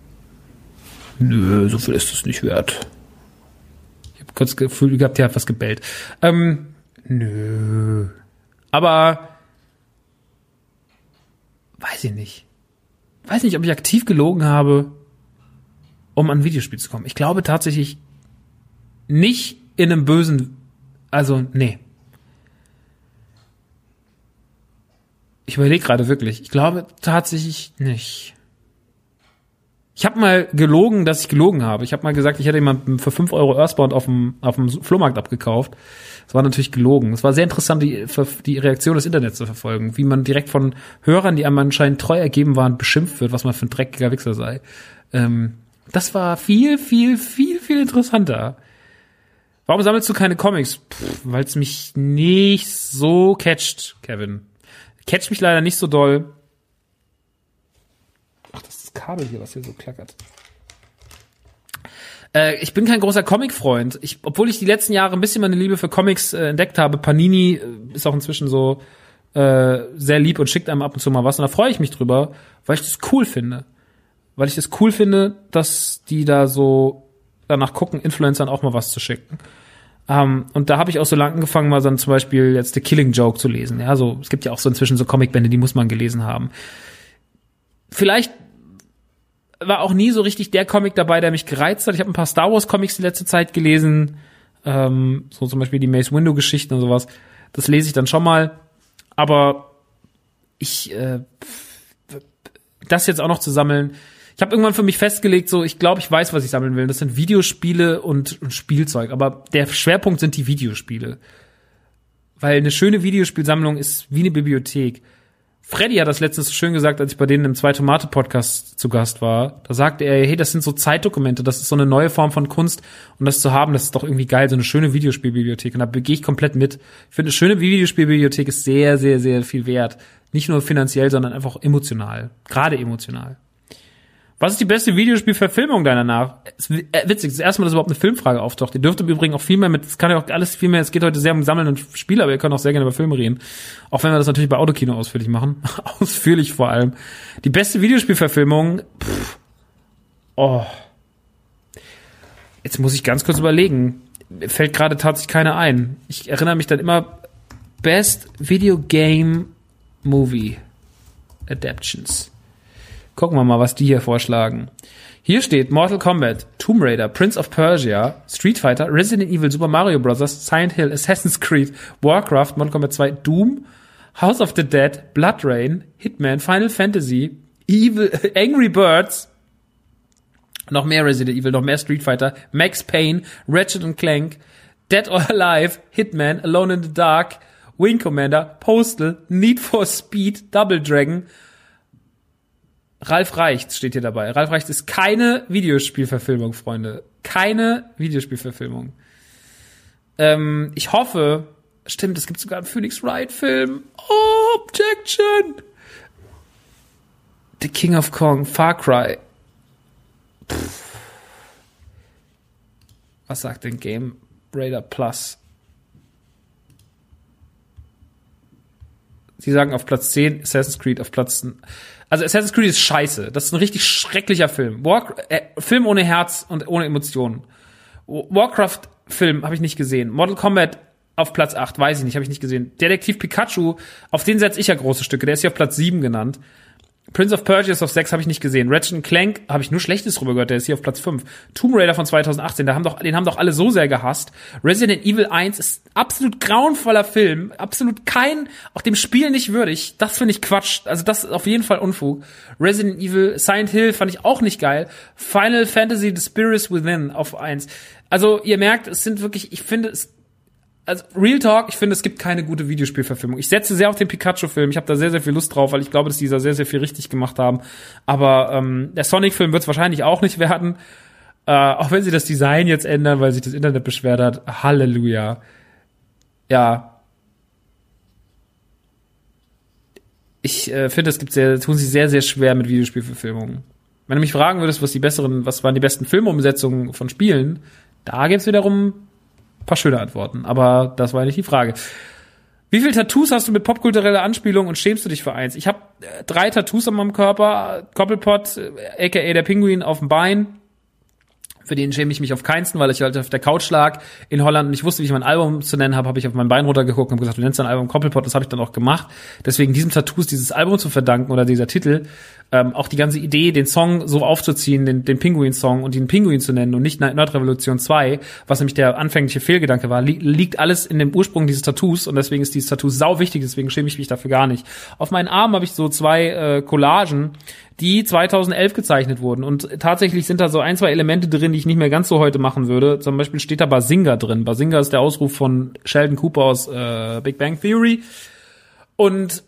Nö, so viel ist es nicht wert. Ich habe kurz das Gefühl gehabt, ihr habt was gebellt. Nö. Aber weiß ich nicht. Weiß nicht, ob ich aktiv gelogen habe, um an ein Videospiel zu kommen. Ich glaube tatsächlich nicht in einem bösen, also nee. Ich überlege gerade wirklich. Ich glaube tatsächlich nicht. Ich habe mal gelogen, dass ich gelogen habe. Ich habe mal gesagt, ich hätte jemanden für 5 Euro Earthbound auf dem Flohmarkt abgekauft. Das war natürlich gelogen. Es war sehr interessant, die Reaktion des Internets zu verfolgen, wie man direkt von Hörern, die einem anscheinend treu ergeben waren, beschimpft wird, was man für ein dreckiger Wichser sei. Das war viel, viel, viel, viel interessanter. Warum sammelst du keine Comics? Weil es mich nicht so catcht, Kevin. Catcht mich leider nicht so doll. Ach, das ist das Kabel hier, was hier so klackert. Ich bin kein großer Comic-Freund. Obwohl ich die letzten Jahre ein bisschen meine Liebe für Comics entdeckt habe. Panini ist auch inzwischen so sehr lieb und schickt einem ab und zu mal was. Und da freue ich mich drüber, weil ich das cool finde. Weil ich das cool finde, dass die da so danach gucken, Influencern auch mal was zu schicken. Und da habe ich auch so lang angefangen, mal dann zum Beispiel jetzt The Killing Joke zu lesen. Ja, so, es gibt ja auch so inzwischen so Comicbände, die muss man gelesen haben. Vielleicht war auch nie so richtig der Comic dabei, der mich gereizt hat. Ich habe ein paar Star Wars Comics die letzte Zeit gelesen, so zum Beispiel die Mace Windu Geschichten und sowas. Das lese ich dann schon mal. Aber das jetzt auch noch zu sammeln. Ich habe irgendwann für mich festgelegt, so, ich glaube, ich weiß, was ich sammeln will. Das sind Videospiele und Spielzeug. Aber der Schwerpunkt sind die Videospiele. Weil eine schöne Videospielsammlung ist wie eine Bibliothek. Freddy hat das letztens so schön gesagt, als ich bei denen im Zwei-Tomate-Podcast zu Gast war. Da sagte er, hey, das sind so Zeitdokumente, das ist so eine neue Form von Kunst. Und das zu haben, das ist doch irgendwie geil, so eine schöne Videospielbibliothek. Und da gehe ich komplett mit. Ich finde, eine schöne Videospielbibliothek ist sehr, sehr, sehr viel wert. Nicht nur finanziell, sondern einfach auch emotional. Gerade emotional. Was ist die beste Videospielverfilmung deiner nach? Witzig, das erste Mal, dass überhaupt eine Filmfrage auftaucht. Ihr dürft im Übrigen auch viel mehr es kann ja auch alles viel mehr, es geht heute sehr um Sammeln und Spiele, aber ihr könnt auch sehr gerne über Filme reden. Auch wenn wir das natürlich bei Autokino ausführlich machen. Ausführlich vor allem. Die beste Videospielverfilmung, Jetzt muss ich ganz kurz überlegen. Mir fällt gerade tatsächlich keine ein. Ich erinnere mich dann immer, Best Video Game Movie Adaptions. Gucken wir mal, was die hier vorschlagen. Hier steht Mortal Kombat, Tomb Raider, Prince of Persia, Street Fighter, Resident Evil, Super Mario Bros., Silent Hill, Assassin's Creed, Warcraft, Mortal Kombat 2, Doom, House of the Dead, Blood Rain, Hitman, Final Fantasy, Angry Birds, noch mehr Resident Evil, noch mehr Street Fighter, Max Payne, Ratchet & Clank, Dead or Alive, Hitman, Alone in the Dark, Wing Commander, Postal, Need for Speed, Double Dragon. Ralf Reichts steht hier dabei. Ralf Reichts ist keine Videospielverfilmung, Freunde. Keine Videospielverfilmung. Ich hoffe, stimmt, es gibt sogar einen Phoenix Wright-Film. Oh, Objection! The King of Kong, Far Cry. Was sagt denn Game Raider Plus? Sie sagen auf Platz 10, Assassin's Creed auf Platz... Also Assassin's Creed ist scheiße. Das ist ein richtig schrecklicher Film. Film ohne Herz und ohne Emotionen. Warcraft-Film habe ich nicht gesehen. Mortal Kombat auf Platz 8, weiß ich nicht, habe ich nicht gesehen. Detektiv Pikachu, auf den setze ich ja große Stücke. Der ist hier auf Platz 7 genannt. Prince of Persia ist auf 6, habe ich nicht gesehen. Ratchet & Clank habe ich nur Schlechtes drüber gehört, der ist hier auf Platz 5. Tomb Raider von 2018, den haben doch alle so sehr gehasst. Resident Evil 1 ist absolut grauenvoller Film, absolut auch dem Spiel nicht würdig. Das finde ich Quatsch, also das ist auf jeden Fall Unfug. Resident Evil, Silent Hill fand ich auch nicht geil. Final Fantasy The Spirits Within auf 1. Also ihr merkt, es sind wirklich, also Real Talk, ich finde, es gibt keine gute Videospielverfilmung. Ich setze sehr auf den Pikachu-Film. Ich habe da sehr, sehr viel Lust drauf, weil ich glaube, dass die da sehr, sehr viel richtig gemacht haben. Aber der Sonic-Film wird es wahrscheinlich auch nicht werden. Auch wenn sie das Design jetzt ändern, weil sich das Internet beschwert hat. Halleluja. Ja. Ich finde, tun sie sehr, sehr schwer mit Videospielverfilmungen. Wenn du mich fragen würdest, was waren die besten Filmumsetzungen von Spielen, da gibt's wiederum paar schöne Antworten, aber das war nicht die Frage. Wie viele Tattoos hast du mit popkultureller Anspielung und schämst du dich für eins? Ich habe 3 Tattoos an meinem Körper, Koppelpott, aka der Pinguin auf dem Bein. Für den schäme ich mich auf keinsten, weil ich halt auf der Couch lag in Holland und ich wusste, wie ich mein Album zu nennen habe ich auf mein Bein runtergeguckt und gesagt, du nennst dein Album Koppelpott, das habe ich dann auch gemacht. Deswegen diesem Tattoos dieses Album zu verdanken oder dieser Titel. Auch die ganze Idee, den Song so aufzuziehen, den Pinguin-Song und den Pinguin zu nennen und nicht Nerdrevolution 2, was nämlich der anfängliche Fehlgedanke war, liegt alles in dem Ursprung dieses Tattoos und deswegen ist dieses Tattoo sau wichtig, deswegen schäme ich mich dafür gar nicht. Auf meinen Arm habe ich so 2 Collagen, die 2011 gezeichnet wurden und tatsächlich sind da so 1, 2 Elemente drin, die ich nicht mehr ganz so heute machen würde. Zum Beispiel steht da Bazinga drin. Bazinga ist der Ausruf von Sheldon Cooper aus Big Bang Theory und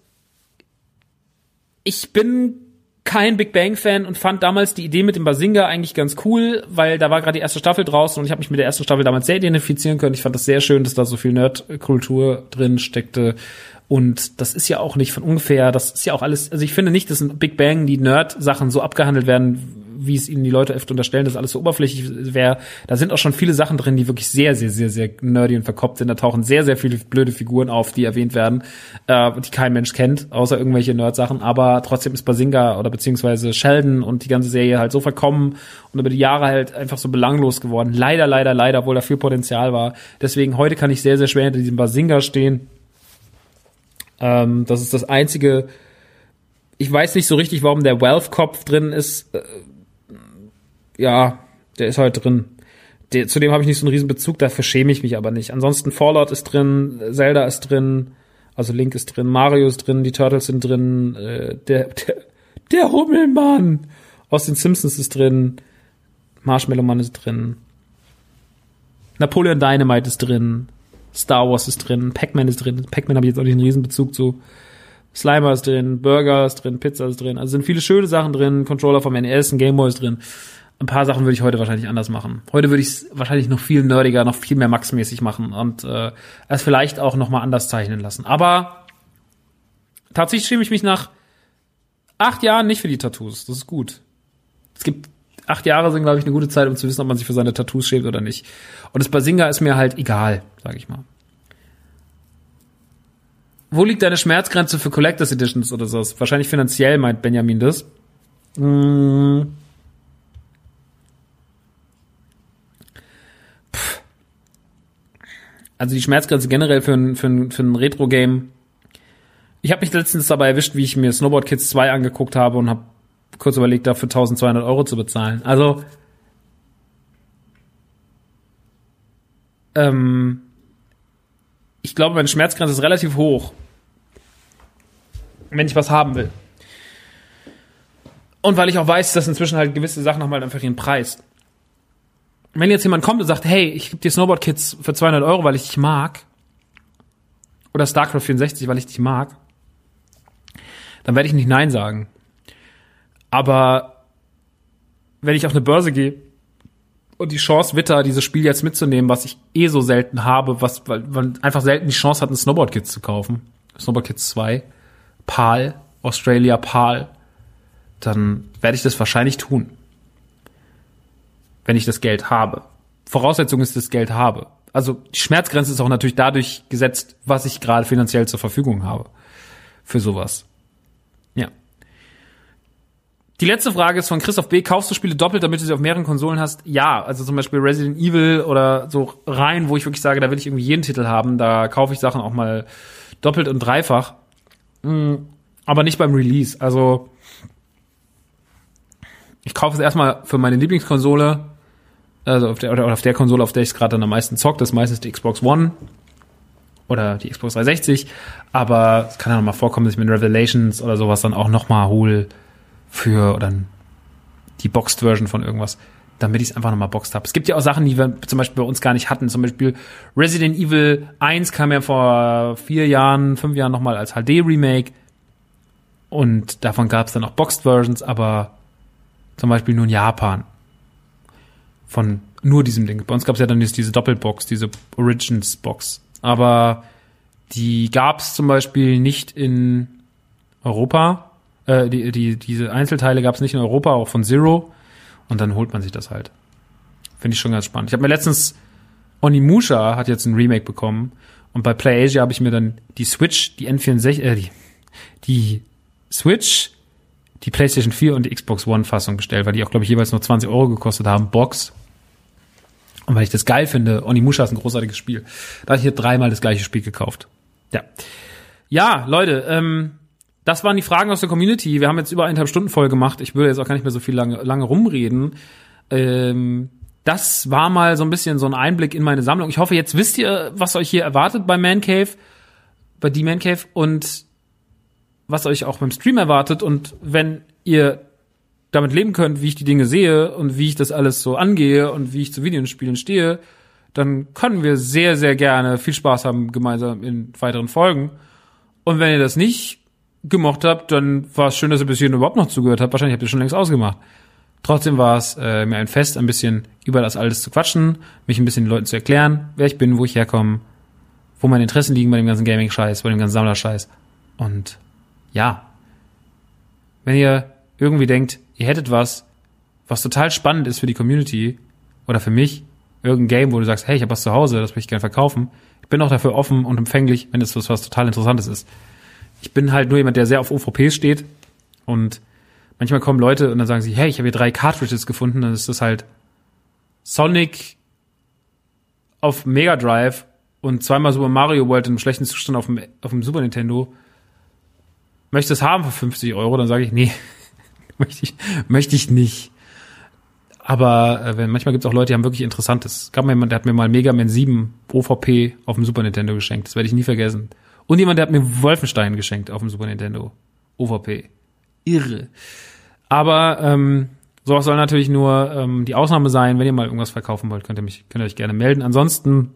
ich bin kein Big Bang Fan und fand damals die Idee mit dem Bazinga eigentlich ganz cool, weil da war gerade die erste Staffel draußen und ich habe mich mit der ersten Staffel damals sehr identifizieren können. Ich fand das sehr schön, dass da so viel Nerdkultur drin steckte. Und das ist ja auch nicht von ungefähr, das ist ja auch alles, also ich finde nicht, dass in Big Bang die Nerd-Sachen so abgehandelt werden, wie es ihnen die Leute öfter unterstellen, dass alles so oberflächlich wäre. Da sind auch schon viele Sachen drin, die wirklich sehr, sehr, sehr, sehr nerdy und verkopft sind. Da tauchen sehr, sehr viele blöde Figuren auf, die erwähnt werden, die kein Mensch kennt, außer irgendwelche Nerd-Sachen. Aber trotzdem ist Bazinga oder beziehungsweise Sheldon und die ganze Serie halt so verkommen und über die Jahre halt einfach so belanglos geworden. Leider, obwohl da viel Potenzial war. Deswegen heute kann ich sehr, sehr schwer hinter diesem Bazinga stehen. Das ist das Einzige. Ich weiß nicht so richtig, warum der Wealth-Kopf drin ist. Ja, der ist halt drin. Zudem habe ich nicht so einen riesen Bezug, dafür schäme ich mich aber nicht. Ansonsten Fallout ist drin, Zelda ist drin, also Link ist drin, Mario ist drin, die Turtles sind drin, der Hummelmann aus den Simpsons ist drin, Marshmallow Man ist drin, Napoleon Dynamite ist drin, Star Wars ist drin, Pac-Man ist drin. Pac-Man habe ich jetzt auch nicht einen riesen Bezug zu. Slimer ist drin, Burger ist drin, Pizza ist drin. Also sind viele schöne Sachen drin. Controller vom NES, ein Gameboy ist drin. Ein paar Sachen würde ich heute wahrscheinlich anders machen. Heute würde ich es wahrscheinlich noch viel nerdiger, noch viel mehr Max-mäßig machen und es vielleicht auch noch mal anders zeichnen lassen. Aber tatsächlich schäme ich mich nach 8 Jahren nicht für die Tattoos. Das ist gut. 8 Jahre sind, glaube ich, eine gute Zeit, um zu wissen, ob man sich für seine Tattoos schämt oder nicht. Und das Bazinga ist mir halt egal, sage ich mal. Wo liegt deine Schmerzgrenze für Collectors Editions oder sowas? Wahrscheinlich finanziell, meint Benjamin das. Also die Schmerzgrenze generell für ein Retro-Game. Ich habe mich letztens dabei erwischt, wie ich mir Snowboard Kids 2 angeguckt habe und habe kurz überlegt, dafür 1.200 € zu bezahlen. Also ich glaube, meine Schmerzgrenze ist relativ hoch, wenn ich was haben will. Und weil ich auch weiß, dass inzwischen halt gewisse Sachen haben halt einfach ihren Preis. Wenn jetzt jemand kommt und sagt, hey, ich gebe dir Snowboard Kids für 200 €, weil ich dich mag, oder StarCraft 64, weil ich dich mag, dann werde ich nicht Nein sagen. Aber wenn ich auf eine Börse gehe und die Chance witter, dieses Spiel jetzt mitzunehmen, was ich so selten habe, weil man einfach selten die Chance hat, ein Snowboard Kids zu kaufen, Snowboard Kids 2, PAL, Australia PAL, dann werde ich das wahrscheinlich tun. Wenn ich das Geld habe. Voraussetzung ist, dass ich das Geld habe. Also die Schmerzgrenze ist auch natürlich dadurch gesetzt, was ich gerade finanziell zur Verfügung habe für sowas. Ja. Die letzte Frage ist von Christoph B. Kaufst du Spiele doppelt, damit du sie auf mehreren Konsolen hast? Ja, also zum Beispiel Resident Evil oder so rein, wo ich wirklich sage, da will ich irgendwie jeden Titel haben. Da kaufe ich Sachen auch mal doppelt und dreifach. Aber nicht beim Release. Also ich kaufe es erstmal für meine Lieblingskonsole, also auf der Konsole, auf der ich es gerade dann am meisten zocke. Das ist meistens die Xbox One oder die Xbox 360. Aber es kann ja noch mal vorkommen, dass ich mir Revelations oder sowas dann auch noch mal hole oder die Boxed-Version von irgendwas, damit ich es einfach noch mal boxed habe. Es gibt ja auch Sachen, die wir zum Beispiel bei uns gar nicht hatten. Zum Beispiel Resident Evil 1 kam ja vor 5 Jahren noch mal als HD-Remake. Und davon gab es dann auch Boxed-Versions, aber zum Beispiel nur in Japan. Von nur diesem Ding. Bei uns gab es ja dann diese Doppelbox, diese Origins-Box. Aber die gab es zum Beispiel nicht in Europa. Diese Einzelteile gab es nicht in Europa, auch von Zero. Und dann holt man sich das halt. Finde ich schon ganz spannend. Ich habe mir letztens, Onimusha hat jetzt ein Remake bekommen. Und bei PlayAsia habe ich mir dann die Switch, die N64, die Switch, die PlayStation 4 und die Xbox One Fassung bestellt, weil die auch, glaube ich, jeweils nur 20 € gekostet haben, Box. Und weil ich das geil finde, Onimusha ist ein großartiges Spiel. Da habe ich hier 3-mal das gleiche Spiel gekauft. Ja. Ja, Leute, das waren die Fragen aus der Community. Wir haben jetzt über 1,5 Stunden voll gemacht. Ich würde jetzt auch gar nicht mehr so viel lange rumreden. Das war mal so ein bisschen so ein Einblick in meine Sammlung. Ich hoffe, jetzt wisst ihr, was euch hier erwartet bei Man Cave, bei The Man Cave und was euch auch beim Stream erwartet. Und wenn ihr damit leben könnt, wie ich die Dinge sehe und wie ich das alles so angehe und wie ich zu Videospielen stehe, dann können wir sehr, sehr gerne viel Spaß haben gemeinsam in weiteren Folgen. Und wenn ihr das nicht gemocht habt, dann war es schön, dass ihr bis hierhin überhaupt noch zugehört habt. Wahrscheinlich habt ihr schon längst ausgemacht. Trotzdem war es mir ein Fest, ein bisschen über das alles zu quatschen, mich ein bisschen den Leuten zu erklären, wer ich bin, wo ich herkomme, wo meine Interessen liegen bei dem ganzen Gaming-Scheiß, bei dem ganzen Sammler-Scheiß. Und ja, wenn ihr irgendwie denkt, ihr hättet was total spannend ist für die Community oder für mich, irgendein Game, wo du sagst, hey, ich habe was zu Hause, das möchte ich gerne verkaufen. Ich bin auch dafür offen und empfänglich, wenn es was total Interessantes ist. Ich bin halt nur jemand, der sehr auf OVPs steht und manchmal kommen Leute und dann sagen sie, hey, ich habe hier 3 Cartridges gefunden, dann ist das halt Sonic auf Mega Drive und 2-mal Super Mario World in einem schlechten Zustand auf dem Super Nintendo. Möchtest du es haben für 50 €? Dann sage ich, nee, möchte ich nicht. Aber manchmal gibt es auch Leute, die haben wirklich Interessantes. Es gab mal jemand, der hat mir mal Mega Man 7 OVP auf dem Super Nintendo geschenkt. Das werde ich nie vergessen. Und jemand, der hat mir Wolfenstein geschenkt auf dem Super Nintendo. OVP. Irre. Aber sowas soll natürlich nur die Ausnahme sein. Wenn ihr mal irgendwas verkaufen wollt, könnt ihr euch gerne melden. Ansonsten,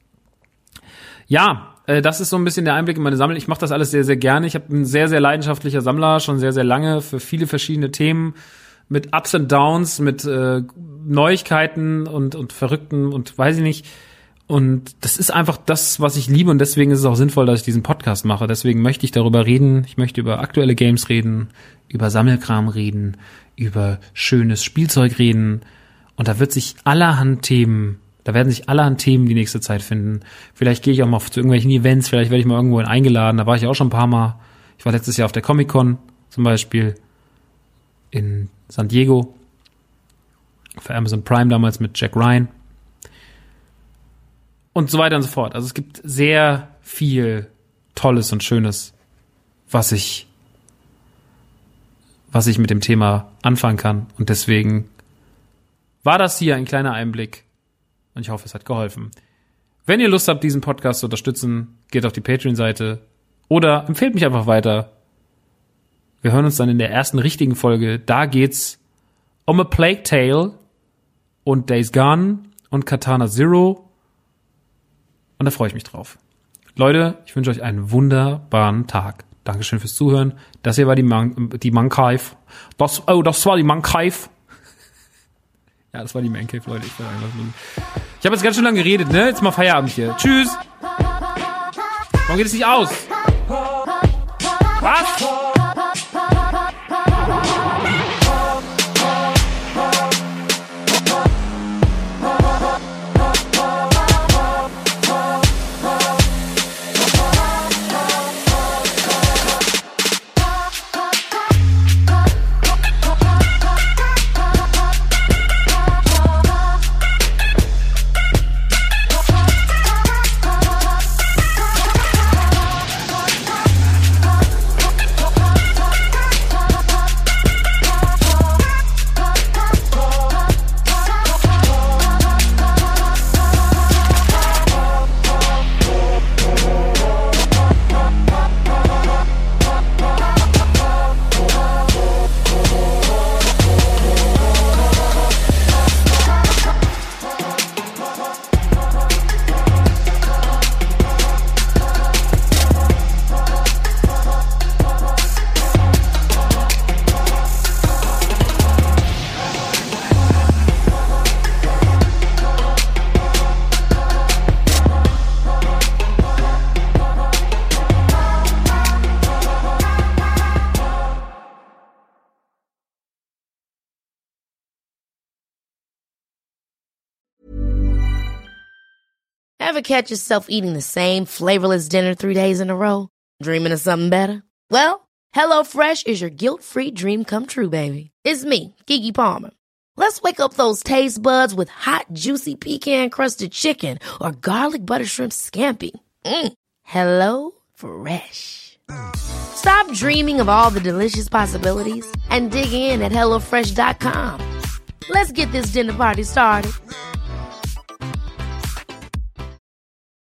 ja, das ist so ein bisschen der Einblick in meine Sammlung. Ich mache das alles sehr, sehr gerne. Ich bin ein sehr, sehr leidenschaftlicher Sammler, schon sehr, sehr lange für viele verschiedene Themen. Mit Ups und Downs, mit Neuigkeiten und Verrückten und weiß ich nicht. Und das ist einfach das, was ich liebe und deswegen ist es auch sinnvoll, dass ich diesen Podcast mache. Deswegen möchte ich darüber reden. Ich möchte über aktuelle Games reden, über Sammelkram reden, über schönes Spielzeug reden. Und da werden sich allerhand Themen die nächste Zeit finden. Vielleicht gehe ich auch mal zu irgendwelchen Events, vielleicht werde ich mal irgendwo eingeladen. Da war ich auch schon ein paar Mal. Ich war letztes Jahr auf der Comic-Con zum Beispiel in San Diego. Für Amazon Prime damals mit Jack Ryan. Und so weiter und so fort. Also es gibt sehr viel Tolles und Schönes, was ich mit dem Thema anfangen kann. Und deswegen war das hier ein kleiner Einblick. Und ich hoffe, es hat geholfen. Wenn ihr Lust habt, diesen Podcast zu unterstützen, geht auf die Patreon-Seite oder empfehlt mich einfach weiter. Wir hören uns dann in der ersten richtigen Folge. Da geht's um A Plague Tale und Days Gone und Katana Zero. Und da freue ich mich drauf. Leute, ich wünsche euch einen wunderbaren Tag. Dankeschön fürs Zuhören. Das hier war die Man Cave. Das war die Man Cave. Ja, das war die Man Cave, Leute. Ich habe jetzt ganz schön lange geredet, ne? Jetzt mal Feierabend hier. Tschüss. Warum geht es nicht aus? Was? Ever catch yourself eating the same flavorless dinner 3 days in a row? Dreaming of something better? Well, HelloFresh is your guilt-free dream come true, baby. It's me, Keke Palmer. Let's wake up those taste buds with hot, juicy pecan-crusted chicken or garlic butter shrimp scampi. Hello Fresh. Stop dreaming of all the delicious possibilities and dig in at HelloFresh.com. Let's get this dinner party started.